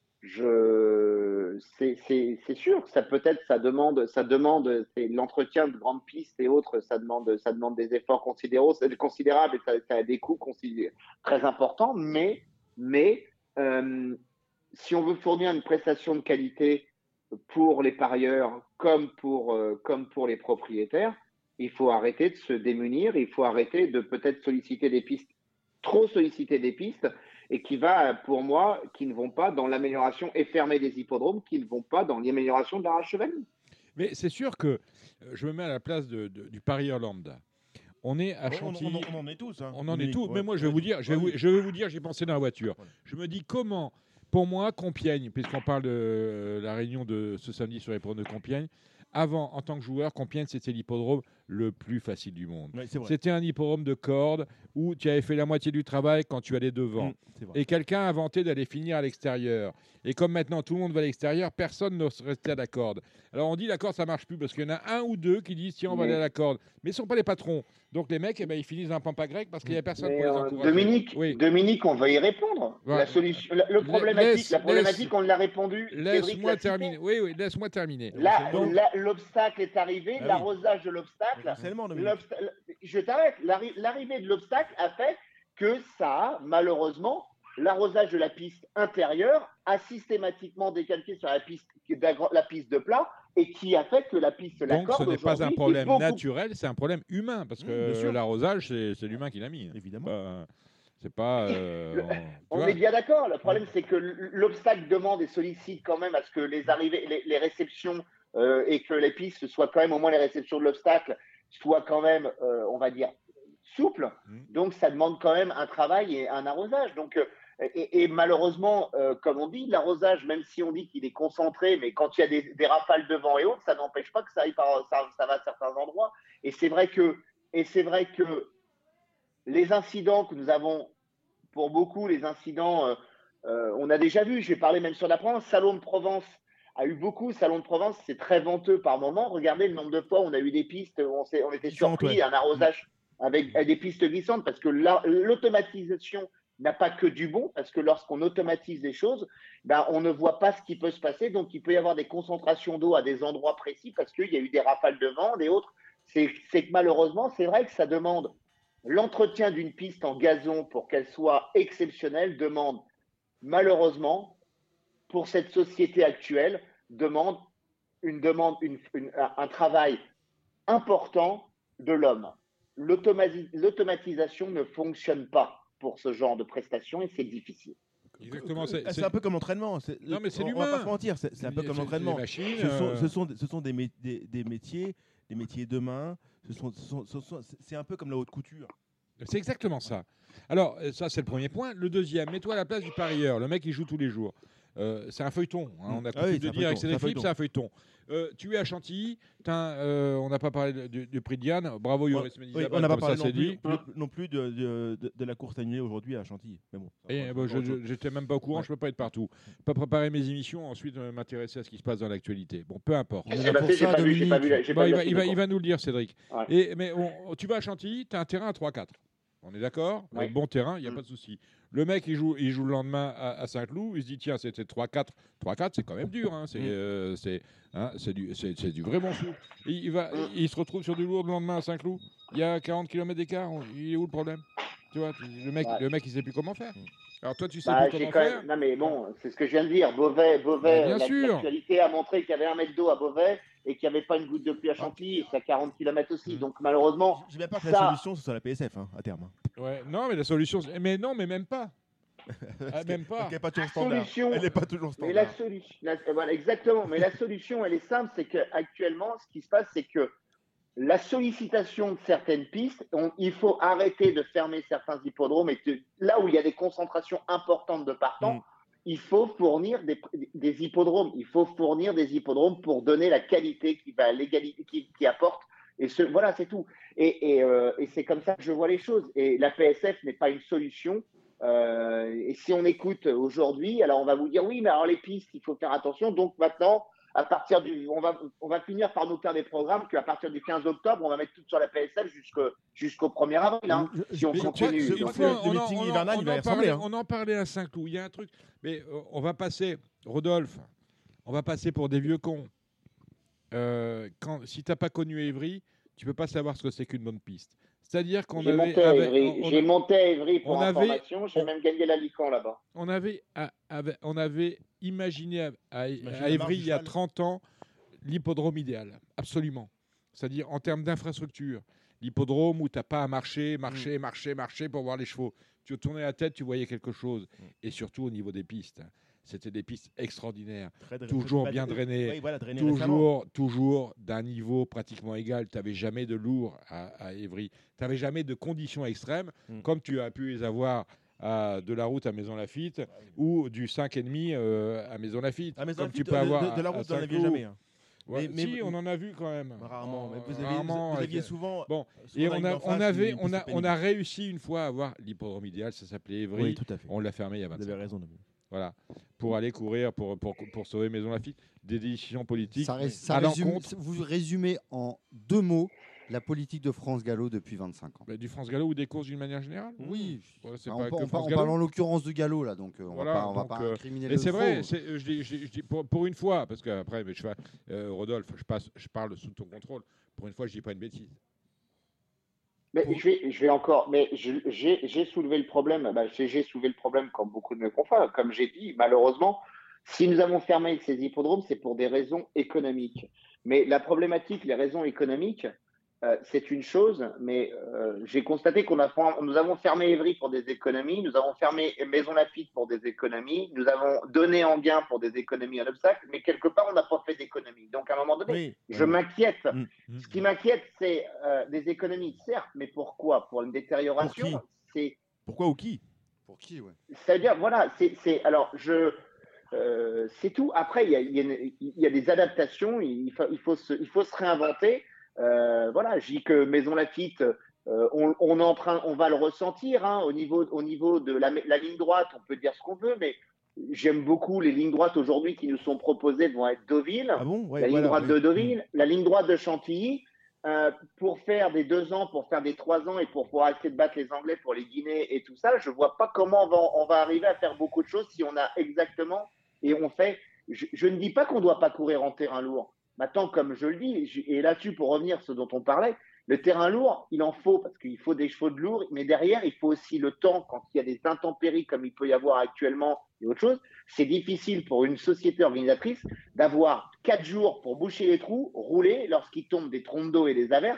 je, c'est, c'est, c'est sûr que ça peut-être, ça demande, ça demande, c'est l'entretien de grandes pistes et autres, ça demande, ça demande des efforts considérables et ça, ça a des coûts très importants, mais, mais euh, si on veut fournir une prestation de qualité pour les parieurs comme pour, euh, comme pour les propriétaires, il faut arrêter de se démunir, il faut arrêter de peut-être solliciter des pistes, trop solliciter des pistes, et qui va, pour moi, qui ne vont pas dans l'amélioration et fermer des hippodromes, qui ne vont pas dans l'amélioration de la race chevalier. Mais c'est sûr que, euh, je me mets à la place de, de, du parieur lambda. On est à Chantilly. On, on, on en est tous. Hein. On en est tous. Ouais, mais moi, je vais vous dire, je vais vous, je vais vous dire, j'ai pensé dans la voiture. Voilà. Je me dis comment, pour moi, Compiègne, puisqu'on parle de euh, la réunion de ce samedi sur l'hippodrome de Compiègne, avant, en tant que joueur, Compiègne, c'était l'hippodrome le plus facile du monde. Ouais, c'était un hippodrome de cordes où tu avais fait la moitié du travail quand tu allais devant. Mmh, et quelqu'un a inventé d'aller finir à l'extérieur. Et comme maintenant tout le monde va à l'extérieur, personne ne restait à la corde. Alors on dit la corde ça marche plus parce qu'il y en a un ou deux qui disent tiens on va aller à la corde. Mais ce ne sont pas les patrons. Donc les mecs eh ben, ils finissent un pampa grec parce qu'il n'y a personne Mais pour les euh, encourager. Dominique, oui. Dominique, on va y répondre. Ouais. La solution, la, le problématique, laisse, la problématique, laisse, on l'a répondu. Laisse-moi terminer. Oui, oui, laisse-moi terminer. Là, Donc, là, l'obstacle est arrivé, ah, l'arrosage oui. de l'obstacle. Je t'arrête. L'arri l'arrivée de l'obstacle a fait que ça a, malheureusement, l'arrosage de la piste intérieure a systématiquement décalqué sur la piste, la piste de plat, et qui a fait que la piste, la Donc corde ce n'est pas un problème beaucoup... naturel, c'est un problème humain, parce que mmh, l'arrosage, c'est l'humain qui l'a mis. Évidemment. Euh, c'est pas. Euh, on on est bien d'accord. Le problème, c'est que l'obstacle demande et sollicite quand même à ce que les arrivées, les, les réceptions euh, et que les pistes soient quand même, au moins les réceptions de l'obstacle, soient quand même, euh, on va dire, souples. Mmh. Donc, ça demande quand même un travail et un arrosage. Donc, euh, et, et malheureusement, euh, comme on dit, l'arrosage, même si on dit qu'il est concentré, mais quand il y a des, des rafales de vent et autres, ça n'empêche pas que ça aille par, ça, ça va à certains endroits. Et c'est vrai que, et c'est vrai que les incidents que nous avons, pour beaucoup, les incidents, euh, euh, on a déjà vu, je vais parler même sur la Provence, Salon de Provence a eu beaucoup, Salon de Provence, c'est très venteux par moment. Regardez le nombre de fois où on a eu des pistes, où on, on était surpris, ouais. un arrosage avec, avec des pistes glissantes, parce que l'automatisation n'a pas que du bon, parce que lorsqu'on automatise des choses, ben, on ne voit pas ce qui peut se passer, donc il peut y avoir des concentrations d'eau à des endroits précis, parce qu'il y a eu des rafales de vent, des autres. C'est que malheureusement, c'est vrai que ça demande l'entretien d'une piste en gazon pour qu'elle soit exceptionnelle, demande malheureusement, pour cette société actuelle, demande, une demande, une, une, un travail important de l'homme. l'automati- l'automatisation ne fonctionne pas pour ce genre de prestations et c'est difficile. Exactement. C'est, C'est c'est- un peu comme l'entraînement. c'est- Non, mais c'est on, on l'humain. va pas se mentir, c'est, c'est un peu C'est- comme c'est l'entraînement. des machines, Ce sont, euh, ce sont, ce sont des, mé- des, des métiers, des métiers de main. Ce sont, ce sont- ce sont- c'est un peu comme la haute couture. C'est exactement ça. Alors, euh, ça, c'est le premier point. Le deuxième, mets-toi à la place du parieur. Le mec, il joue tous les jours. Euh, c'est un feuilleton. Hein. On a Ah coutume oui, de c'est un dire avec feuilleton, c'est un Philippe, c'est un feuilleton. Euh, tu es à Chantilly. t'as, euh, on n'a pas parlé de- du, du prix de Diane. Bravo, Yoris Oui, Menizabal, on n'a pas comme parlé ça, non c'est plus, dit. plus- non plus de, de, de- de la course annulée aujourd'hui à Chantilly. Mais bon, ça, Et, c'est bah, encore je autre chose. n'étais même pas au courant, je ne peux pas être partout. Pas préparer mes émissions, ensuite euh, m'intéresser à ce qui se passe dans l'actualité. Bon, peu importe. On est là pour ça, Dominique. J'ai pas vu la- j'ai Bon, pas vu il, la va, suite il, va, encore. il va nous le dire, Cédric. Ouais. Et, mais bon, tu vas à Chantilly, tu as un terrain à trois quatre. On est d'accord Ouais. Un bon terrain, il n'y a Mm. pas de souci. Le mec, il joue, il joue le lendemain à, à Saint-Cloud, il se dit tiens, c'était trois quatre. trois quatre, c'est quand même dur. Hein. C'est, Mm. euh, c'est, hein, c'est, du, c'est, c'est du vrai bon sou. Il, il, va, il se retrouve sur du lourd le lendemain à Saint-Cloud. Il y a quarante kilomètres d'écart. on- Il est où le problème Tu vois, tu- le mec, Ouais. le mec, il ne sait plus comment faire. Alors toi, tu sais Bah, plus j'ai comment quand faire. même... Non mais bon, c'est ce que je viens de dire. Beauvais, Beauvais, Bah, bien la- sûr. l'actualité a montré qu'il y avait un mètre d'eau à Beauvais et qu'il n'y avait pas une goutte de pluie à Chantilly. Et c'est à quarante kilomètres aussi. Donc malheureusement, J'ai bien peur que ça... la solution ce soit la P S F hein, à terme. Ouais, non, mais la solution, c'est- mais non, mais même pas. Ah, même pas. Elle n'est pas toujours La standard. solution, Elle n'est pas toujours mais standard. la solution, la- voilà, exactement. Mais la solution, elle est simple, c'est qu'actuellement, ce qui se passe, c'est que la sollicitation de certaines pistes, on- il faut arrêter de fermer certains hippodromes et de- là où il y a des concentrations importantes de partants, Mm. il faut fournir des, des hippodromes. Il faut fournir des hippodromes pour donner la qualité qui va l'égalité, qui, qui apporte. Et ce, voilà, c'est tout. Et, et, euh, et c'est comme ça que je vois les choses. Et la P S F n'est pas une solution. Euh, et si on écoute aujourd'hui, alors on va vous dire oui, mais alors les pistes, il faut faire attention. Donc maintenant, à partir du, on va, on va finir par nous faire des programmes qu'à partir du quinze octobre, on va mettre tout sur la P S F jusqu'au, jusqu'au premier avril. Hein, Je- si on je- je continue. crois que Donc, une fois, le meeting en- hivernal, on il va en y ressembler, parlait- hein. on en parlait à Saint-Cloud. Il y a un truc, mais euh, on va passer, Rodolphe, on va passer pour des vieux cons. Euh, quand, si tu n'as pas connu Évry, tu peux pas savoir ce que c'est qu'une bonne piste. C'est-à-dire qu'on J'ai avait, monté à avait- Évry, on- on j'ai a- monté à Évry pour on avait- information. J'ai on- même gagné l'Alicant là-bas. on avait, à- avait- on avait imaginé à, à- Imagine à la marche Évry du il y a cheval. trente ans l'hippodrome idéal, absolument. C'est-à-dire en termes d'infrastructure, l'hippodrome où tu n'as pas à marcher, marcher, marcher, marcher pour voir les chevaux. Tu tournais la tête, tu voyais quelque chose. Et surtout au niveau des pistes, c'était des pistes extraordinaires, Très dra- toujours très- bien très- drainées, oui, voilà, drainées récemment. toujours, toujours d'un niveau pratiquement égal. Tu n'avais jamais de lourd à, à Évry. Tu n'avais jamais de conditions extrêmes, Mm. comme tu as pu les avoir à de la route à Maison Lafitte ou du cinq virgule cinq euh, à Maison Lafitte. Ah, mais comme dans tu le peux de, avoir de, de la à- à route, vous n'en aviez Saint-Cloud. jamais. hein. Ouais, Mais- si, mais- on en a vu quand même. Rarement. mais Euh, vous aviez, rarement, vous avec- aviez souvent. Bon, souvent et dans on une a, en on face avait, une on a, piste on a pénible. réussi une fois à avoir l'hippodrome idéal, ça s'appelait Évry. Oui, tout à fait. On l'a fermé il y a Vous vingt-cinq avez ans. raison. Dominique. Voilà, pour aller courir, pour, pour, pour sauver Maison Lafitte, des décisions politiques Ça ré- ça à résume- l'encontre vous résumez en deux mots la politique de France Gallo depuis vingt-cinq ans. bah, du France Gallo ou des courses d'une manière générale. Oui. Ouais, c'est Ah, pas on, que on, France par- on Gallo. parle en l'occurrence de Gallo là, donc euh, on Voilà, va pas, on va donc, pas euh, incriminer Mais le c'est vrai, faux. c'est- euh, je dis- je dis- je dis pour, pour une fois, parce que après, mais je fais, euh, Rodolphe, je, passe, je parle sous ton contrôle. Pour une fois, je dis pas une bêtise. Mais je vais, je vais encore. Mais je- j'ai j'ai soulevé le problème. Bah, j'ai j'ai soulevé le problème comme beaucoup de mes confrères. Comme j'ai dit, malheureusement, si nous avons fermé ces hippodromes, c'est pour des raisons économiques. Mais la problématique, les raisons économiques, euh, c'est une chose. Mais euh, j'ai constaté qu'on a, nous avons fermé Évry pour des économies, nous avons fermé Maison Lafitte pour des économies, nous avons donné Enghien pour des économies en obstacle. Mais quelque part, on n'a pas fait d'économies. Donc, à un moment donné, Oui. je m'inquiète. Mm. Ce qui m'inquiète, c'est euh, des économies, certes, mais pourquoi? Pour une détérioration. Pour C'est, Pourquoi ou qui? Pour qui, ouais. c'est-à-dire, voilà, c'est, c'est, alors je, euh, c'est tout. Après, il y a, il y a une- il y a des adaptations. Il faut, il faut se, il faut se réinventer. Euh, voilà, je dis que Maison Lafitte, euh, on, on emprunt, on va le ressentir hein, au niveau, au niveau de la, la ligne droite. On peut dire ce qu'on veut, mais j'aime beaucoup les lignes droites aujourd'hui qui nous sont proposées vont être Deauville. Ah bon? Ouais, la ligne voilà, droite oui. de Deauville, la ligne droite de Chantilly, euh, pour faire des deux ans, pour faire des trois ans et pour pouvoir essayer de battre les Anglais pour les Guinées et tout ça, je vois pas comment on va, on va arriver à faire beaucoup de choses si on a exactement et on fait. Je, je ne dis pas qu'on ne doit pas courir en terrain lourd. Maintenant, comme je le dis, je- et là-dessus pour revenir à ce dont on parlait, le terrain lourd, il en faut parce qu'il faut des chevaux de lourd, mais derrière, il faut aussi le temps quand il y a des intempéries comme il peut y avoir actuellement et autre chose. C'est difficile pour une société organisatrice d'avoir quatre jours pour boucher les trous, rouler lorsqu'il tombe des trompes d'eau et des averses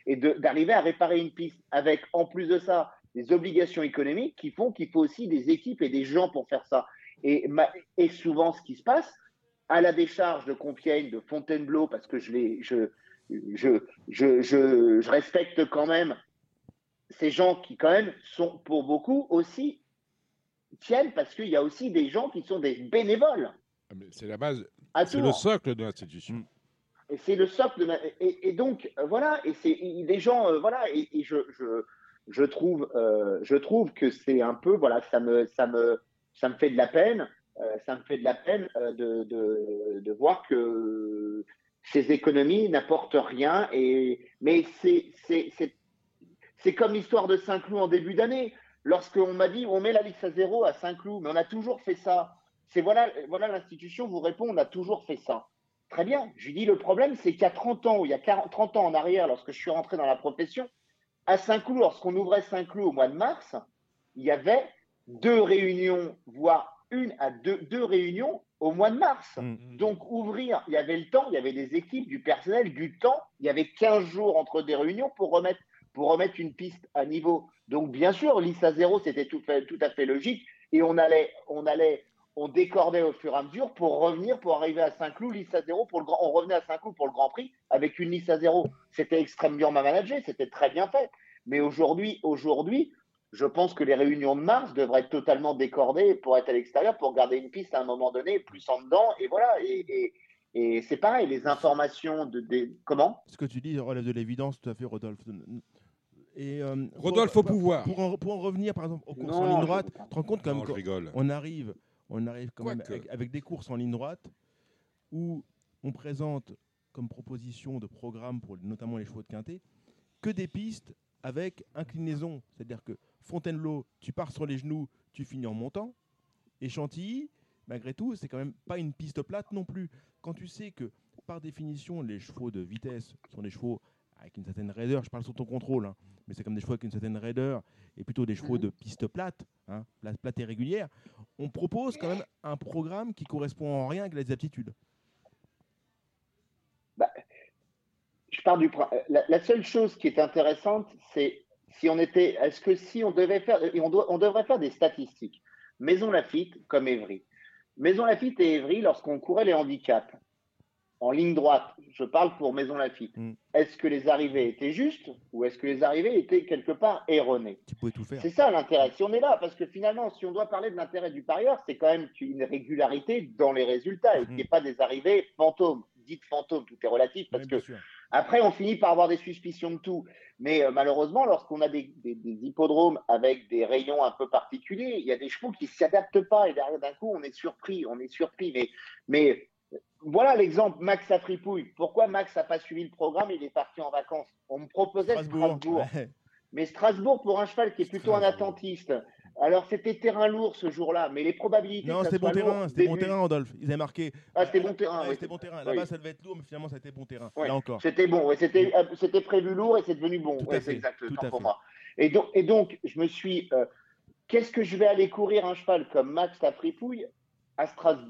et de, d'arriver à réparer une piste avec, en plus de ça, des obligations économiques qui font qu'il faut aussi des équipes et des gens pour faire ça. Et, ma, et souvent, ce qui se passe, à la décharge de Compiègne, de Fontainebleau, parce que je, les, je, je, je, je, je respecte quand même ces gens qui, quand même, sont pour beaucoup aussi tiennent, parce qu'il y a aussi des gens qui sont des bénévoles. C'est la base, à c'est le socle de l'institution. Et c'est le socle de ma... et, et donc, euh, voilà, et c'est des gens, euh, voilà, et, et je, je, je, trouve, euh, je trouve que c'est un peu, voilà, ça me, ça me, ça me fait de la peine, euh, ça me fait de la peine euh, de, de, de voir que ces économies n'apportent rien, et, mais c'est, c'est, c'est, c'est comme l'histoire de Saint-Cloud en début d'année, lorsqu'on m'a dit, on met la liste à zéro à Saint-Cloud, mais on a toujours fait ça. C'est voilà, voilà l'institution vous répond, on a toujours fait ça. Très bien. Je lui dis, le problème, c'est qu'il y a trente ans, ou il y a quarante, trente ans en arrière, lorsque je suis rentré dans la profession, à Saint-Cloud, lorsqu'on ouvrait Saint-Cloud au mois de mars, il y avait deux réunions, voire une à deux, deux réunions au mois de mars. Mmh. Donc, ouvrir, il y avait le temps, il y avait des équipes, du personnel, du temps. Il y avait quinze jours entre des réunions pour remettre, pour remettre une piste à niveau. Donc, bien sûr, liste à zéro, c'était tout, tout à fait logique. Et on allait, on allait, on décordait au fur et à mesure pour revenir, pour arriver à Saint-Cloud, liste à zéro. Pour le grand, on revenait à Saint-Cloud pour le Grand Prix avec une liste à zéro. C'était extrêmement bien managé, c'était très bien fait. Mais aujourd'hui, aujourd'hui, je pense que les réunions de mars devraient être totalement décordées pour être à l'extérieur, pour garder une piste à un moment donné, plus en dedans. Et voilà. Et, et, et c'est pareil, les informations de, de comment ? Ce que tu dis relève de l'évidence, tout à fait, Rodolphe. Et, euh, Rodolphe pour, au pouvoir. Pour en, pour en revenir, par exemple, aux courses Non, en ligne droite, tu te rends compte quand Non, même je rigole. qu'on arrive, on arrive quand Quoi même que. avec, avec des courses en ligne droite où on présente comme proposition de programme pour notamment les chevaux de quintet que des pistes avec inclinaison. C'est-à-dire que Fontainebleau, tu pars sur les genoux, tu finis en montant. Et Chantilly, malgré tout, c'est quand même pas une piste plate non plus. Quand tu sais que, par définition, les chevaux de vitesse sont des chevaux avec une certaine raideur, je parle sous ton contrôle, hein, mais c'est comme des chevaux avec une certaine raideur et plutôt des chevaux de piste plate, hein, plate, plate et régulière, on propose quand même un programme qui correspond en rien avec les aptitudes. Bah, je pars du la, la seule chose qui est intéressante, c'est si on était, est-ce que si on devait faire, et on, doit, on devrait faire des statistiques. Maison Lafitte comme Évry. Maison Lafitte et Évry, lorsqu'on courait les handicaps, en ligne droite, je parle pour Maison Lafitte, mm. est-ce que les arrivées étaient justes ou est-ce que les arrivées étaient quelque part erronées ? Tu pouvais tout faire. C'est ça l'intérêt. Si on est là, parce que finalement, si on doit parler de l'intérêt du parieur, c'est quand même une régularité dans les résultats et qu'il n'y ait pas des arrivées fantômes, dites fantômes, tout est relatif, parce oui, que après, on finit par avoir des suspicions de tout. Mais euh, malheureusement, lorsqu'on a des, des, des hippodromes avec des rayons un peu particuliers, il y a des chevaux qui ne s'adaptent pas et derrière, d'un coup, on est surpris, on est surpris. Mais, mais voilà l'exemple, Max à Fripouille. Pourquoi Max n'a pas suivi le programme et il est parti en vacances ? On me proposait Strasbourg. Strasbourg. Ouais. Mais Strasbourg, pour un cheval qui est plutôt un attentiste, alors c'était terrain lourd ce jour-là, mais les probabilités. Non, c'était bon terrain, c'était bon terrain, Rodolphe. Ils avaient marqué. Ah, c'était bon terrain. Ouais, oui. C'était bon terrain. Là-bas, oui. Ça devait être lourd, mais finalement, ça a été bon terrain. Ouais. Là encore. C'était bon, ouais, c'était, c'était prévu lourd et c'est devenu bon. Tout ouais, à fait. C'est exact, Tout temps à pour fait. moi. Et donc, et donc, je me suis. Euh, qu'est-ce que je vais aller courir un cheval comme Max à Fripouille à Strasbourg ?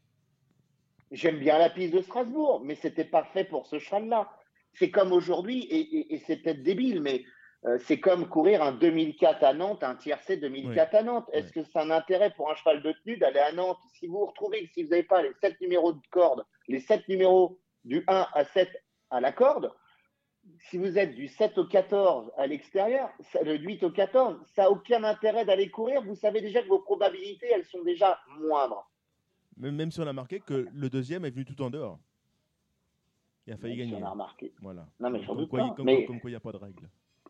J'aime bien la piste de Strasbourg, mais c'était pas fait pour ce cheval-là. C'est comme aujourd'hui, et, et, et c'est peut-être débile, mais euh, c'est comme courir un deux mille quatre à Nantes, un tiercé deux mille quatre oui. à Nantes. Est-ce oui. que c'est un intérêt pour un cheval de tenue d'aller à Nantes ? Si vous vous retrouvez, si vous n'avez pas les sept numéros de corde, les sept numéros du un à sept à la corde, si vous êtes du sept au quatorze à l'extérieur, le huit au quatorze, ça n'a aucun intérêt d'aller courir. Vous savez déjà que vos probabilités, elles sont déjà moindres. Même si on a remarqué que le deuxième est venu tout en dehors. Il a failli Même gagner. Si on a remarqué. Voilà. Non, mais j'en doute quoi, pas. Comme, mais... comme quoi il n'y a pas de règle.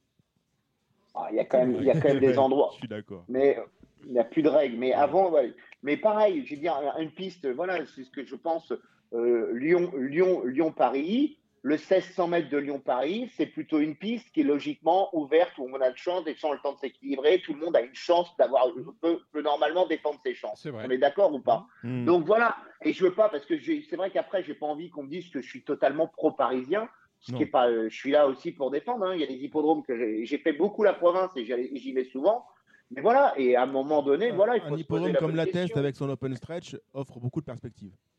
Ah, il y a quand même, il y a quand même des endroits. Je suis d'accord. Mais il n'y a plus de règles. Mais avant, ouais. Mais pareil, j'ai dit une piste, voilà, c'est ce que je pense, euh, Lyon, Lyon, Lyon-Paris. Le seize cents mètres de Lyon-Paris, c'est plutôt une piste qui est logiquement ouverte où on a de chance et sans le temps de s'équilibrer. Tout le monde a une chance d'avoir, peut, peut normalement défendre ses chances. C'est vrai. On est d'accord ou pas ? mmh. Donc voilà. Et je veux pas, parce que j'ai, c'est vrai qu'après, j'ai pas envie qu'on me dise que je suis totalement pro-parisien. Ce qui est pas, euh, je suis là aussi pour défendre. Hein. Il y a des hippodromes que j'ai, j'ai fait beaucoup la province et j'y, j'y vais souvent. Mais voilà. Et à un moment donné, un, voilà, il faut un se hippodrome poser la comme bonne la question. Teste avec son open stretch offre beaucoup de perspectives.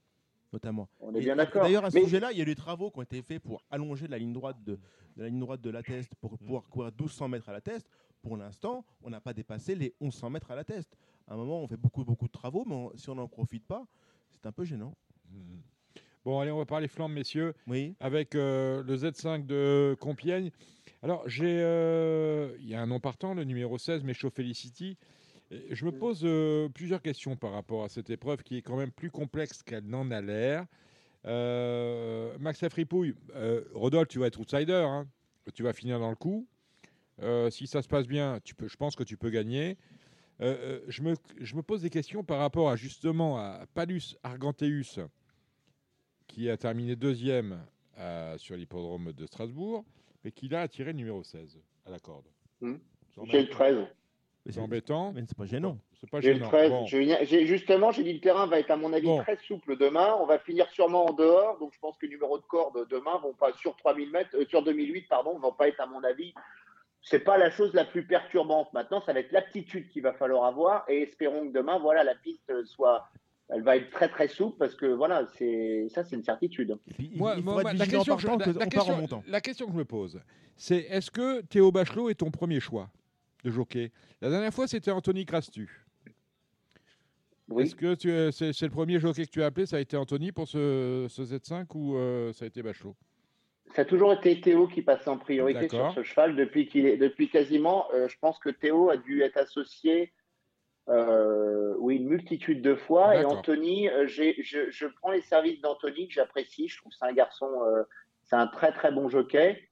notamment. On est Et- bien et d'accord. D'ailleurs, à ce Mais- sujet-là, il y a eu des travaux qui ont été faits pour allonger la ligne droite de, de la ligne droite de la Teste pour pouvoir courir douze cents mètres à la Teste. Pour l'instant, on n'a pas dépassé les mille cent mètres à la Teste. À un moment, on fait beaucoup, beaucoup de travaux, mais on- si on n'en profite pas, c'est un peu gênant. Bon, allez, on va parler flammes, messieurs, Oui. avec euh, le Z cinq de Compiègne. Alors, j'ai, euh, il y a un nom partant, le numéro seize, Méchaud Felicity. Et je me pose euh, plusieurs questions par rapport à cette épreuve qui est quand même plus complexe qu'elle n'en a l'air. Euh, Max Fripouille, euh, Rodolphe, tu vas être outsider, hein. Tu vas finir dans le coup. Euh, si ça se passe bien, tu peux, je pense que tu peux gagner. Euh, euh, je, me, je me pose des questions par rapport à justement à Palus Argenteus, qui a terminé deuxième euh, sur l'hippodrome de Strasbourg, mais qui là a tiré le numéro seize à la corde. Hmm. C'est J'ai le treize. C'est embêtant. Mais c'est pas gênant. C'est pas J'ai le gênant. treize. Bon. Je viens- j'ai- justement, j'ai dit le terrain va être à mon avis Bon. très souple demain. On va finir sûrement en dehors, donc je pense que les numéros de corde demain vont pas sur trois mille mètres, euh, sur deux mille huit pardon, vont pas être à mon avis. C'est pas la chose la plus perturbante. Maintenant, ça va être l'aptitude qu'il va falloir avoir et espérons que demain, voilà, la piste soit, elle va être très très souple parce que voilà, c'est ça, c'est une certitude. Moi, il moi, faut moi, être la, vigilant question que je, partant la- que la on part question- en montant. la question que je me pose, c'est est-ce que Théo Bachelot est ton premier choix de jockey? La dernière fois, c'était Anthony Crastu. Oui. Est-ce que tu es- c'est, c'est le premier jockey que tu as appelé, ça a été Anthony pour ce, ce Z cinq ou euh, ça a été Bachelot? Ça a toujours été Théo qui passait en priorité D'accord. sur ce cheval depuis qu'il est, depuis quasiment. euh, je pense que Théo a dû être associé, euh, oui, une multitude de fois. Et D'accord. Anthony, euh, j'ai, je, je prends les services d'Anthony que j'apprécie. Je trouve que c'est un garçon, euh, c'est un très très bon jockey,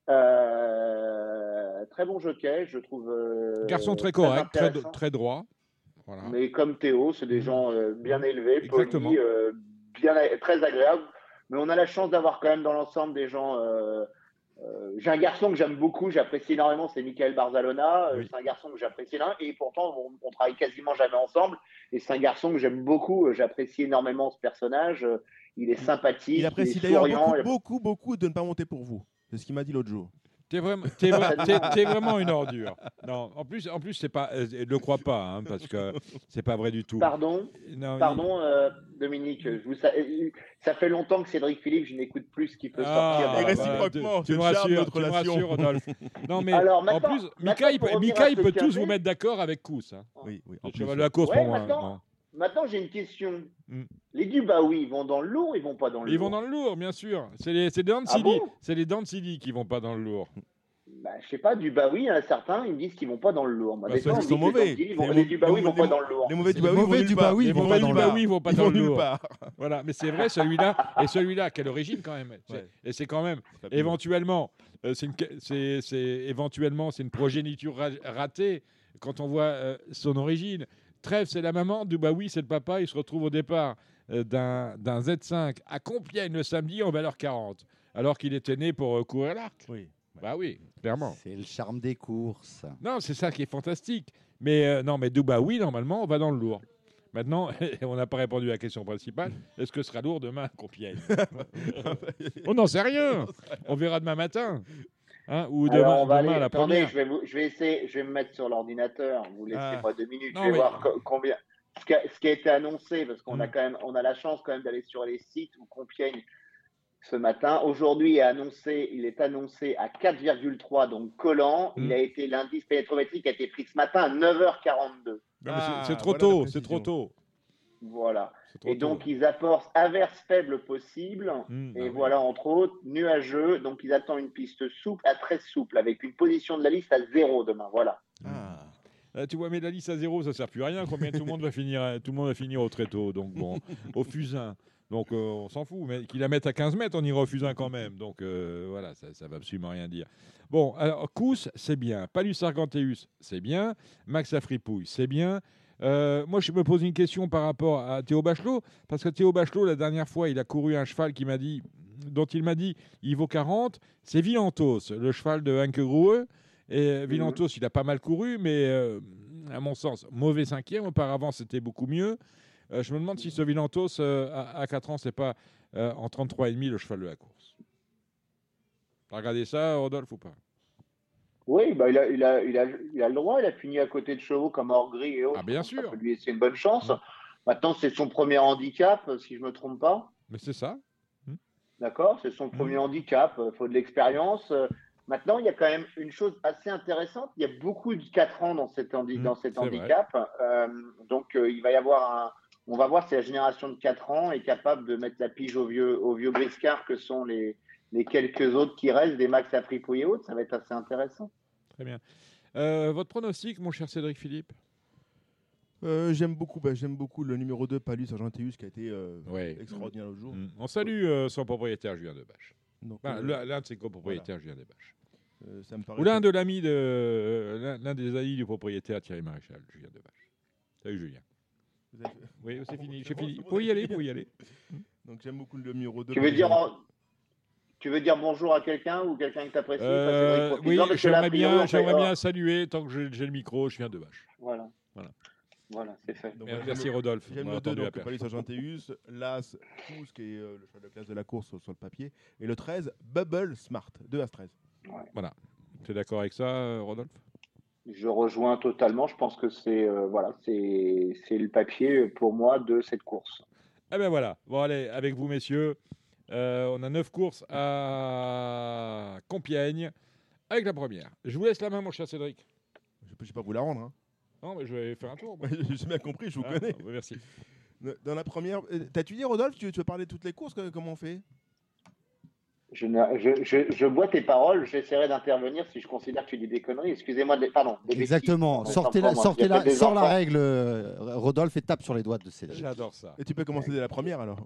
Euh, très bon jockey. Je trouve. euh, Garçon très correct, très, intéressant. très droit. Voilà. Mais comme Théo, c'est des gens euh, bien élevés, Exactement. polis, euh, bien, très agréables. Mais on a la chance d'avoir quand même dans l'ensemble des gens. Euh, euh, j'ai un garçon que j'aime beaucoup, j'apprécie énormément, c'est Michael Barzalona. Euh, Oui. C'est un garçon que j'apprécie énormément. Et pourtant, on, on travaille quasiment jamais ensemble. Et c'est un garçon que j'aime beaucoup. Euh, J'apprécie énormément ce personnage. Euh, Il est sympathique, Il apprécie il est d'ailleurs souriant. beaucoup, il- beaucoup, beaucoup de ne pas monter pour vous. C'est ce qu'il m'a dit l'autre jour. T'es vraiment, t'es, vra- t'es- t'es vraiment une ordure. Non, en plus, en plus, c'est pas, euh, ne le crois pas, hein, parce que c'est pas vrai du tout. Pardon, Non, pardon euh, Dominique, je vous, ça, ça fait longtemps que Cédric Philippe, je n'écoute plus ce qu'il peut Ah, sortir. dans Et la- réciproquement, tu, tu c'est me le charme de rassures, notre tu me relation. rassures, Rodolphe. Non, mais Alors, en maintenant- plus, maintenant, Mika, il pour peut, revenir Mika, à il ce peut tous quintet- vous mettre d'accord avec Kous. Hein. Oui, oui. en Le plus, cheval de la course Ouais, pour moi. maintenant- non. Maintenant, j'ai une question. Mm. Les Dubaoui, ils vont dans le lourd, ils vont pas dans le Ils lourd vont dans le lourd, bien sûr. C'est les, c'est les dents de Ah Silly. bon c'est les dents de Silly qui vont pas dans le lourd. Bah, je sais pas, Dubaoui, il y en a certains, ils me disent qu'ils vont pas dans le lourd. Moi, Bah, des ceux fois, on qui me sont dit que les mauvais. Antilles, ils vont- Les les mau- Dubaoui les vont mau- pas dans le lourd. Les mauvais C'est Dubaoui les vont mauvais nulle part. Dubaoui Ils vont vont pas nulle dans le part. Dubaoui, ils vont pas Ils dans vont le nulle lourd. part. Voilà, mais c'est vrai, celui-là, et celui-là, quelle origine quand même. C'est- Ouais. Et c'est quand même, Fabuleux. éventuellement, euh, c'est, une, c'est, c'est, éventuellement, c'est une progéniture ra- ratée quand on voit euh, son origine. Trèves, c'est la maman, Dubaoui, c'est le papa. Il se retrouve au départ euh, d'un, d'un Z cinq à Compiègne le samedi en valeur quarante, alors qu'il était né pour euh, courir l'arc. Oui. Bah oui, clairement. C'est le charme des courses. Non, c'est ça qui est fantastique. Mais euh, non, mais Dubaoui, normalement, on va dans le lourd. Maintenant, on n'a pas répondu à la question principale. Est-ce que ce sera lourd demain à Compiègne? On n'en sait rien. On verra demain matin. Hein, ou demain, Alors, on va demain aller- à la attendez, première. je vais, vous- je vais essayer, je vais me mettre sur l'ordinateur. Vous laissez-moi Ah. deux minutes. Non, je vais mais- voir co- combien. Ce qui, a, ce qui a été annoncé, parce qu'on a Mm. quand même, on a la chance quand même d'aller sur les sites où Compiègne ce matin. Aujourd'hui est annoncé, il est annoncé à quatre virgule trois, donc collant. Mm. Il a été l'indice pénétrométrique a été pris ce matin à neuf heures quarante-deux. Non, mais c'est- Ah, c'est trop voilà la tôt, c'est précision. trop tôt. Voilà. C'est trop Et donc tôt. ils apportent averse faible possible. Mm, Et bah oui. voilà, entre autres, nuageux. Donc, ils attendent une piste souple à très souple, avec une position de la liste à zéro demain. Voilà. Ah. Euh, tu vois, mais la liste à zéro, ça sert plus à rien. Combien tout le monde va finir, euh, tout le monde va finir au tréteau, donc bon, au fusain. Donc euh, on s'en fout, mais qu'ils la mettent à quinze mètres, on ira au fusain quand même. Donc euh, voilà, ça, ça va absolument rien dire. Bon, alors Kous, c'est bien. Palus Argenteus, c'est bien. Max Afripouille, c'est bien. Euh, moi, je me pose une question par rapport à Théo Bachelot, parce que Théo Bachelot, la dernière fois, il a couru un cheval qui m'a dit, dont il m'a dit, il vaut quarante. C'est Villantos, le cheval de Hanke Grohe. Et Villantos, il a pas mal couru, mais euh, à mon sens, mauvais cinquième. Auparavant, c'était beaucoup mieux. Euh, je me demande si ce Villantos, euh, à, à quatre ans, c'est pas euh, en trente-trois virgule cinq le cheval de la course. T'as regardé ça, Rodolphe, ou pas? Oui, bah, il, a, il, a, il, a, il a le droit. Il a fini à côté de chevaux comme Orgris et autres. Ah, bien Donc, sûr. Ça peut lui laisser une bonne chance. Ouais. Maintenant, c'est son premier handicap, si je ne me trompe pas. Mais c'est ça. D'accord, c'est son premier handicap, il faut de l'expérience. Euh, Maintenant, il y a quand même une chose assez intéressante. Il y a beaucoup de quatre ans dans cet, handi- Mmh, dans cet c'est handicap. Euh, donc, euh, il va y avoir un. On va voir si la génération de quatre ans est capable de mettre la pige aux vieux, aux vieux briscards que sont les, les quelques autres qui restent, des Max Apripouille et autres. Ça va être assez intéressant. Très bien. Euh, votre pronostic, mon cher Cédric Philippe? Euh, j'aime beaucoup, bah, j'aime beaucoup le numéro deux, Palus Argenteus, qui a été euh, Ouais. extraordinaire l'autre jour. Mmh. On salue euh, son propriétaire, Julien Debache. Donc, Enfin, euh, l'un l'un de ses copropriétaires, Julien Debache. Euh, ça me paraît Ou l'un que- de l'ami de euh, l'un- l'un des amis du propriétaire Thierry Maréchal, Julien Debache. Salut Julien. Vous avez- Oui, c'est bon, fini. c'est J'ai bon, fini. c'est bon, Pour y c'est aller, fini. pour y aller. Donc j'aime beaucoup le numéro deux. Tu veux dire, en- tu veux dire bonjour à quelqu'un ou quelqu'un que tu apprécies Euh, oui, j'aimerais bien, j'aimerais bien saluer, tant que j'ai j'ai le micro, je viens de Vache. Voilà. Voilà. Voilà, c'est fait. Donc, Merci, moi, j'aime le- Rodolphe. J'aime On a le deux, entendu la donc perche. Palus Argenteus, l'As, Tous, qui est euh, le cheval de classe de la course sur, sur le papier, et le treize, Bubble Smart, deux As treize. Voilà. Tu es d'accord avec ça, euh, Rodolphe? Je rejoins totalement. Je pense que c'est euh, voilà, c'est c'est le papier pour moi de cette course. Eh ben voilà. Bon, allez, avec vous, messieurs. Euh, on a neuf courses à Compiègne avec la première. Je vous laisse la main, mon cher Cédric. Je ne peux pas vous la rendre. Hein. Non, mais je vais faire un tour. moi. J'ai bien compris, je vous Ah, connais. bah, merci. Dans la première. euh, T'as-tu dit, Rodolphe, tu, tu veux parler de toutes les courses, que- comment on fait? Je, n'ai- je, je, je bois tes paroles. J'essaierai d'intervenir si je considère que tu dis des conneries. Excusez-moi, des, pardon. Des Exactement. bêtises. Sortez la, Moi, sortez il y a la, peut-être des sors la enfants. règle, euh, Rodolphe, et tape sur les doigts de Cédric. J'adore ça. Et tu peux commencer dès la première alors.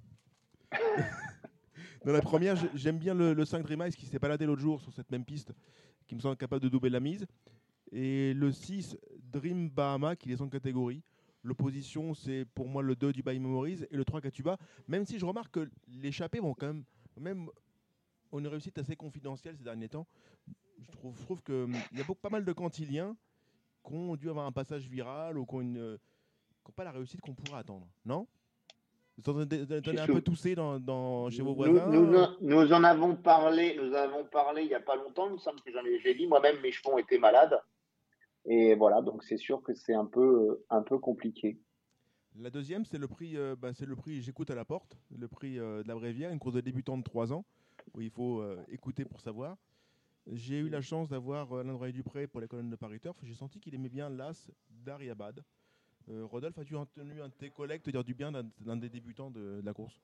Dans la première, j'ai- j'aime bien le, le cinq Dream Ice qui s'est baladé l'autre jour sur cette même piste, qui me semble capable de doubler la mise. Et le six Dream Bahama qui est en catégorie. L'opposition, c'est pour moi le deux du By Memories et le trois Katuba. Même si je remarque que l'échappée vont quand même, même ont une réussite assez confidentielle ces derniers temps. Je trouve, je trouve qu'il y a beaucoup, pas mal de cantiliens qui ont dû avoir un passage viral ou qui n'ont euh, pas la réussite qu'on pourrait attendre. Non? Vous entendez un peu tousser dans, dans, chez vos voisins? Nous, nous, nous en avons parlé, nous avons parlé il n'y a pas longtemps. Il me semble que j'en ai, j'ai dit moi-même mes chevaux étaient malades. Et voilà, donc c'est sûr que c'est un peu, un peu compliqué. La deuxième, c'est le prix, euh, bah, c'est le prix J'écoute à la porte, le prix euh, de la Brévière, une course de débutant de trois ans, où il faut euh, écouter pour savoir. J'ai eu la chance d'avoir euh, Alain Droyer-Dupré pour les colonnes de Paris Turf. J'ai senti qu'il aimait bien l'As d'Ariabad. Euh, Rodolphe, as-tu entendu un de tes collègues te dire du bien d'un, d'un des débutants de, de la course?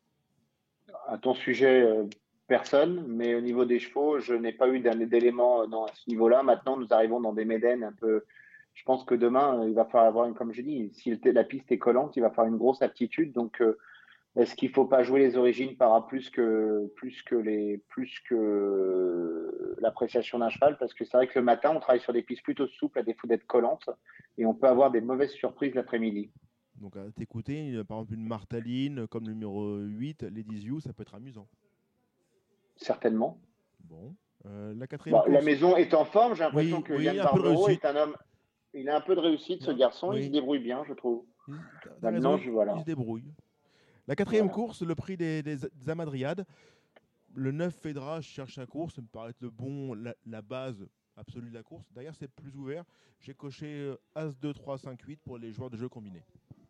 À ton sujet, euh, personne, mais au niveau des chevaux, je n'ai pas eu d'un- d'éléments dans à ce niveau-là. Maintenant, nous arrivons dans des médaines un peu. Je pense que demain, il va falloir avoir, une, comme je dis, si le- la piste est collante, il va falloir une grosse aptitude. Donc, euh, est-ce qu'il ne faut pas jouer les origines par plus que plus que les plus que l'appréciation d'un cheval? Parce que c'est vrai que le matin, on travaille sur des pistes plutôt souples à défaut d'être collantes, et on peut avoir des mauvaises surprises l'après-midi. Donc à t'écouter, euh, par exemple une Martaline comme le numéro huit, Ladies You, ça peut être amusant. Certainement. Bon. Euh, la quatrième Bon, course. la maison est en forme. J'ai l'impression Oui, que oui, Yann un peu de Barbero réussite. est un homme. Il a un peu de réussite, ce Non, garçon. oui. Il se débrouille bien, je trouve. T'as Maintenant, raison, je, voilà. il se débrouille. La quatrième Voilà. course, le prix des, des, des Amadriades. Le neuf Fedra cherche sa course, ça me paraît être le bon, la, la base absolue de la course. D'ailleurs, c'est plus ouvert. J'ai coché euh, As deux, trois, cinq, huit pour les joueurs de jeu combinés.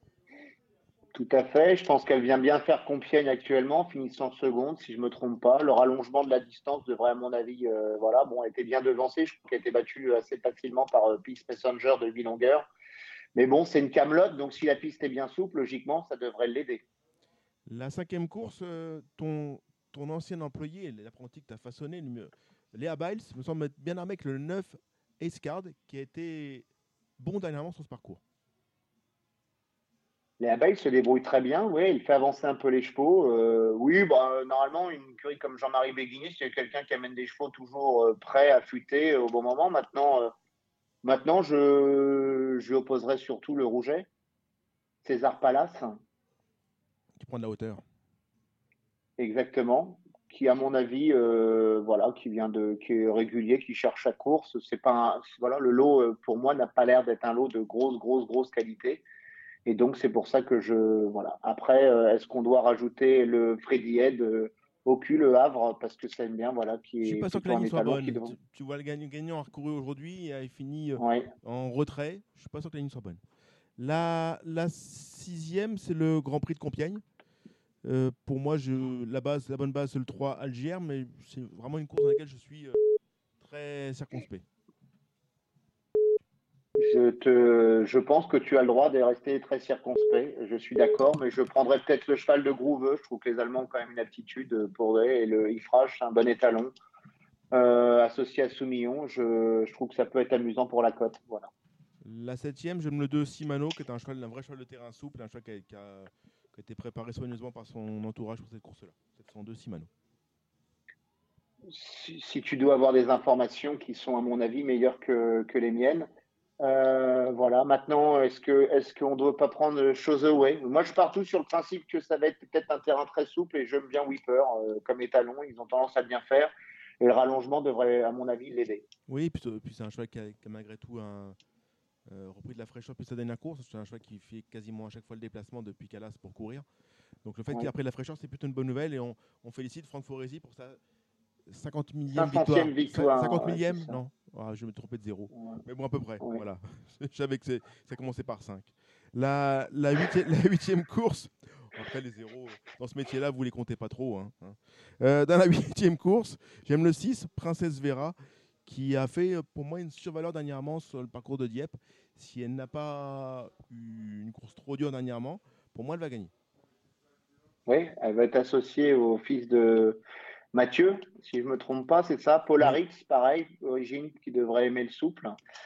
Tout à fait. Je pense qu'elle vient bien faire Compiègne actuellement, finissant seconde, si je ne me trompe pas. Le rallongement de la distance devrait, à mon avis, euh, voilà. Bon, elle était bien devancée. Je crois qu'elle a été battue assez facilement par euh, Peace Messenger de huit longueurs. Mais bon, c'est une camelote, donc si la piste est bien souple, logiquement, ça devrait l'aider. La cinquième course, euh, ton, ton ancien employé, l'apprenti que tu as façonné, le, Léa Biles, me semble être bien armé avec le neuf Ace Card, qui a été bon dernièrement sur ce parcours. Léa Biles se débrouille très bien, oui, il fait avancer un peu les chevaux. Euh, oui, bah, normalement, une curie comme Jean-Marie Béguigné, c'est quelqu'un qui amène des chevaux toujours euh, prêts, affûtés au bon moment. Maintenant, euh, maintenant je, je lui opposerai surtout le Rouget, César Palace. Qui prend de la hauteur. Exactement. Qui, à mon avis, euh, voilà, qui vient de, qui est régulier, qui cherche sa course. C'est pas, un, voilà, le lot pour moi n'a pas l'air d'être un lot de grosse, grosse, grosse qualité. Et donc c'est pour ça que je, voilà. Après, euh, est-ce qu'on doit rajouter le Freddy Head euh, au cul, le Havre, parce que ça aime bien, voilà, qui est. Je suis pas sûr que plutôt la en ligne soit étalon, bonne. qui devrait- Tu, tu vois le gagnant, gagnant a recouru aujourd'hui et a fini euh, Ouais. en retrait. Je suis pas sûr que la ligne soit bonne. La, la sixième, c'est le Grand Prix de Compiègne. Euh, pour moi, je, la, base, la bonne base, c'est le trois Algiers, mais c'est vraiment une course dans laquelle je suis euh, très circonspect. Je, te, je pense que tu as le droit de rester très circonspect. Je suis d'accord, mais je prendrais peut-être le cheval de Grouveux. Je trouve que les Allemands ont quand même une aptitude pour eux. Et le Ifrage, c'est un bon étalon. Euh, associé à Soumillon, je, je trouve que ça peut être amusant pour la cote. Voilà. La septième, j'aime le deux Simano, qui est un, cheval, un vrai cheval de terrain souple, un cheval qui a, qui a, qui a été préparé soigneusement par son entourage pour cette course-là. sept cent deux Simano. Si, si tu dois avoir des informations qui sont, à mon avis, meilleures que, que les miennes, Euh, voilà. Maintenant, est-ce que est-ce qu'on ne doit pas prendre Chose Away? Moi, je pars tout sur le principe que ça va être peut-être un terrain très souple et j'aime bien Whipper euh, comme étalon. Ils ont tendance à bien faire et le rallongement devrait, à mon avis, l'aider. Oui, puis, puis c'est un cheval qui a, qui a malgré tout un, euh, repris de la fraîcheur depuis sa dernière course. C'est un cheval qui fait quasiment à chaque fois le déplacement depuis Calas pour courir. Donc le fait ouais. qu'il a pris de la fraîcheur, c'est plutôt une bonne nouvelle et on, on félicite Franck Foresi pour sa cinquante millième victoire. victoire. cinquante ouais, millième Non, ah, je me trompais de zéro. Ouais. Mais bon, à peu près. Ouais. Voilà. Je savais que ça commençait par cinq. La, la, huitième, la huitième course, après les zéros, dans ce métier-là, vous ne les comptez pas trop. Hein. Euh, dans la huitième course, j'aime le six, Princesse Vera, qui a fait pour moi une survaleur dernièrement sur le parcours de Dieppe. Si elle n'a pas eu une course trop dure dernièrement, pour moi, elle va gagner. Oui, elle va être associée au fils de Mathieu, si je ne me trompe pas, c'est ça. Polarix, oui. Pareil, origine, qui devrait aimer le souple.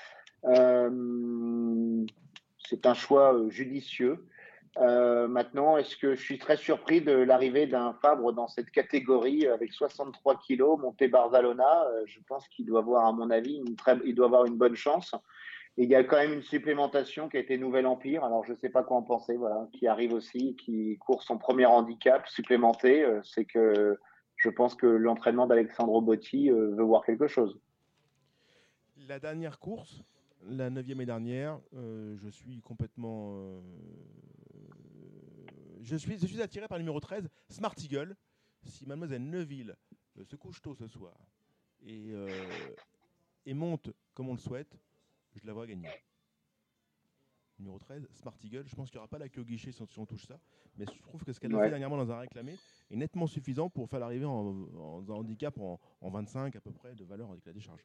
Euh, c'est un choix judicieux. Euh, maintenant, est-ce que je suis très surpris de l'arrivée d'un Fabre dans cette catégorie avec soixante-trois kilos, monté Barzalona. Euh, je pense qu'il doit avoir, à mon avis, une très, il doit avoir une bonne chance. Et il y a quand même une supplémentation qui a été Nouvel Empire. Alors, je ne sais pas quoi en penser, voilà, qui arrive aussi, qui court son premier handicap supplémenté. Euh, c'est que je pense que l'entraînement d'Alexandro Botti euh, veut voir quelque chose. La dernière course, la neuvième et dernière, euh, je suis complètement... Euh, je, suis, je suis attiré par le numéro treize, Smart Eagle. Si Mademoiselle Neuville euh, se couche tôt ce soir et, euh, et monte comme on le souhaite, je la vois gagner. Numéro treize, Smart Eagle. Je pense qu'il n'y aura pas la queue au guichet si on touche ça. Mais je trouve que ce qu'elle a ouais. fait dernièrement dans un réclamé est nettement suffisant pour faire l'arrivée en, en, en handicap en, en vingt-cinq à peu près de valeur avec la décharge.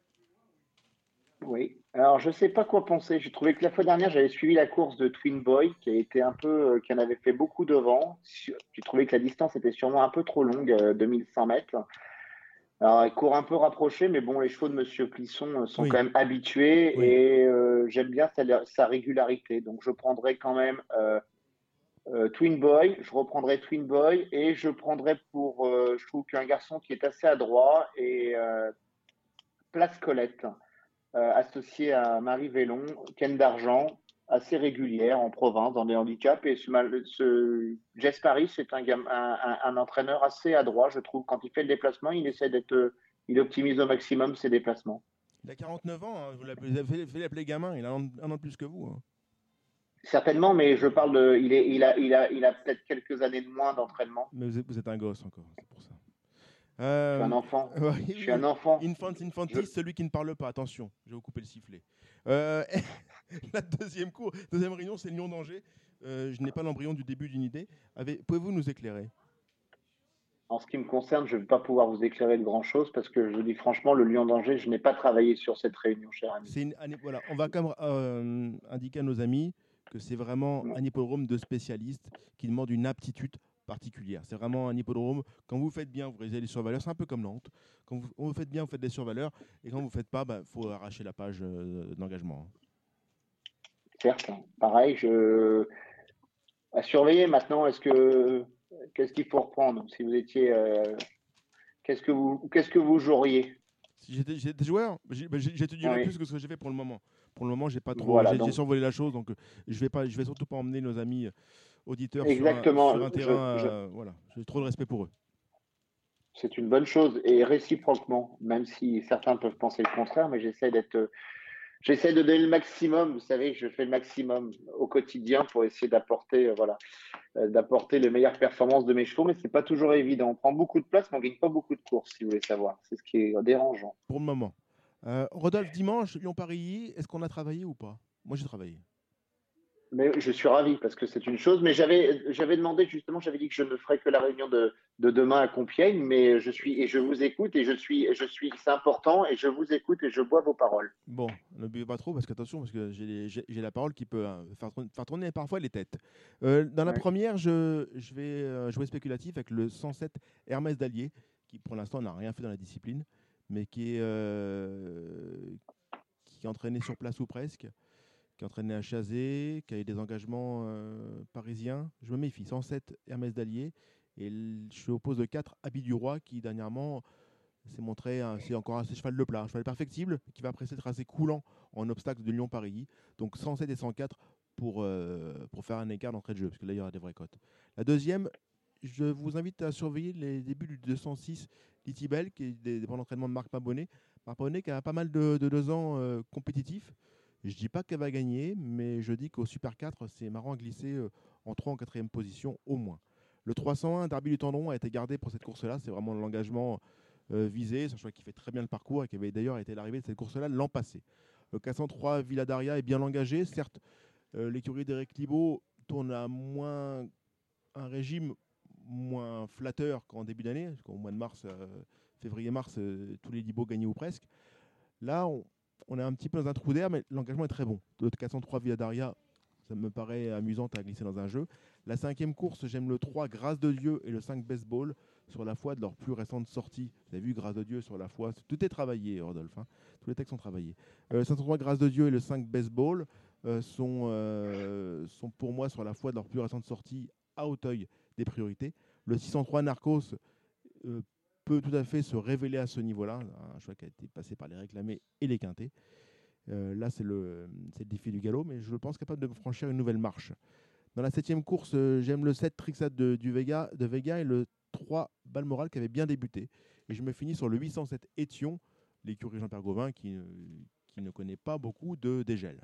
Oui, alors je ne sais pas quoi penser. J'ai trouvé que la fois dernière, j'avais suivi la course de Twin Boy qui a été un peu, euh, qui en avait fait beaucoup devant. J'ai trouvé que la distance était sûrement un peu trop longue, euh, deux mille cent mètres. Alors, elle court un peu rapprochée, mais bon, les chevaux de Monsieur Plisson sont oui. quand même habitués oui. et euh, j'aime bien sa, sa régularité. Donc, je prendrai quand même euh, euh, Twin Boy, je reprendrai Twin Boy et je prendrai pour, euh, je trouve qu'un garçon qui est assez adroit et euh, Place Colette, euh, associé à Marie Vélon, Ken d'Argent, assez régulière en province, dans des handicaps. Et ce, ce Jess Paris, c'est un, un, un, un entraîneur assez adroit, je trouve. Quand il fait le déplacement, il essaie d'être, il optimise au maximum ses déplacements. Il a quarante-neuf ans, hein. Vous l'avez fait l'appeler gamin, il a un, un an de plus que vous. Hein. Certainement, mais je parle de, il, est, il a, il a, il a peut-être quelques années de moins d'entraînement. Mais vous êtes, vous êtes un gosse encore, c'est pour ça. Euh, je suis un enfant. Ouais, je suis un enfant. Infant, infantis, je... celui qui ne parle pas. Attention, je vais vous couper le sifflet. Euh, la deuxième cour, deuxième réunion, c'est Lyon d'Angers. Euh, je n'ai pas l'embryon du début d'une idée. Avez, pouvez-vous nous éclairer? En ce qui me concerne, je ne vais pas pouvoir vous éclairer de grand-chose parce que je vous dis franchement, le Lyon d'Angers, je n'ai pas travaillé sur cette réunion, cher ami. C'est une année, voilà, on va quand même euh, indiquer à nos amis que c'est vraiment ouais. un hippodrome de spécialistes qui demande une aptitude particulière. C'est vraiment un hippodrome. Quand vous faites bien, vous réalisez les survaleurs. C'est un peu comme Nantes. Quand vous, vous faites bien, vous faites des survaleurs. Et quand vous ne faites pas, il bah, faut arracher la page euh, d'engagement. Certes. Pareil, je... à surveiller maintenant, est-ce que... qu'est-ce qu'il faut reprendre? Si vous étiez... Euh... Qu'est-ce que vous, qu'est-ce que vous joueriez? Si j'étais, j'étais joueur, j'ai, bah, j'ai, j'étudierais oui. plus que ce que j'ai fait pour le moment. Pour le moment, j'ai pas trop... Voilà, j'ai, donc... j'ai survolé la chose, donc je vais pas, je vais surtout pas emmener nos amis auditeurs Exactement. sur un, sur un terrain, je, je... Euh, voilà, j'ai trop de respect pour eux. C'est une bonne chose et réciproquement, même si certains peuvent penser le contraire, mais j'essaie d'être, j'essaie de donner le maximum. Vous savez, je fais le maximum au quotidien pour essayer d'apporter, euh, voilà, euh, d'apporter les meilleures performances de mes chevaux, mais c'est pas toujours évident. On prend beaucoup de place, mais on gagne pas beaucoup de courses, si vous voulez savoir. C'est ce qui est dérangeant. Pour le moment. Euh, Rodolphe, dimanche, Lyon-Paris, est-ce qu'on a travaillé ou pas? Moi, j'ai travaillé. Mais je suis ravi parce que c'est une chose. Mais j'avais, j'avais demandé justement, j'avais dit que je ne ferais que la réunion de, de demain à Compiègne, mais je suis et je vous écoute et je suis, je suis, c'est important et je vous écoute et je bois vos paroles. Bon, ne buvez pas trop parce qu'attention, parce que j'ai les- j'ai- j'ai la parole qui peut hein, faire, tourner, faire tourner parfois les têtes. Euh, dans la Ouais. première, je, je vais euh, jouer spéculatif avec le cent sept Hermès d'Allier, qui pour l'instant n'a rien fait dans la discipline, mais qui est, euh, qui est entraîné sur place ou presque, qui est entraîné à Chazé, qui a eu des engagements euh, parisiens. Je me méfie, cent sept Hermès d'Allier, et l- je oppose le quatre Habit du Roi, qui dernièrement c'est montré, hein, c'est encore un cheval de plat, un cheval perfectible qui va presser tracé coulant en obstacle de Lyon-Paris. Donc cent sept et cent quatre pour, euh, pour faire un écart d'entrée de jeu, parce que là il y aura des vraies cotes. La deuxième, je vous invite à surveiller les débuts du deux cent six Litibel, qui est des, des points d'entraînement de Marc Mabonnet. Marc Mabonnet qui a pas mal de, de deux ans euh, compétitifs. Je ne dis pas qu'elle va gagner, mais je dis qu'au Super quatre, c'est marrant à glisser euh, en trois en quatrième position au moins. Le trois cent un Derby du Tendron a été gardé pour cette course-là. C'est vraiment l'engagement euh, visé. C'est un choix qui fait très bien le parcours et qui avait d'ailleurs été l'arrivée de cette course-là l'an passé. Le quatre cent trois Villa Daria est bien engagé. Certes, euh, l'écurie d'Éric Libaud tourne à moins un régime moins flatteur qu'en début d'année. Parce qu'au mois de mars, euh, février-mars, euh, tous les Libaud gagnaient ou presque. Là, on, on est un petit peu dans un trou d'air, mais l'engagement est très bon. Le quatre cent trois Villa Daria, ça me paraît amusant à glisser dans un jeu. La cinquième course, j'aime le trois Grâce de Dieu et le cinq Baseball sur la foi de leur plus récente sortie. Vous avez vu Grâce de Dieu sur la foi, tout est travaillé, Rodolphe. Hein. Tous les textes sont travaillés. Euh, le cinq cent trois Grâce de Dieu et le cinq Baseball euh, sont, euh, sont pour moi sur la foi de leur plus récente sortie à Auteuil des priorités. Le six cent trois Narcos euh, peut tout à fait se révéler à ce niveau-là, un choix qui a été passé par les réclamés et les quintés. Euh, là, c'est le, c'est le défi du galop, mais je pense capable de franchir une nouvelle marche. Dans la septième course, euh, j'aime le sept Trixat de, du Vega, de Vega et le trois Balmoral qui avait bien débuté. Et je me finis sur le huit cent sept Étion, l'écurie Jean-Pierre Gauvin, qui, euh, qui ne connaît pas beaucoup de dégel.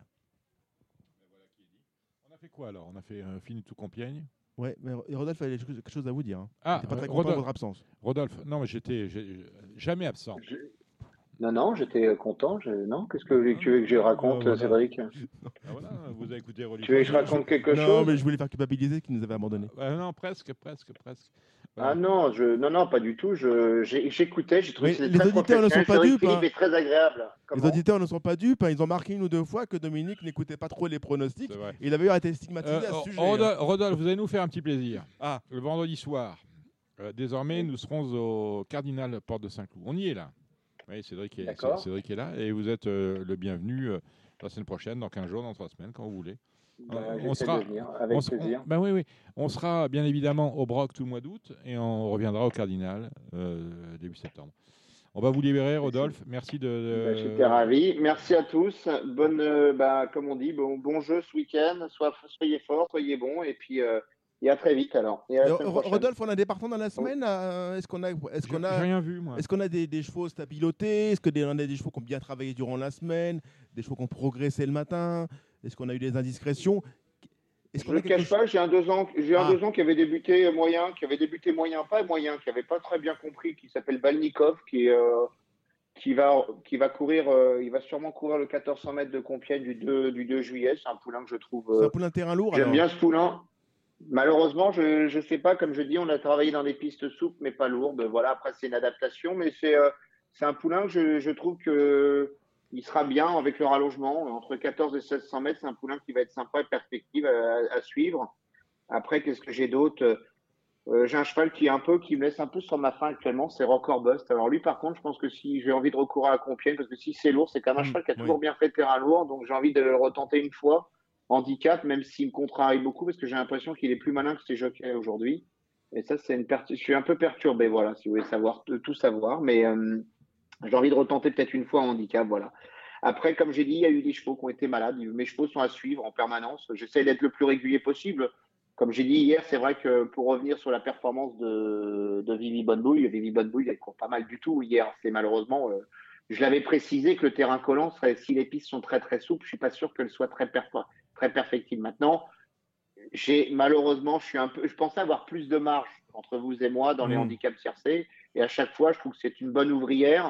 On a fait quoi alors? On a fait euh, fini tout Compiègne. Ouais, mais et Rodolphe avait quelque chose à vous dire. Hein. Ah, Il était pas très euh, content de Rodolphe, votre absence. Rodolphe, non, mais j'étais j'ai- jamais absent. Je- Non, non, j'étais content. Je... Non, qu'est-ce que tu veux que je raconte, Ah, voilà. Cédric? Ah, voilà, vous avez écouté Religion. Tu veux que je raconte quelque non, chose? mais je voulais faire culpabiliser qui nous avait abandonnés. Euh, non, presque, presque, presque. Ah non, je... non, non, pas du tout. Je... j'ai- J'écoutais, j'ai trouvé Oui, que c'était les très auditeurs ne sont professionnel. pas Cédric dupes, Philippe hein. est très agréable. Les Comment? auditeurs ne sont pas dupes, hein. Ils ont marqué une ou deux fois que Dominique n'écoutait pas trop les pronostics. C'est vrai. Et il avait d'ailleurs été stigmatisé Euh, à ce sujet. Rodolphe, hein. Rodolphe, vous allez nous faire un petit plaisir. Ah. Le vendredi soir, euh, désormais, nous serons au Cardinal Porte de Saint-Cloud. On y est là. Oui, Cédric est, D'accord. Cédric est là et vous êtes euh, le bienvenu euh, la semaine prochaine, dans quinze jours, dans trois semaines, quand vous voulez. Bah, Euh, j'essaie de venir, avec on sera- plaisir. on- ben oui, oui. On sera bien évidemment au Broc tout le mois d'août et on reviendra au Cardinal euh, début septembre. On va vous libérer, Rodolphe. Merci de. de- Bah, J'étais ravi. Merci à tous. Bonne, euh, bah, comme on dit, bon, bon jeu ce week-end. Sois- Soyez forts, soyez bons. Et puis, euh, et à très vite alors. Et à la Et, semaine Ro- prochaine. Rodolphe, on a des partants dans la semaine. euh, Est-ce qu'on a, est-ce qu'on a, J'ai rien vu, moi. Est-ce qu'on a des, des chevaux stabilotés? Est-ce que des, on a des chevaux qui ont bien travaillé durant la semaine? Des chevaux qui ont progressé le matin? Est-ce qu'on a eu des indiscrétions? Est-ce Je qu'on ne a le quelque cache chose- pas, j'ai un deux ans, j'ai un Ah. deux ans qui avait débuté moyen, qui avait débuté moyen, pas moyen, qui avait pas très bien compris, qui s'appelle Balnikov, qui est, euh, qui va, qui va courir, euh, il va sûrement courir le quatorze cents mètres de Compiègne du deux, du deux juillet. C'est un poulain que je trouve. C'est euh, un poulain de terrain lourd. J'aime alors bien ce poulain. Malheureusement, je ne sais pas, comme je dis, on a travaillé dans des pistes souples, mais pas lourdes. Voilà, après, c'est une adaptation, mais c'est euh, c'est un poulain que je, je trouve que il sera bien avec le rallongement. Entre quatorze et seize cents mètres, c'est un poulain qui va être sympa et perspective à, à suivre. Après, qu'est-ce que j'ai d'autre? Euh, J'ai un cheval qui est un peu, qui me laisse un peu sur ma faim actuellement, c'est Rocker Bust. Alors lui, par contre, je pense que si j'ai envie de recourir à Compiègne, parce que si c'est lourd, c'est quand même un Mm, cheval qui a oui. toujours bien fait terrain lourd, donc j'ai envie de le retenter une fois. Handicap, même s'il me contrarie beaucoup, parce que j'ai l'impression qu'il est plus malin que ses jockeys aujourd'hui. Et ça, c'est une per... je suis un peu perturbé, voilà, si vous voulez savoir, tout savoir, mais euh, j'ai envie de retenter peut-être une fois en handicap, voilà. Après, comme j'ai dit, il y a eu des chevaux qui ont été malades. Mes chevaux sont à suivre en permanence. J'essaie d'être le plus régulier possible. Comme j'ai dit hier, c'est vrai que pour revenir sur la performance de, de Vivi Bonnebouille, Vivi Bonnebouille, elle court pas mal du tout hier. C'est malheureusement, euh, je l'avais précisé que le terrain collant serait, si les pistes sont très très souples, je suis pas sûr qu'elle soit très, perf- très perfectible. Maintenant, j'ai malheureusement, je suis un peu, je pensais avoir plus de marge entre vous et moi dans les Mm. handicaps tiercés. Et à chaque fois, je trouve que c'est une bonne ouvrière.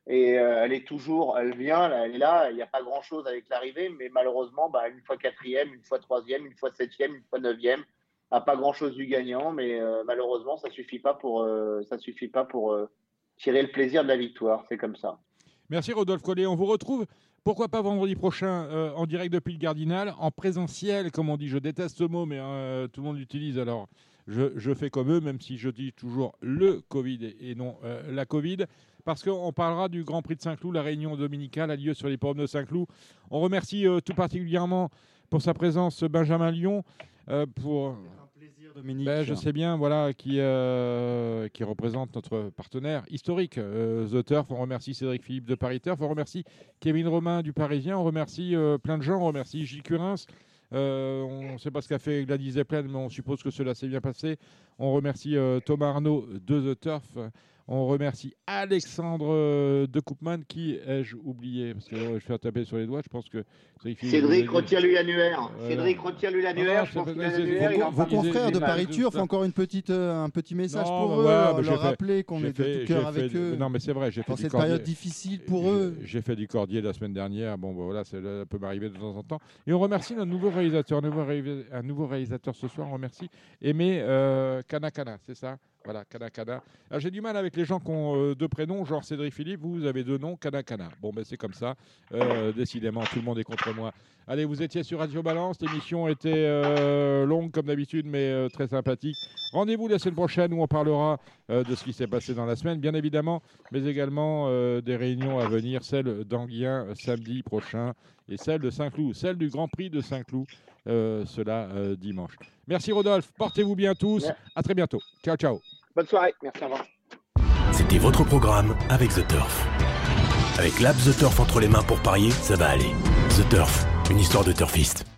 Et euh, elle est toujours, elle vient, là, elle est là, il n'y a pas grand-chose avec l'arrivée, mais malheureusement, bah, une fois quatrième, une fois troisième, une fois septième, une fois neuvième, a pas grand-chose du gagnant, mais euh, malheureusement, ça suffit pas pour, euh, ça suffit pas pour euh, tirer le plaisir de la victoire. C'est comme ça. Merci Rodolphe Collet. On vous retrouve, pourquoi pas vendredi prochain, euh, en direct depuis le Gardinal, en présentiel, comme on dit. Je déteste ce mot, mais euh, tout le monde l'utilise, alors je, je fais comme eux, même si je dis toujours le Covid et non euh, la Covid. Parce qu'on parlera du Grand Prix de Saint-Cloud. La réunion dominicale a lieu sur les pommes de Saint-Cloud. On remercie euh, tout particulièrement pour sa présence Benjamin Lyon. Euh, pour un plaisir, Dominique. Ben, je sais bien, voilà, qui, euh, qui représente notre partenaire historique, euh, The Turf. On remercie Cédric Philippe de Paris Turf. On remercie Kevin Romain du Parisien. On remercie euh, plein de gens. On remercie Gilles Curins. Euh, on ne sait pas ce qu'a fait Gladys Zeppelin, mais on suppose que cela s'est bien passé. On remercie euh, Thomas Arnaud de The Turf. On remercie Alexandre de Koopman, qui ai-je oublié? Parce que je fais taper sur les doigts, je pense que... Cédric, retire-lui l'annuaire. Euh... Cédric, retire-lui l'annuaire. Vos, vos confrères de Paris Turf, encore une petite, euh, un petit message non, pour eux, ouais, leur rappeler qu'on est fait, de tout cœur avec fait, eux. Non, mais c'est vrai, j'ai fait dans du cette cordier. période difficile pour eux. J'ai fait du cordier la semaine dernière. Bon, ben, voilà, ça peut m'arriver de temps en temps. Et on remercie notre nouveau réalisateur, un nouveau, réalisateur, un nouveau réalisateur ce soir. On remercie Aimé euh, Kanakana, c'est ça? Voilà, Kanakana. Alors, j'ai du mal avec les gens qui ont euh, deux prénoms, genre Cédric Philippe, vous avez deux noms, Kanakana. Bon, ben c'est comme ça. Euh, décidément, tout le monde est contre moi. Allez, vous étiez sur Radio Balance. L'émission était euh, longue comme d'habitude, mais euh, très sympathique. Rendez-vous la semaine prochaine où on parlera euh, de ce qui s'est passé dans la semaine, bien évidemment, mais également euh, des réunions à venir, celle d'Anguien euh, samedi prochain et celle de Saint-Cloud, celle du Grand Prix de Saint-Cloud, euh, cela euh, dimanche. Merci Rodolphe, portez-vous bien tous. Ouais. À très bientôt. Ciao, ciao. Bonne soirée, merci, au revoir. C'était votre programme avec The Turf. Avec l'app The Turf entre les mains pour parier, ça va aller. The Turf, une histoire de turfiste.